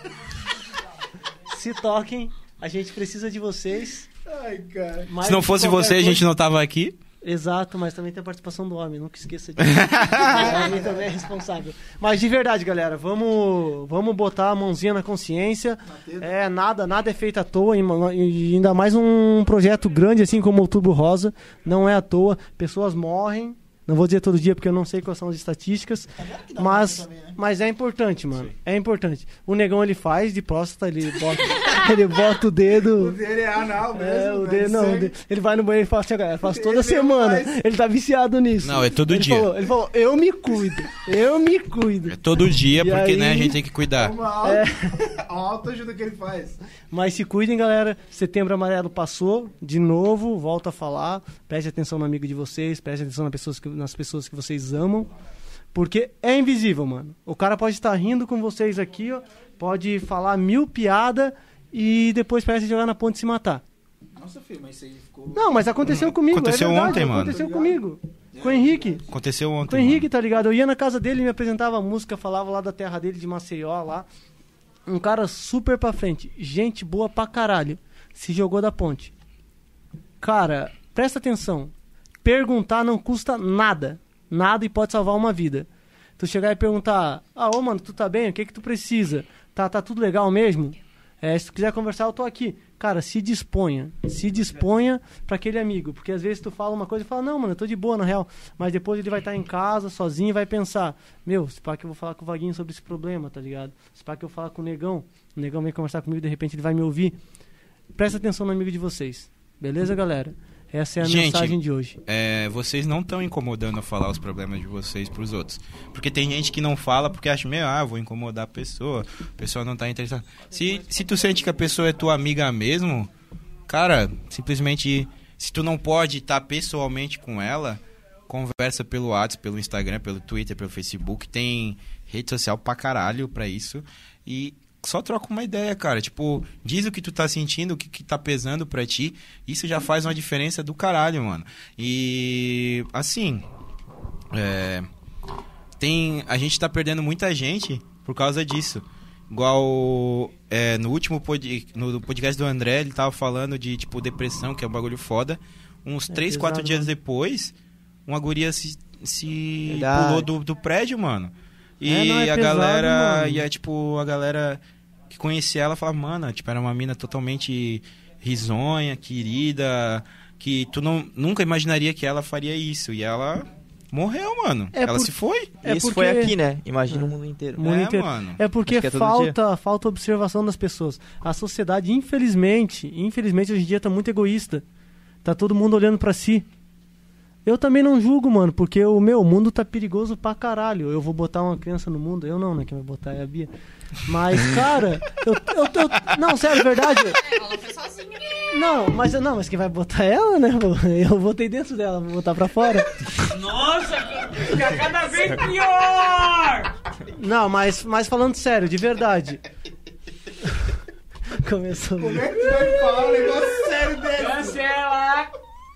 Se toquem. A gente precisa de vocês. Ai, cara. Mais Se não de fosse qualquer você, a coisa. gente não tava aqui. Exato, mas também tem a participação do homem, nunca esqueça disso. O homem também é responsável. Mas de verdade, galera, vamos botar a mãozinha na consciência. Nada é feito à toa, e ainda mais um projeto grande assim como Outubro Rosa, não é à toa. Pessoas morrem, não vou dizer todo dia porque eu não sei quais são as estatísticas, mas é importante, mano. É importante. O Negão ele faz de próstata, ele bota o dedo. O dele é anal mesmo. O dele, não, ele vai no banheiro e fala assim, galera, faz toda semana. Ele tá viciado nisso. Não, é todo dia. Ele falou, eu me cuido. É todo dia, E porque aí- né, a gente tem que cuidar. Uma autoajuda que ele faz. Mas se cuidem, galera. Setembro Amarelo passou, de novo, volto a falar. Preste atenção no amigo de vocês, preste atenção nas pessoas que vocês amam. Porque é invisível, mano. O cara pode estar rindo com vocês aqui, ó, pode falar 1000 piadas e depois parece jogar na ponte e se matar. Nossa, filho, mas isso aí ficou... Não, mas aconteceu comigo. Aconteceu é verdade, ontem, mano. Aconteceu comigo. Com o Henrique. Aconteceu Com ontem. o Henrique, tá ligado? Eu ia na casa dele, me apresentava a música, falava lá da terra dele, de Maceió, lá. Um cara super pra frente. Gente boa pra caralho. Se jogou da ponte. Cara, presta atenção. Perguntar não custa nada. Nada e pode salvar uma vida. Tu chegar e perguntar, ô mano, tu tá bem? O que tu precisa? Tá tudo legal mesmo? Se tu quiser conversar, eu tô aqui. Cara, se disponha pra aquele amigo. Porque às vezes tu fala uma coisa e fala, não, mano, eu tô de boa na real. Mas depois ele vai estar em casa, sozinho, e vai pensar, se pá que eu vou falar com o Vaguinho sobre esse problema, tá ligado? Se pá que eu vou falar com o Negão vem conversar comigo, de repente ele vai me ouvir. Presta atenção no amigo de vocês. Beleza, galera? Essa é a mensagem de hoje. Vocês não estão incomodando a falar os problemas de vocês pros outros. Porque tem gente que não fala porque acha, vou incomodar a pessoa não tá interessada. Se tu sente que a pessoa é tua amiga mesmo, cara, simplesmente, se tu não pode estar pessoalmente com ela, conversa pelo WhatsApp, pelo Instagram, pelo Twitter, pelo Facebook, tem rede social pra caralho pra isso, e só troca uma ideia, cara. Tipo, diz o que tu tá sentindo, o que tá pesando pra ti. Isso já faz uma diferença do caralho, mano. E, assim, a gente tá perdendo muita gente por causa disso. Igual no último no podcast do André, ele tava falando de, tipo, depressão, que é um bagulho foda. Uns 3, 4 dias depois, uma guria se pulou do prédio, mano. E a pesado, galera... mano. E é, tipo, a galera que conhecia ela falava, mano, tipo, era uma mina totalmente risonha, querida, que tu nunca imaginaria que ela faria isso. E ela Morreu, mano. É Ela por- se foi. É Isso porque- foi aqui, né? Imagina o mundo inteiro. O mundo inteiro. mano. É porque Acho que é todo falta observação das pessoas. A sociedade, infelizmente, hoje em dia tá muito egoísta. Tá todo mundo olhando pra si. Eu também não julgo, mano, porque o mundo tá perigoso pra caralho. Eu vou botar uma criança no mundo? Eu não, né? Quem vai botar é a Bia. Mas, cara, não, sério, verdade. Ela foi sozinha. Mas quem vai botar é ela, né? Eu botei dentro dela, vou botar pra fora. Nossa, fica cada vez pior! Não, mas falando sério, de verdade. Começou. Como é que tu vai falar um negócio sério desse? Cancela!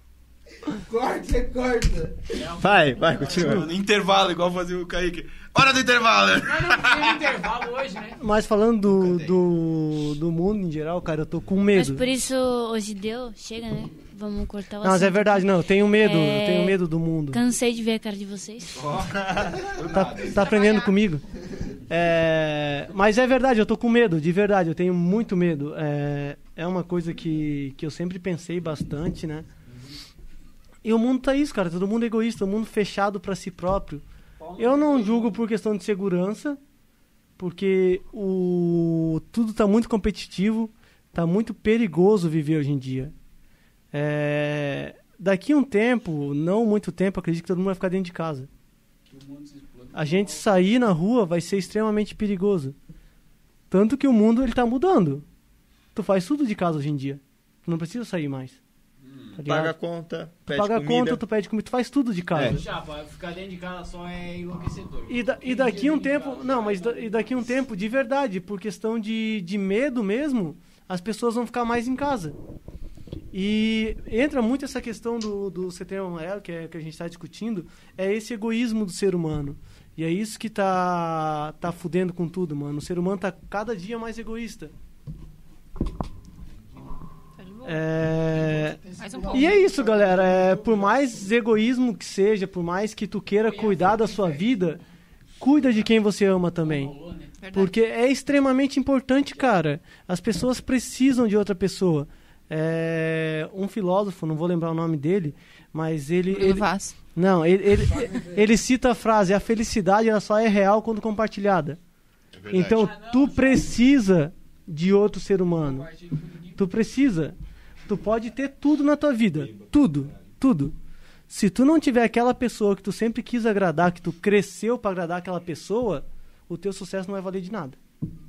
Corta. Vai, continua. No intervalo, igual fazia o Kaique. Hora do intervalo! Mas não tem intervalo hoje, né? Mas falando do mundo em geral, cara, eu tô com medo. Mas por isso hoje deu, chega, né? Vamos cortar o Não, mas é assunto. verdade, não. Eu tenho medo, É. eu tenho medo do mundo. Cansei de ver a cara de vocês. Tá aprendendo comigo? Mas é verdade, eu tô com medo, de verdade, eu tenho muito medo. É uma coisa que eu sempre pensei bastante, né? E o mundo tá isso, cara, todo mundo egoísta, o mundo fechado pra si próprio. Eu não julgo por questão de segurança, porque tudo tá muito competitivo, tá muito perigoso viver hoje em dia. Daqui a um tempo, não muito tempo, acredito que todo mundo vai ficar dentro de casa. A gente sair na rua vai ser extremamente perigoso. Tanto que o mundo ele tá mudando. Tu faz tudo de casa hoje em dia. Tu não precisa sair mais. Tá ligado? Paga a conta, Tu pede paga a comida. conta, tu pede comida, tu faz tudo de casa. Chapa, ficar dentro de casa só é enlouquecedor. E daqui um tempo, não, mas daqui um tempo, de verdade, por questão de medo mesmo, as pessoas vão ficar mais em casa. E entra muito essa questão do Setembro Amarelo, que a gente está discutindo, é esse egoísmo do ser humano. E é isso que tá fudendo com tudo, mano. O ser humano tá cada dia mais egoísta. Mais um pouco. E é isso, galera. Por mais egoísmo que seja, por mais que tu queira cuidar da sua vida, cuida de quem você ama também. Verdade. Porque é extremamente importante, cara. As pessoas precisam de outra pessoa. Um filósofo, não vou lembrar o nome dele, mas ele Vaz. não, ele cita a frase: a felicidade ela só é real quando compartilhada. Então, tu precisa de outro ser humano. Tu precisa. Tu pode ter tudo na tua vida. Tudo. Se tu não tiver aquela pessoa que tu sempre quis agradar, que tu cresceu pra agradar aquela pessoa, o teu sucesso não vai valer de nada.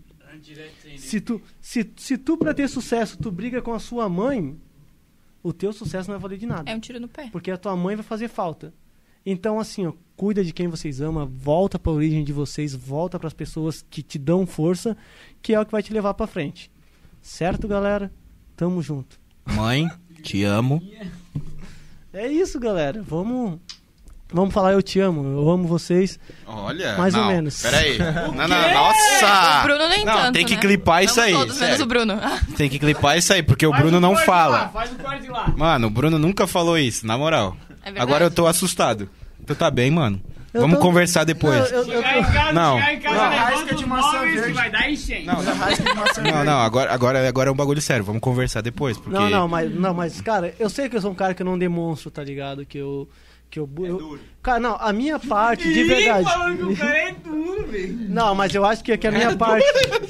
Se tu pra ter sucesso, tu briga com a sua mãe, o teu sucesso não vai valer de nada. É um tiro no pé. Porque a tua mãe vai fazer falta. Então, assim, ó, cuida de quem vocês amam, volta pra origem de vocês, volta pras pessoas que te dão força, que é o que vai te levar pra frente. Certo, galera? Tamo junto. Mãe, te amo. É isso, galera. Vamos falar eu te amo, eu amo vocês. Olha, Mais ou não, menos. Peraí. Não, nossa! O Bruno nem Não, tanto, tem que né? clipar isso Amo aí, todos, menos sério. o Bruno. Tem que clipar isso aí, porque o Bruno não fala. Faz o corte lá. Mano, o Bruno nunca falou isso, na moral. É verdade. Agora eu tô assustado. Tu tá bem, mano? Eu Vamos tô- conversar depois. Chegar em casa, Não. levanta Rasca de os maçã móveis que verde. vai dar enchente. Não, agora é um bagulho sério. Vamos conversar depois, porque... Mas, cara, eu sei que eu sou um cara que eu não demonstro, tá ligado? Cara, não, a minha parte, de verdade. Falando que o cara é duro, velho. Não, mas eu acho que a minha parte.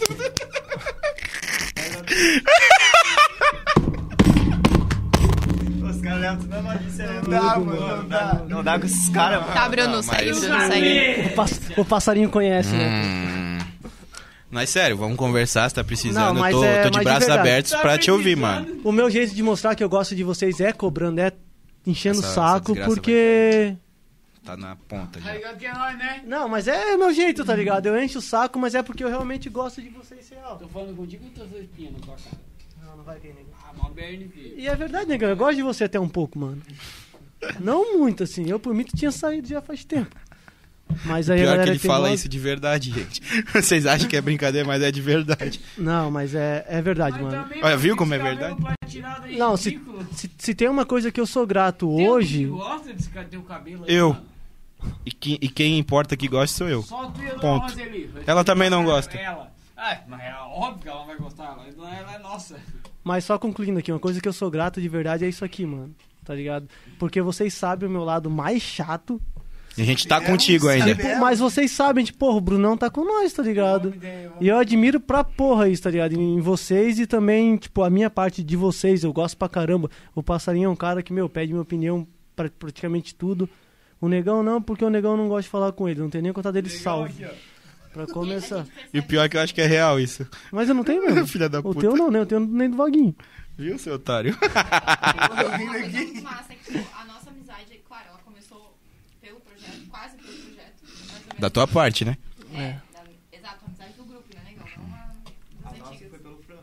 Os caras levam tudo na malícia, né? Não dá com esses caras, mano. Tá, Bruno, mas- segue, Bruno, segue. O passarinho conhece, né? Mas sério, vamos conversar se tá precisando. Não, mas eu tô mas de de braços verdade. abertos pra te ouvir, mano. O meu jeito de mostrar que eu gosto de vocês é cobrando, é enchendo o Essa saco, desgraça porque. Tá na ponta Tá já. ligado que é nóis, né? Não, mas é o meu jeito, tá ligado? Eu encho o saco, mas é porque eu realmente gosto de vocês real. Tô falando contigo e tô espinha na tua cara. Não vai ter, nego. Ah, mal berne, filho. E é verdade, negão, eu gosto de você até um pouco, mano. Não muito, assim. Eu, por mim, tu tinha saído já faz tempo. Mas aí a Pior que galera ele fala teimosa- isso de verdade, gente. Vocês acham que é brincadeira, mas é de verdade. Não, mas é verdade, mano. Olha, viu como é verdade? Não, se tem uma coisa que eu sou grato hoje. gosta desse teu cabelo aí, Eu. mano? E quem importa que goste sou eu. Só tu e a dona Ponto. Roseli. Ela também não gosta. Ela. Ah, mas é óbvio que ela não vai gostar. Ela é nossa. Mas só concluindo aqui, uma coisa que eu sou grato de verdade é isso aqui, mano. Tá ligado? Porque vocês sabem o meu lado mais chato. E a gente tá contigo ainda. Tipo, mas vocês sabem, tipo, porra, o Brunão tá com nós, tá ligado? E eu admiro pra porra isso, tá ligado? Em vocês e também, tipo, a minha parte de vocês, eu gosto pra caramba. O Passarinho é um cara que, pede minha opinião pra praticamente tudo. O Negão não, porque o Negão não gosta de falar com ele, não tem nem contato dele salvo. Pra começar. E o pior é que eu acho que é real isso. Mas eu não tenho mesmo. Filha da puta. O teu não, né? Eu tenho nem do Vaguinho. Viu, seu otário? Muito massa que a nossa amizade, claro, ela começou pelo projeto, quase pelo projeto. Da tua parte, né? Exato, a amizade do grupo, né, Negão? Não a das antigas. Foi pelo frango.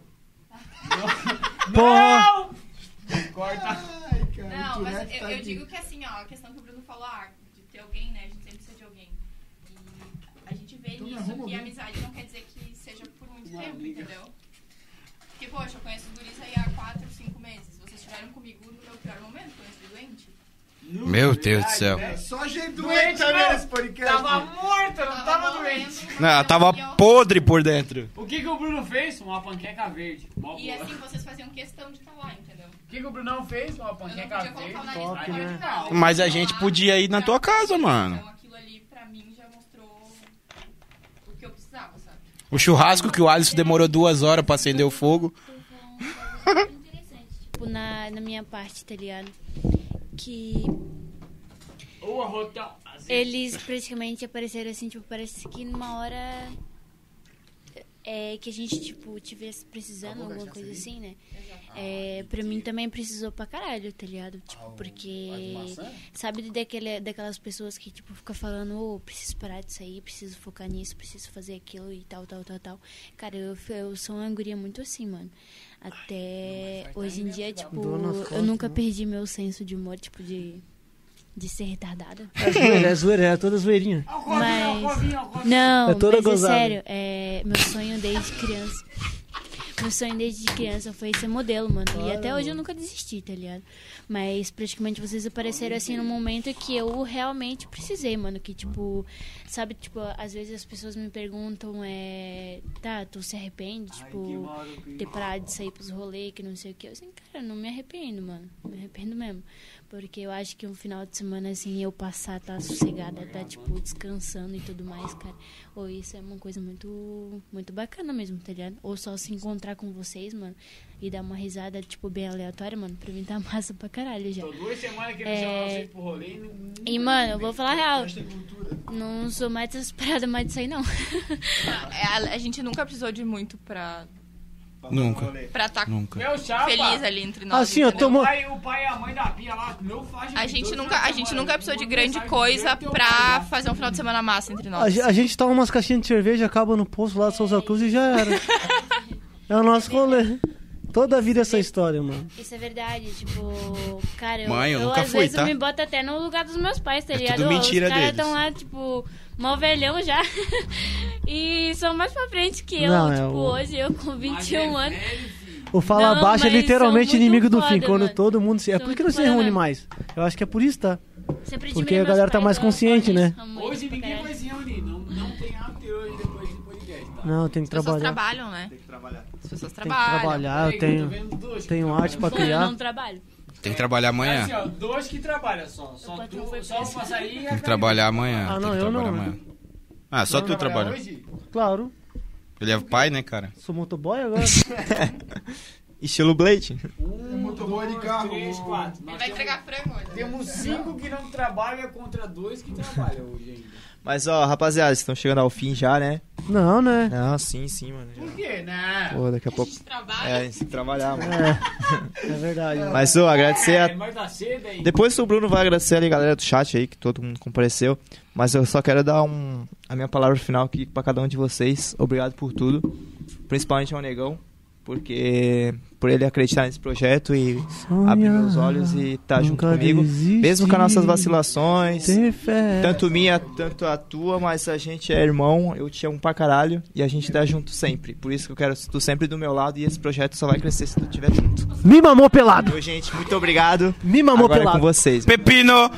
Porra! Corta. Não, mas eu digo que assim, ó, a questão que o Bruno falou, de ter alguém, né, a gente sempre precisa de alguém. E a gente vê nisso que a amizade não quer dizer que seja por muito tempo, entendeu? Porque, poxa, eu conheço os guris aí há 4, 5 meses. Vocês estiveram comigo no meu pior momento, quando eu fui doente. Meu Deus do céu. Só gente doente nesse podcast. Tava morta, não tava doente. Não, ela tava podre por dentro. O que o Bruno fez? Uma panqueca verde. E assim, vocês faziam questão de estar lá, entendeu? O que o Brunão fez? Uma panqueca Eu não podia verde. colocar o nariz Top, pra né? fora de casa. Mas a gente podia ir na tua casa, mano. Então aquilo ali, pra mim, já mostrou o que eu precisava, sabe? O churrasco que o Alisson demorou 2 horas pra acender o fogo. Interessante. Tipo, na minha parte, tá ligado? Que O arrotão. eles praticamente apareceram assim, tipo, parece que numa hora que a gente, tipo, tivesse precisando, alguma coisa assim, né? Pra mim também precisou pra caralho, tá ligado? Tipo, porque sabe daquelas pessoas que, tipo, fica falando, preciso parar disso aí, preciso focar nisso, preciso fazer aquilo e tal. Cara, eu sou uma guria muito assim, mano. Até hoje em dia, tipo, eu nunca perdi meu senso de humor, tipo, de ser retardada. É zoeira, é toda zoeirinha. Mas não, É toda mas gozada. é sério, meu sonho desde criança. Meu sonho desde criança foi ser modelo, mano. E até hoje eu nunca desisti, tá ligado? Mas praticamente vocês apareceram assim num momento que eu realmente precisei, mano. Que tipo, sabe, tipo, às vezes as pessoas me perguntam, tu se arrepende, tipo, ter parado de sair pros rolês, que não sei o que. Eu assim, cara, não me arrependo, mano. Não me arrependo mesmo. Porque eu acho que um final de semana, assim, eu passar, tá sossegada, tá, tipo, descansando e tudo mais, cara. Ou isso é uma coisa muito, muito bacana mesmo, tá ligado? Ou só se encontrar com vocês, mano, e dar uma risada, tipo, bem aleatória, mano, pra mim tá massa pra caralho já. Tô 2 semanas que ele chama vocês pro rolê E, mano, eu vou falar a real. Não sou mais desesperada mais disso aí, não. A gente nunca precisou de muito pra estar Meu chapa. feliz ali entre nós. Assim, eu entendeu? tomo... O pai e a mãe da Bia lá, meu faz. A gente nunca precisou de grande coisa pra fazer um final de semana massa entre nós. A gente toma umas caixinhas de cerveja, acaba no posto lá de Souza Cruz e já era. É o nosso rolê. Toda a vida essa história, mano. Isso é verdade, tipo, cara, Mãe, eu eu nunca às fui, vezes tá? eu me boto até no lugar dos meus pais, tá ligado? tudo mentira Os caras deles. estão lá, tipo, mó velhão já. E são mais pra frente que eu, Não, tipo, hoje eu com 21 anos. O Fala Não, Baixo é mas literalmente são muito inimigo do foda, fim, quando mano. todo mundo se... É São por que muito não se foda reúne mesmo. mais. Eu acho que é por isso, tá? Sempre Porque admirei a galera meus tá pais, mais eu consciente, amo né? eles, amo eles Hoje pra ninguém caralho. vai se reunir, não tem after hoje depois do podcast, tá? Não, tem que As pessoas trabalhar. trabalham, né? Tem que trabalhar. As pessoas Tem que trabalham. trabalhar, eu tenho arte pra Pô, eu criar. não trabalho. Tem que trabalhar amanhã. Assim, ó, 2 que trabalham só. Só O patrão tu, foi só o preso. passarinho e a Tem que trabalhar amanhã. Ah, não, Tem que eu trabalhar não, amanhã. Ah, só tu trabalha. Hoje? Claro, Ele é pai, né, cara? sou motoboy agora. Estilo Blade. motoboy de carro. 3, 4. Ele vai entregar frango hoje. Temos 5 que não trabalham contra 2 que trabalham hoje ainda. Mas, ó, rapaziada, vocês estão chegando ao fim já, né? Não, né? Não, sim, mano. Por quê, né? Pô, daqui a A pouco... gente trabalha. É, a gente tem que trabalhar, mano. É verdade. Mas, ô, agradecer a... Mas tá cedo aí. Depois o Bruno vai agradecer ali a galera do chat aí, que todo mundo compareceu. Mas eu só quero dar a minha palavra final aqui pra cada um de vocês. Obrigado por tudo. Principalmente ao Negão. Porque por ele acreditar nesse projeto e abrir meus olhos e estar junto nunca comigo. desistir, Mesmo com as nossas vacilações. Ter fé. Tanto minha, tanto a tua, mas a gente é irmão, eu te amo pra caralho e a gente tá junto sempre. Por isso que eu quero tu sempre do meu lado e esse projeto só vai crescer se tu estiver junto. Me mamou pelado. Então, gente, muito obrigado. Me mamou Agora é pelado. com vocês. Pepino!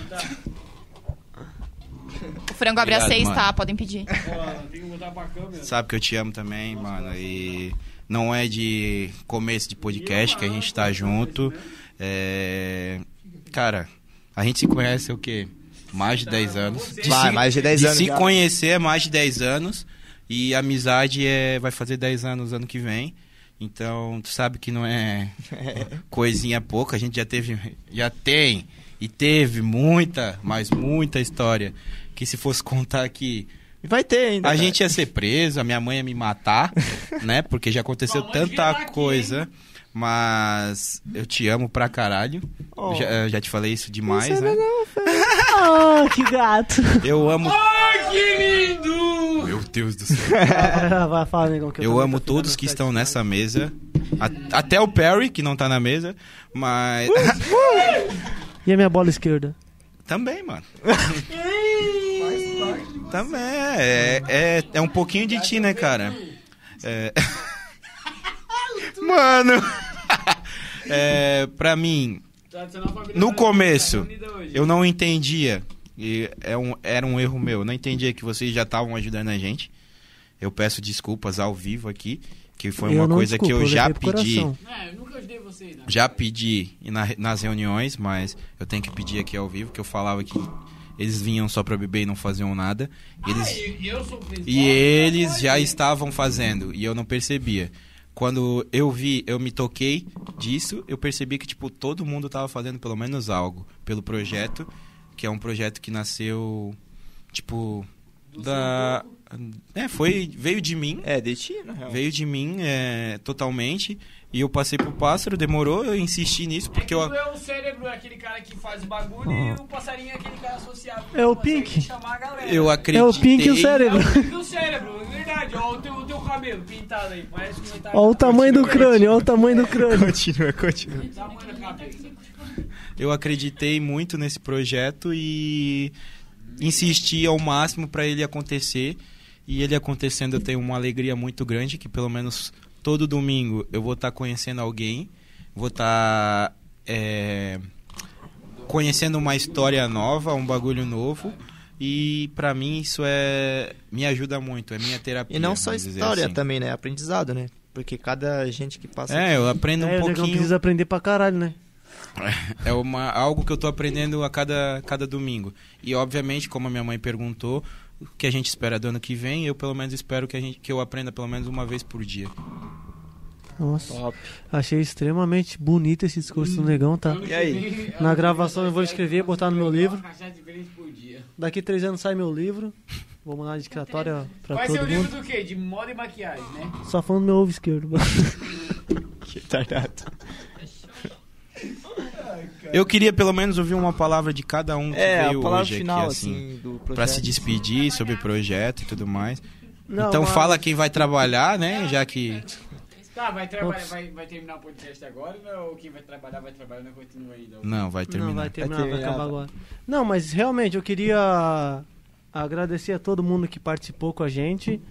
O frango abre às Obrigado, 6, mano. tá? Podem pedir. Tem que botar pra câmera. Sabe que eu te amo também, mano. E não é de começo de podcast que a gente tá junto. Cara, a gente se conhece o quê? mais de 10 anos. Mais de 10 anos. De se já. conhecer é mais de 10 anos. E amizade vai fazer 10 anos ano que vem. Então, tu sabe que não é coisinha pouca. A gente já tem e teve muita, mas muita história. Que se fosse contar aqui, Vai ter ainda. a cara. gente ia ser preso, a minha mãe ia me matar, né? Porque já aconteceu tanta coisa. Mas eu te amo pra caralho. Oh. Já te falei isso demais, né? Ah, que gato. Eu amo. Ai, que lindo! Meu Deus do céu. Vai falar, negão. Que Eu também amo tô todos ficando que estão sete. nessa mesa. Até o Perry, que não tá na mesa. Mas. E a minha bola esquerda? Também, mano. Também. É um pouquinho de ti, né, cara? Mano. Pra mim, no começo, eu não entendia. E era um erro meu. Eu não entendia que vocês já estavam ajudando a gente. Eu peço desculpas ao vivo aqui. Que foi uma não coisa que eu já levei pro pedi. coração. Eu nunca ajudei vocês, né? Já pedi nas reuniões, mas eu tenho que pedir aqui ao vivo, que eu falava que eles vinham só pra beber e não faziam nada. Eu sou o principal. E eles já estavam fazendo, e eu não percebia. Quando eu me toquei disso, eu percebi que, tipo, todo mundo tava fazendo pelo menos algo pelo projeto, que é um projeto que nasceu, tipo, veio de mim. De ti, na real. Veio de mim totalmente. E eu passei pro Pássaro, demorou, eu insisti nisso, porque Tu é o cérebro, é aquele cara que faz o bagulho, e o passarinho é aquele cara associado. É o Consegue Pink. chamar a galera. eu acreditei. É o Pink e o cérebro. É o Pink do cérebro, é verdade. Ó, o teu cabelo pintado aí, parece que ele tá... Olha o tamanho do crânio, olha o tamanho do crânio. Continua. O tamanho da cabeça. Eu acreditei muito nesse projeto e insisti ao máximo para ele acontecer. E ele acontecendo, eu tenho uma alegria muito grande, que pelo menos todo domingo eu vou estar conhecendo alguém, vou estar conhecendo uma história nova, um bagulho novo. E pra mim isso me ajuda muito, é minha terapia. E não só vamos dizer história assim. também, né? Aprendizado, né? Porque cada gente que passa... Eu aprendo um O negão pouquinho. precisa aprender pra caralho, né? É algo que eu tô aprendendo a cada domingo. E obviamente, como a minha mãe perguntou, o que a gente espera do ano que vem, eu pelo menos espero que eu aprenda pelo menos uma vez por dia. Nossa, Top. achei extremamente bonito esse discurso do negão, tá? E aí? Na gravação eu vou escrever, botar no meu livro. Cachaça diferente por dia. Daqui 3 anos sai meu livro. Vou mandar uma dedicatória pra Vai ser todo o livro mundo. do quê? De moda e maquiagem, né? Só falando meu ovo esquerdo. Que tardado. Eu queria pelo menos ouvir uma palavra de cada um que A veio palavra hoje final, aqui, assim, assim, do projeto. pra se despedir sobre o projeto e tudo mais. Não, Então mas- fala quem vai trabalhar, né? Já que... Tá, vai terminar o podcast agora, ou quem vai trabalhar, não continua ainda? Não, vai terminar. Não, vai terminar, vai terminar. acabar agora. Não, mas realmente eu queria agradecer a todo mundo que participou com a gente.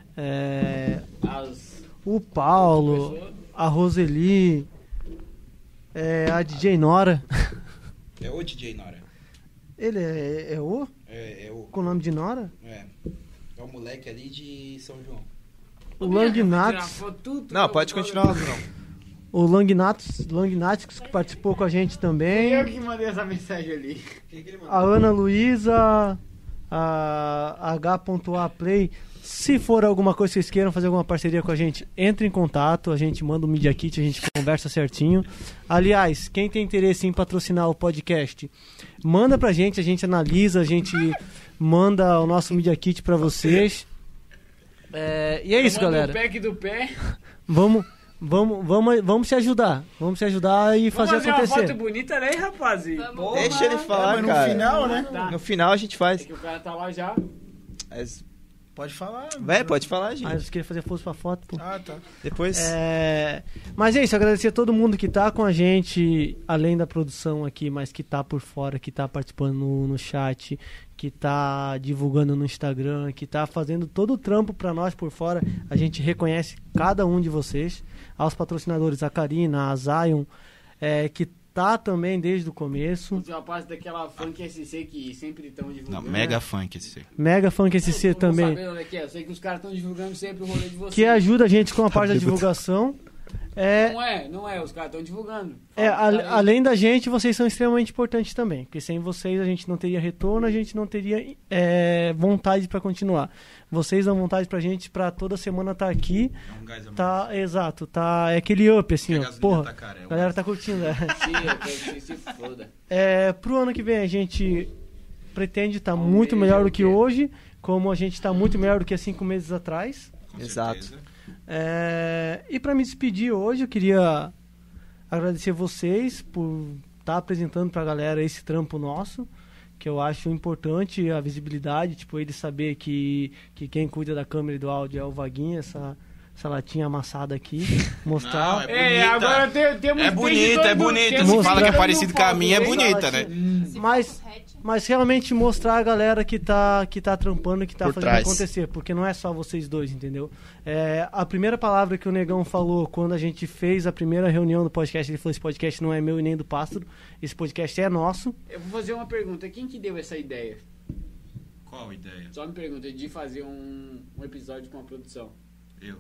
O Paulo, a Roseli, a DJ Nora. É o DJ Nora. Ele é o? É o... Com o nome de Nora? É o moleque ali de São João. O Langnatos. Não, pode continuar, não. O Langnatos que participou com a gente também. Eu que mandei essa mensagem ali. A Ana Luísa, a H.A Play. Se for alguma coisa que vocês queiram fazer alguma parceria com a gente, entre em contato, a gente manda o Media Kit, a gente conversa certinho. Aliás, quem tem interesse em patrocinar o podcast, manda pra gente, a gente analisa, a gente manda o nosso Media Kit pra vocês. E é isso, galera. O pack do pé. Vamos se ajudar. Vamos se ajudar e fazer Vamos fazer acontecer. uma foto bonita, né, rapaz? Porra. Deixa ele falar, mas no cara. final, né? Tá. No final a gente É faz. que o cara tá lá já. Pode falar. Pode falar, gente. Ah, eu queria fazer força pra foto, pô. Ah, tá. Depois... Mas é isso, agradecer a todo mundo que tá com a gente, além da produção aqui, mas que tá por fora, que tá participando no chat, que tá divulgando no Instagram, que tá fazendo todo o trampo pra nós por fora. A gente reconhece cada um de vocês. Aos patrocinadores, a Karina, a Zion, que tá também desde o começo. Os rapazes daquela Funk SC que sempre estão Não, divulgando. Mega Funk esse. Mega Funk SC Tô também, sabendo onde é que é. Eu sei que os caras estão divulgando sempre o rolê de vocês. que ajuda a gente com a parte da divulgação. Não é, os caras estão divulgando. Além da gente, vocês são extremamente importantes também, porque sem vocês a gente não teria retorno, a gente não teria vontade pra continuar. Vocês dão vontade pra gente pra toda semana estar aqui. É um gás a Tá, exato, tá, é aquele up assim, ó, porra, tá cara, a galera tá curtindo. Sim, eu quero que se foda. Pro ano que vem a gente pretende estar muito melhor do que hoje, como a gente tá muito melhor do que há 5 meses atrás. Com Exato. certeza. E para me despedir hoje, eu queria agradecer vocês por estar apresentando pra galera esse trampo nosso, que eu acho importante a visibilidade, tipo, ele saber que quem cuida da câmera e do áudio é o Vaguinho, essa latinha amassada aqui, mostrar... Não, é bonita. Agora temos... É bonita. Se fala que é parecido com a minha, é bonita, né? Mas realmente mostrar a galera que tá trampando, que tá Por fazendo trás. acontecer, porque não é só vocês dois, entendeu? A primeira palavra que o Negão falou quando a gente fez a primeira reunião do podcast, ele falou: esse podcast não é meu e nem do Pássaro, esse podcast é nosso. Eu vou fazer uma pergunta, quem que deu essa ideia? Qual ideia? Só me pergunta, de fazer um episódio com a produção. Eu.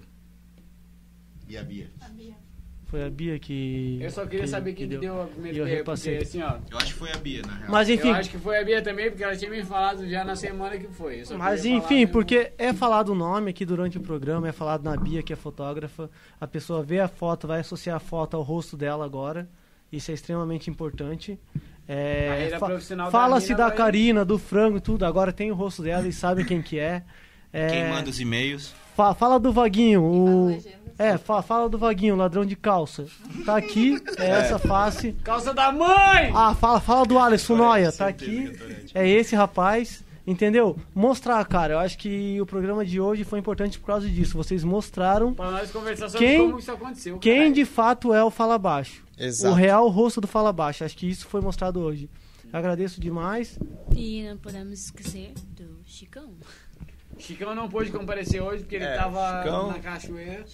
E a Bia? Foi a Bia que... Eu só queria saber quem que deu a primeira E eu ideia, repassei. porque assim, ó... Eu acho que foi a Bia, na real. Mas enfim, Eu acho que foi a Bia também, porque ela tinha me falado já na semana que foi. Eu só Mas queria enfim, falar mesmo. porque é falado o nome aqui durante o programa, é falado na Bia, que é fotógrafa. A pessoa vê a foto, vai associar a foto ao rosto dela agora. Isso é extremamente importante. Carreira profissional da Fala-se mina da vai- Karina, do frango e tudo. Agora tem o rosto dela e sabem quem que é. Quem manda os e-mails? Fala do Vaguinho, fala do Vaguinho, ladrão de calça. Tá aqui, essa face. Calça da mãe! Fala do Alisson Noia, tá certeza aqui. que eu tô É esse rapaz, entendeu? Mostrar, cara. Eu acho que o programa de hoje foi importante por causa disso. Vocês mostraram Pra nós conversar sobre Quem- como isso aconteceu. quem caralho. de fato é o Fala Baixo. Exato. O real rosto do Fala Baixo. Acho que isso foi mostrado hoje. Agradeço demais. E não podemos esquecer do Chicão. Chicão não pôde comparecer hoje porque ele tava Chicão- na cachoeira.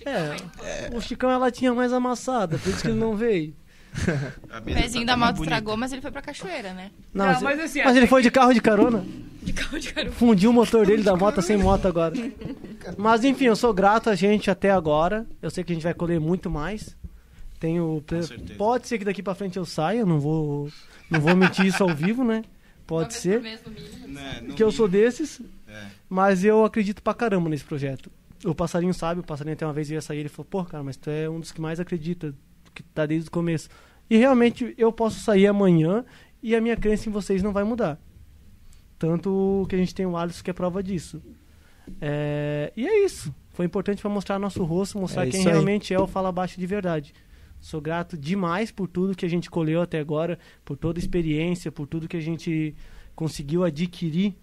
O Chicão ela tinha mais amassada, por isso que ele não veio. A O mesa pezinho tá da mais moto bonita. estragou, mas ele foi pra cachoeira, né? Não, Não, mas assim, ele foi de carro de carona. De carro de carona. Fundiu o motor dele da moto sem moto agora. Mas enfim, eu sou grato a gente até agora. Eu sei que a gente vai colher muito mais. certeza. Pode ser que daqui pra frente eu saia, não vou mentir isso ao vivo, né? Pode ser, Né, porque eu sou desses. É. Mas eu acredito pra caramba nesse projeto. O Passarinho sabe, o Passarinho até uma vez ia sair, ele falou: pô, cara, mas tu é um dos que mais acredita, que tá desde o começo. E realmente eu posso sair amanhã e a minha crença em vocês não vai mudar. Tanto que a gente tem o Alisson que é prova disso. E é isso. Foi importante pra mostrar nosso rosto, mostrar quem isso aí. realmente é o Fala Baixo de verdade. Sou grato demais por tudo que a gente colheu até agora, por toda a experiência, por tudo que a gente conseguiu adquirir.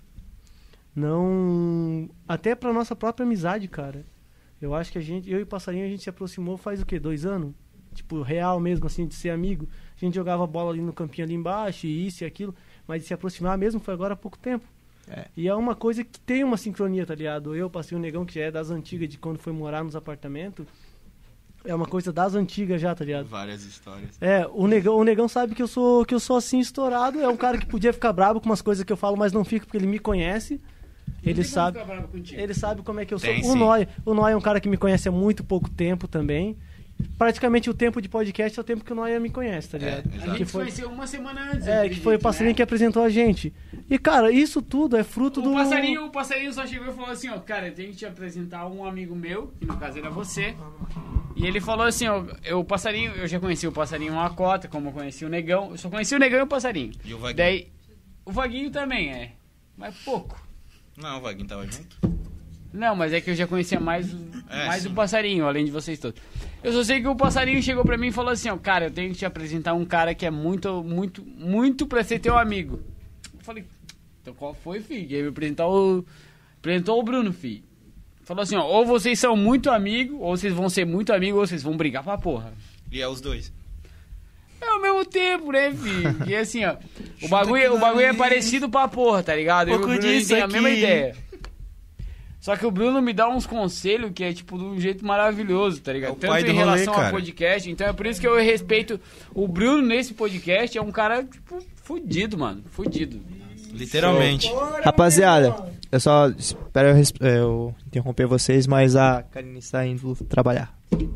Não, até pra nossa própria amizade, cara. Eu acho que eu e o Passarinho, a gente se aproximou faz o quê? 2 anos? Tipo, real mesmo, assim, de ser amigo. A gente jogava bola ali no campinho ali embaixo, e isso e aquilo. Mas de se aproximar mesmo foi agora há pouco tempo. E é uma coisa que tem uma sincronia, tá ligado? Eu, Passarinho, o Negão, que já é das antigas, de quando foi morar nos apartamentos. É uma coisa das antigas já, tá ligado? Várias histórias. O Negão sabe que eu sou assim estourado. É um cara que podia ficar bravo com umas coisas que eu falo, mas não fica porque ele me conhece. Ele sabe como é que eu sou. Tem, O sim. Noia é um cara que me conhece há muito pouco tempo também. Praticamente o tempo de podcast é o tempo que o Noia me conhece, tá ligado? A gente conheceu uma semana antes. Que acredito, foi o Passarinho né? que apresentou a gente. E, cara, isso tudo é fruto do... O passarinho só chegou e falou assim, ó, cara, eu tenho que te apresentar um amigo meu, que no caso era você. E ele falou assim, ó, eu já conheci o Passarinho uma cota, como eu conheci o Negão. Eu só conheci o Negão e o Passarinho. E o Vaguinho? Daí, o Vaguinho também mas pouco. Não, o Vaguinho tava junto. Não, mas é que eu já conhecia mais sim. o Passarinho, além de vocês todos. Eu só sei que o Passarinho chegou pra mim e falou assim, ó, cara, eu tenho que te apresentar um cara que é muito, muito, muito pra ser teu amigo. Eu falei, então qual foi, filho? E aí me apresentou o Bruno, filho. Falou assim, ó, ou vocês são muito amigos, ou vocês vão ser muito amigos, ou vocês vão brigar pra porra. E é os dois. É ao mesmo tempo, né, filho? E assim, ó, o bagulho é parecido pra porra, tá ligado? Eu e o Bruno, a gente tem a mesma ideia. Só que o Bruno me dá uns conselhos que é, tipo, de um jeito maravilhoso, tá ligado? É o pai Tanto do em rolê, relação ao cara. podcast. Então é por isso que eu respeito o Bruno nesse podcast. É um cara, tipo, fudido, mano. Fudido. Literalmente. Rapaziada, eu só espero eu interromper vocês, mas a Karine está indo trabalhar.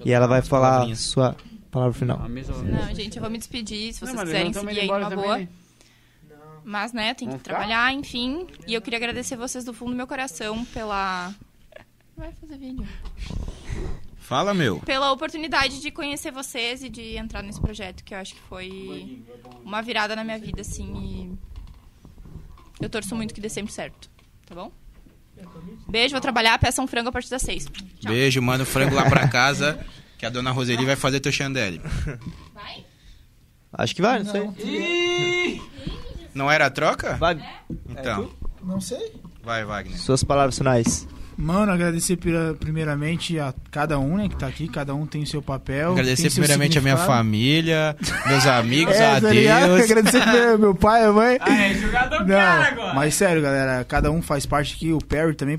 E ela vai falar a palavrinhas. sua palavra final. Não, gente, eu vou me despedir, se vocês quiserem seguir aí numa boa. Mas, né, tem que trabalhar, enfim. E eu queria agradecer vocês do fundo do meu coração pela... Vai fazer vídeo. Fala, meu. Pela oportunidade de conhecer vocês e de entrar nesse projeto, que eu acho que foi uma virada na minha vida, assim, e eu torço muito que dê sempre certo, tá bom? Beijo, vou trabalhar, peça um frango a partir das 6. Tchau. Beijo, manda o frango lá pra casa, que a dona Roseli vai fazer teu chandelle. Vai? Acho que vai, não sei. Não era a troca? Vai. Então, Não sei. vai, Wagner. Suas palavras finais. Mano, agradecer primeiramente a cada um, né, que tá aqui. Cada um tem o seu papel. Agradecer tem seu primeiramente a minha significado. família, meus amigos, a tá ligado? Deus. Agradecer primeiro meu pai, a mãe. É jogador Não, cara agora. mas sério, galera, cada um faz parte aqui. O Perry também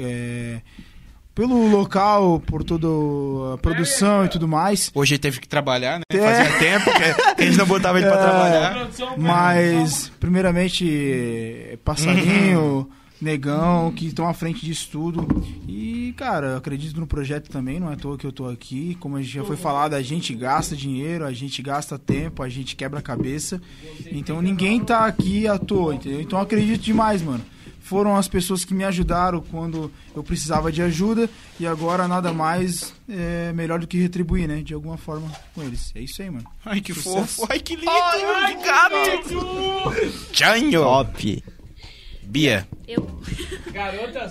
pelo local, por toda a produção e tudo mais. Hoje ele teve que trabalhar, né? Fazia tempo que a gente não botava ele pra trabalhar. Mas, primeiramente, Passarinho, Negão, que estão à frente disso tudo. E, cara, eu acredito no projeto também, não é à toa que eu tô aqui. Como a gente já foi falado, a gente gasta dinheiro, a gente gasta tempo, a gente quebra a cabeça. Então ninguém tá aqui à toa, entendeu? Então eu acredito demais, mano. Foram as pessoas que me ajudaram quando eu precisava de ajuda. E agora nada mais melhor do que retribuir, né? De alguma forma com eles. É isso aí, mano. Ai, que Sucesso. fofo. Ai, que lindo. Obrigado. Tchanho. Top. Bia. Garotas.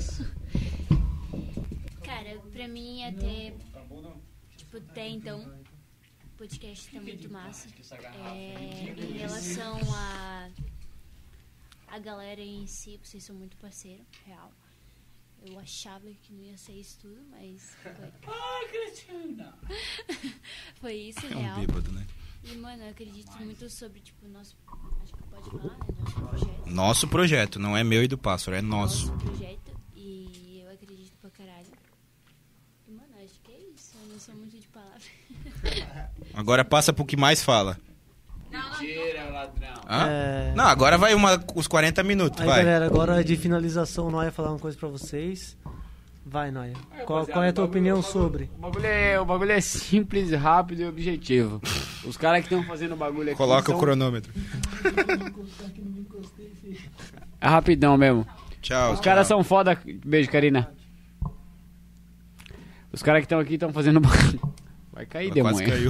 Cara, pra mim até... Tipo, até então, o podcast tá muito massa. Em relação a galera em si, vocês são muito parceiro, real. Eu achava que não ia ser isso tudo, mas foi. Cristina! Foi isso, É um real. bêbado, né? E, mano, eu acredito muito sobre, tipo, nosso... Acho que pode falar, né? Nosso projeto. Nosso projeto, não é meu e do Pássaro, é nosso. Nosso projeto. E eu acredito pra caralho. E, mano, acho que é isso. Eu não sou muito de palavras. Agora passa pro que mais fala. Mentira, ladrão. Hã? Não, agora vai os 40 minutos, Aí, vai. galera, agora de finalização, o Noia falar uma coisa pra vocês. Vai, Noia. Qual é a tua opinião sobre? O bagulho é simples, rápido e objetivo. Os caras que estão fazendo o bagulho aqui Coloca são... o cronômetro. É rapidão mesmo. Tchau. Os caras são foda. Beijo, Karina. Os caras que estão aqui estão fazendo bagulho. Vai cair, Ela quase demônio. caiu.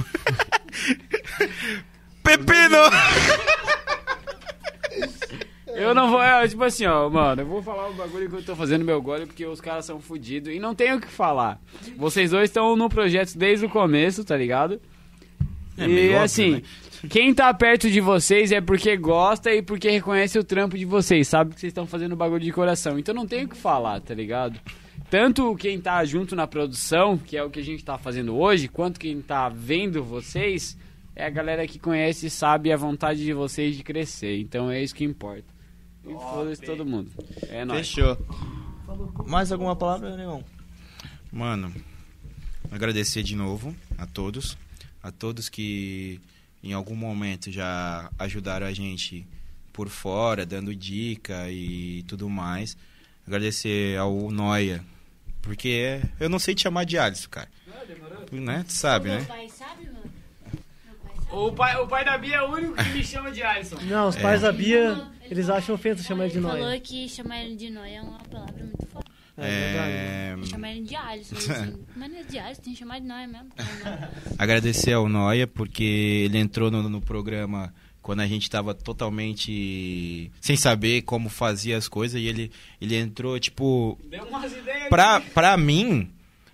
Pepino! Eu não vou, tipo assim, ó, mano, eu vou falar o bagulho que eu tô fazendo meu gole porque os caras são fodidos e não tem o que falar. Vocês dois estão no projeto desde o começo, tá ligado? É e meio óbvio, assim, né? quem tá perto de vocês é porque gosta e porque reconhece o trampo de vocês, sabe que vocês estão fazendo bagulho de coração. Então não tem o que falar, tá ligado? Tanto quem tá junto na produção, que é o que a gente tá fazendo hoje, quanto quem tá vendo vocês, é a galera que conhece e sabe a vontade de vocês de crescer. Então é isso que importa. E foda-se todo mundo. É nóis. Fechou. Mais alguma palavra, Negão? Mano, agradecer de novo a todos que em algum momento já ajudaram a gente por fora, dando dica e tudo mais. Agradecer ao Noia, porque eu não sei te chamar de Alisson, cara. Né? Tu sabe, Meu né? pai sabe, mano? O pai da Bia é o único que me chama de Alisson. Não, os pais da Bia, eles acham ofensa chamar ele de Ele Noia. falou que chamar ele de Noia é uma palavra muito forte. Chamar ele de Alisson, assim. Mas não é de Alisson, tem que chamar de Noia mesmo. Agradecer ao Noia, porque ele entrou no programa quando a gente tava totalmente sem saber como fazia as coisas, e ele entrou, tipo... Deu umas ideias Pra mim,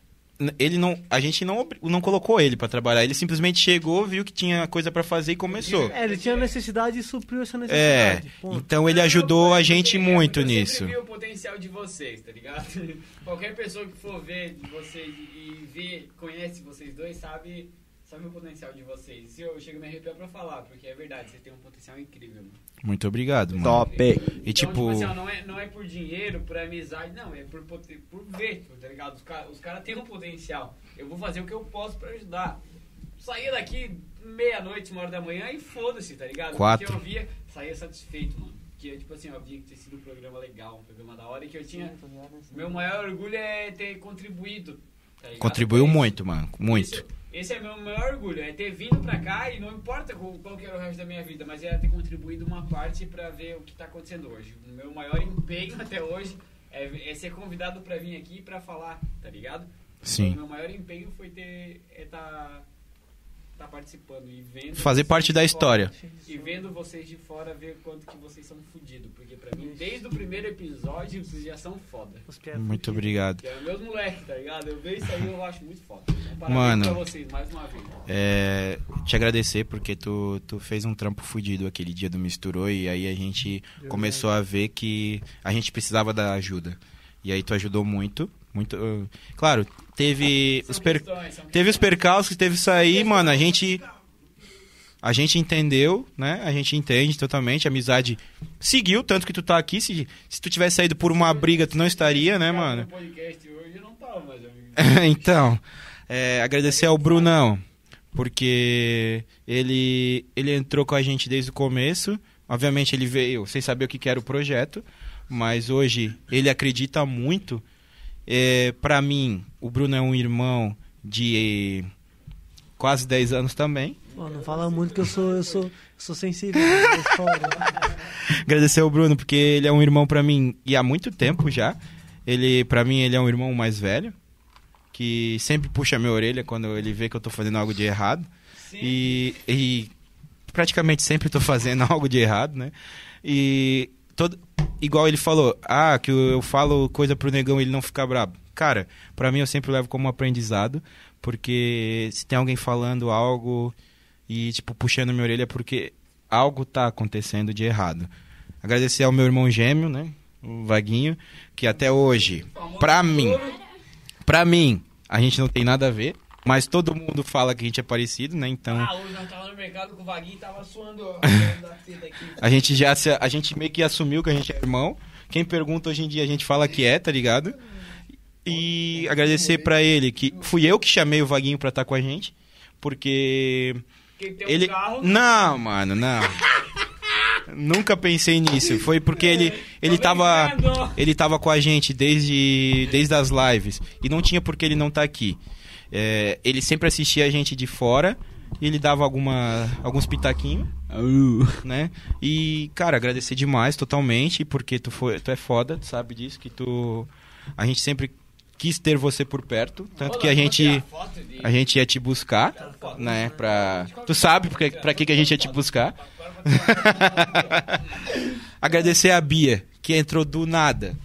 a gente não colocou ele pra trabalhar. Ele simplesmente chegou, viu que tinha coisa pra fazer e começou. Ele tinha necessidade e supriu essa necessidade. Ponto. Então ele ajudou a gente muito eu nisso. sempre vi o potencial de vocês, tá ligado? Qualquer pessoa que for ver de vocês e conhece vocês dois, sabe o potencial de vocês. Se eu chego a me arrepiar pra falar, porque é verdade, vocês têm um potencial incrível, mano. Muito obrigado, mano. Top. E Então, tipo... assim, ó, não é por dinheiro, por amizade, não, é por ver, tá ligado? Os caras têm um potencial. Eu vou fazer o que eu posso pra ajudar. Saía daqui meia-noite, 1h da manhã e foda-se, tá ligado? 4. Porque eu saía satisfeito, mano. Que, tipo assim, eu via que ter sido um programa legal, um programa da hora, e que eu tinha... Meu maior orgulho é ter contribuído, Tá ligado? Contribuiu muito, mano. Muito. Esse é meu maior orgulho, é ter vindo pra cá e não importa qual que era o resto da minha vida, mas é ter contribuído uma parte pra ver o que tá acontecendo hoje. O meu maior empenho até hoje é ser convidado pra vir aqui pra falar, tá ligado? Sim. Então, o meu maior empenho foi tá participando e vendo... Fazer parte da história. E vendo vocês de fora, ver quanto que vocês são fodidos. Porque pra mim, desde o primeiro episódio, vocês já são foda. Muito obrigado. Que é meus moleques, tá ligado? Eu vejo isso aí, eu acho muito foda. Então, Mano, parabéns pra vocês, mais uma vez. Te agradecer porque tu fez um trampo fudido aquele dia do Misturou e aí a gente começou a ver que a gente precisava da ajuda. E aí tu ajudou muito. Claro, teve os percalços, teve isso aí, mano, a gente entendeu, né? A gente entende totalmente, a amizade seguiu, tanto que tu tá aqui, se tu tivesse saído por uma briga, tu não estaria, né, mano? Então, agradecer ao Brunão, porque ele entrou com a gente desde o começo, obviamente ele veio sem saber o que era o projeto, mas hoje ele acredita muito. Pra mim, o Bruno é um irmão de quase 10 anos também. Pô, não fala muito que eu sou sensível. Agradecer ao Bruno, porque ele é um irmão pra mim e há muito tempo já. Pra mim, ele é um irmão mais velho, que sempre puxa a minha orelha quando ele vê que eu tô fazendo algo de errado. E praticamente sempre tô fazendo algo de errado, né? Igual ele falou, que eu falo coisa pro negão e ele não fica brabo. Cara, pra mim eu sempre levo como aprendizado, porque se tem alguém falando algo e, tipo, puxando minha orelha, porque algo tá acontecendo de errado. Agradecer ao meu irmão gêmeo, né, o Vaguinho, que até hoje, pra mim, a gente não tem nada a ver, mas todo mundo fala que a gente é parecido, né, então... hoje nós tava no mercado com o Vaguinho e tava suando da teta aqui. A gente meio que assumiu que a gente é irmão. Quem pergunta hoje em dia a gente fala que tá ligado? E agradecer pra ele, que fui eu que chamei o Vaguinho pra estar com a gente, porque... ele... Não, mano, não. Nunca pensei nisso. Foi porque ele tava com a gente desde as lives. E não tinha por que ele não tá aqui. Ele sempre assistia a gente de fora e ele dava alguns pitaquinhos, né? E, cara, agradecer demais totalmente, porque tu é foda, tu sabe disso, que a gente sempre quis ter você por perto, tanto que a gente ia te buscar, né? Tu sabe pra que a gente ia te buscar. Agradecer a Bia, que entrou do nada.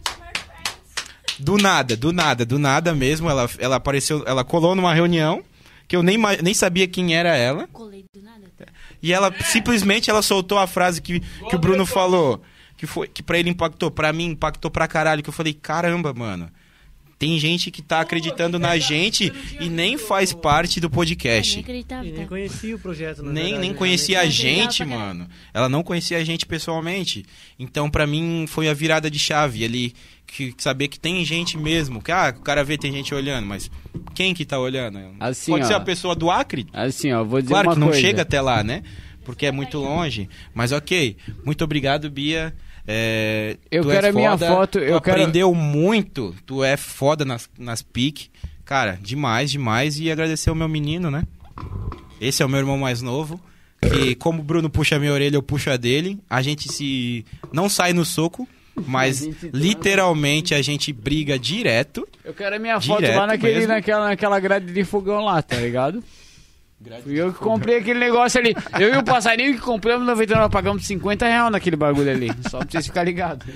Do nada mesmo, ela apareceu, ela colou numa reunião que eu nem sabia quem era ela. Colei do nada. E ela simplesmente soltou a frase que o Bruno falou, que pra ele impactou, pra mim impactou pra caralho, que eu falei, caramba, mano. Tem gente que tá acreditando na gente e nem faz parte do podcast. Nem conhecia o projeto, nem conhecia a gente, mano. Ela não conhecia a gente pessoalmente. Então, pra mim, foi a virada de chave. Ele saber que tem gente mesmo. Que, o cara vê, tem gente olhando, mas quem que tá olhando? Assim, pode ser a pessoa do Acre? Assim, vou dizer claro uma que não coisa. chega até lá, né? Porque é muito longe. Mas ok. Muito obrigado, Bia. Eu quero a minha foto. Aprendeu muito. Tu é foda nas piques. Cara, demais. E agradecer ao meu menino, né? Esse é o meu irmão mais novo. Que como o Bruno puxa a minha orelha, eu puxo a dele. A gente não sai no soco, mas literalmente a gente briga direto. Eu quero a minha foto lá naquela grade de fogão lá, tá ligado? Fui eu que comprei aquele negócio ali. Eu e o passarinho que compramos, 99, pagamos R$50 naquele bagulho ali. Só pra vocês ficarem ligados.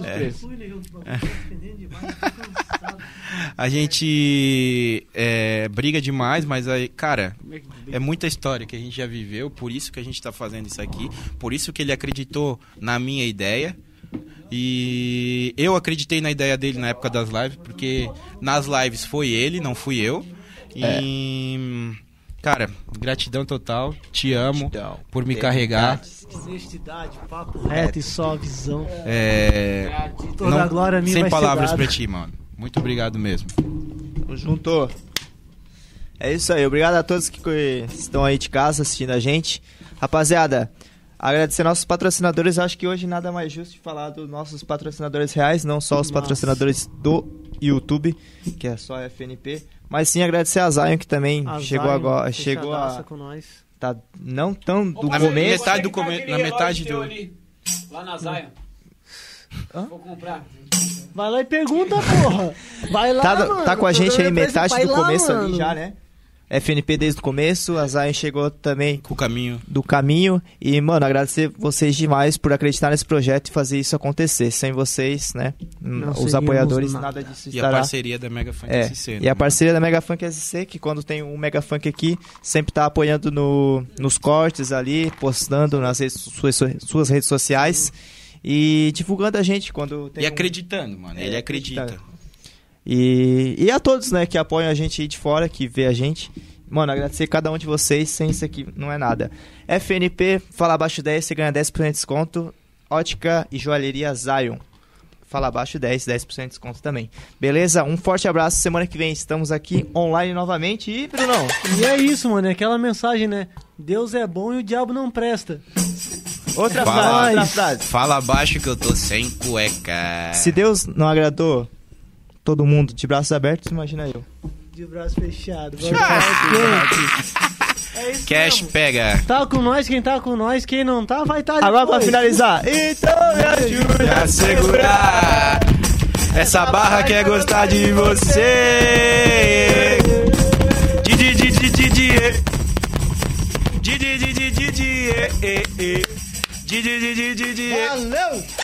A gente briga demais, mas, cara, é muita história que a gente já viveu. Por isso que a gente tá fazendo isso aqui. Por isso que ele acreditou na minha ideia. E eu acreditei na ideia dele na época das lives, porque nas lives foi ele, não fui eu. E... cara, gratidão total, te amo por me carregar. Honestidade, papo reto e só visão. Toda a glória minha. Sem palavras pra ti, mano. Muito obrigado mesmo. Tamo junto. É isso aí, obrigado a todos que estão aí de casa assistindo a gente. Rapaziada, agradecer nossos patrocinadores. Acho que hoje nada mais justo de falar dos nossos patrocinadores reais, não só os patrocinadores do YouTube, que é só FNP, Mas sim agradecer a Zion, que também A chegou Zion, agora. Chegou fechadaça a. com nós. Tá, não tão do Ô, começo. você que do come- aquele na metade relógio do- teu ali, lá na Zion. Vou comprar. Vai lá e pergunta, porra. Vai lá, mano. Tá com a gente aí metade Vai do lá, começo mano. ali já, né? FNP desde o começo, a Zion chegou também Com o caminho. do caminho. E, mano, agradecer vocês demais por acreditar nesse projeto e fazer isso acontecer. Sem vocês, né? Não Os seríamos apoiadores, nada. nada disso E a estará. parceria da Mega Funk É, SC. e a parceria da Mega Funk SC, que quando tem um Mega Funk aqui, sempre tá apoiando nos cortes ali, postando nas suas redes sociais e divulgando a gente quando tem E acreditando, mano. Ele acredita. E a todos, né, que apoiam a gente aí de fora, que vê a gente. Mano, agradecer cada um de vocês, sem isso aqui não é nada. FNP, fala abaixo 10, você ganha 10% de desconto. Ótica e joalheria Zion. Fala abaixo 10, 10% de desconto também. Beleza? Um forte abraço. Semana que vem estamos aqui online novamente. E, Brunão? E é isso, mano. É aquela mensagem, né? Deus é bom e o diabo não presta. Outra Fala. frase, outra frase. Fala abaixo que eu tô sem cueca. Se Deus não agradou todo mundo de braços abertos, imagina eu. De braço fechado. É isso Cash mesmo. pega. Tá com nós, quem tá com nós, quem não tá, vai tá Agora pra depois. finalizar. Então me ajude Pra segurar essa barra quer gostar de você. Didi, didi, didi, didi, didi, didi, didi, didi, didi, didi. Valeu!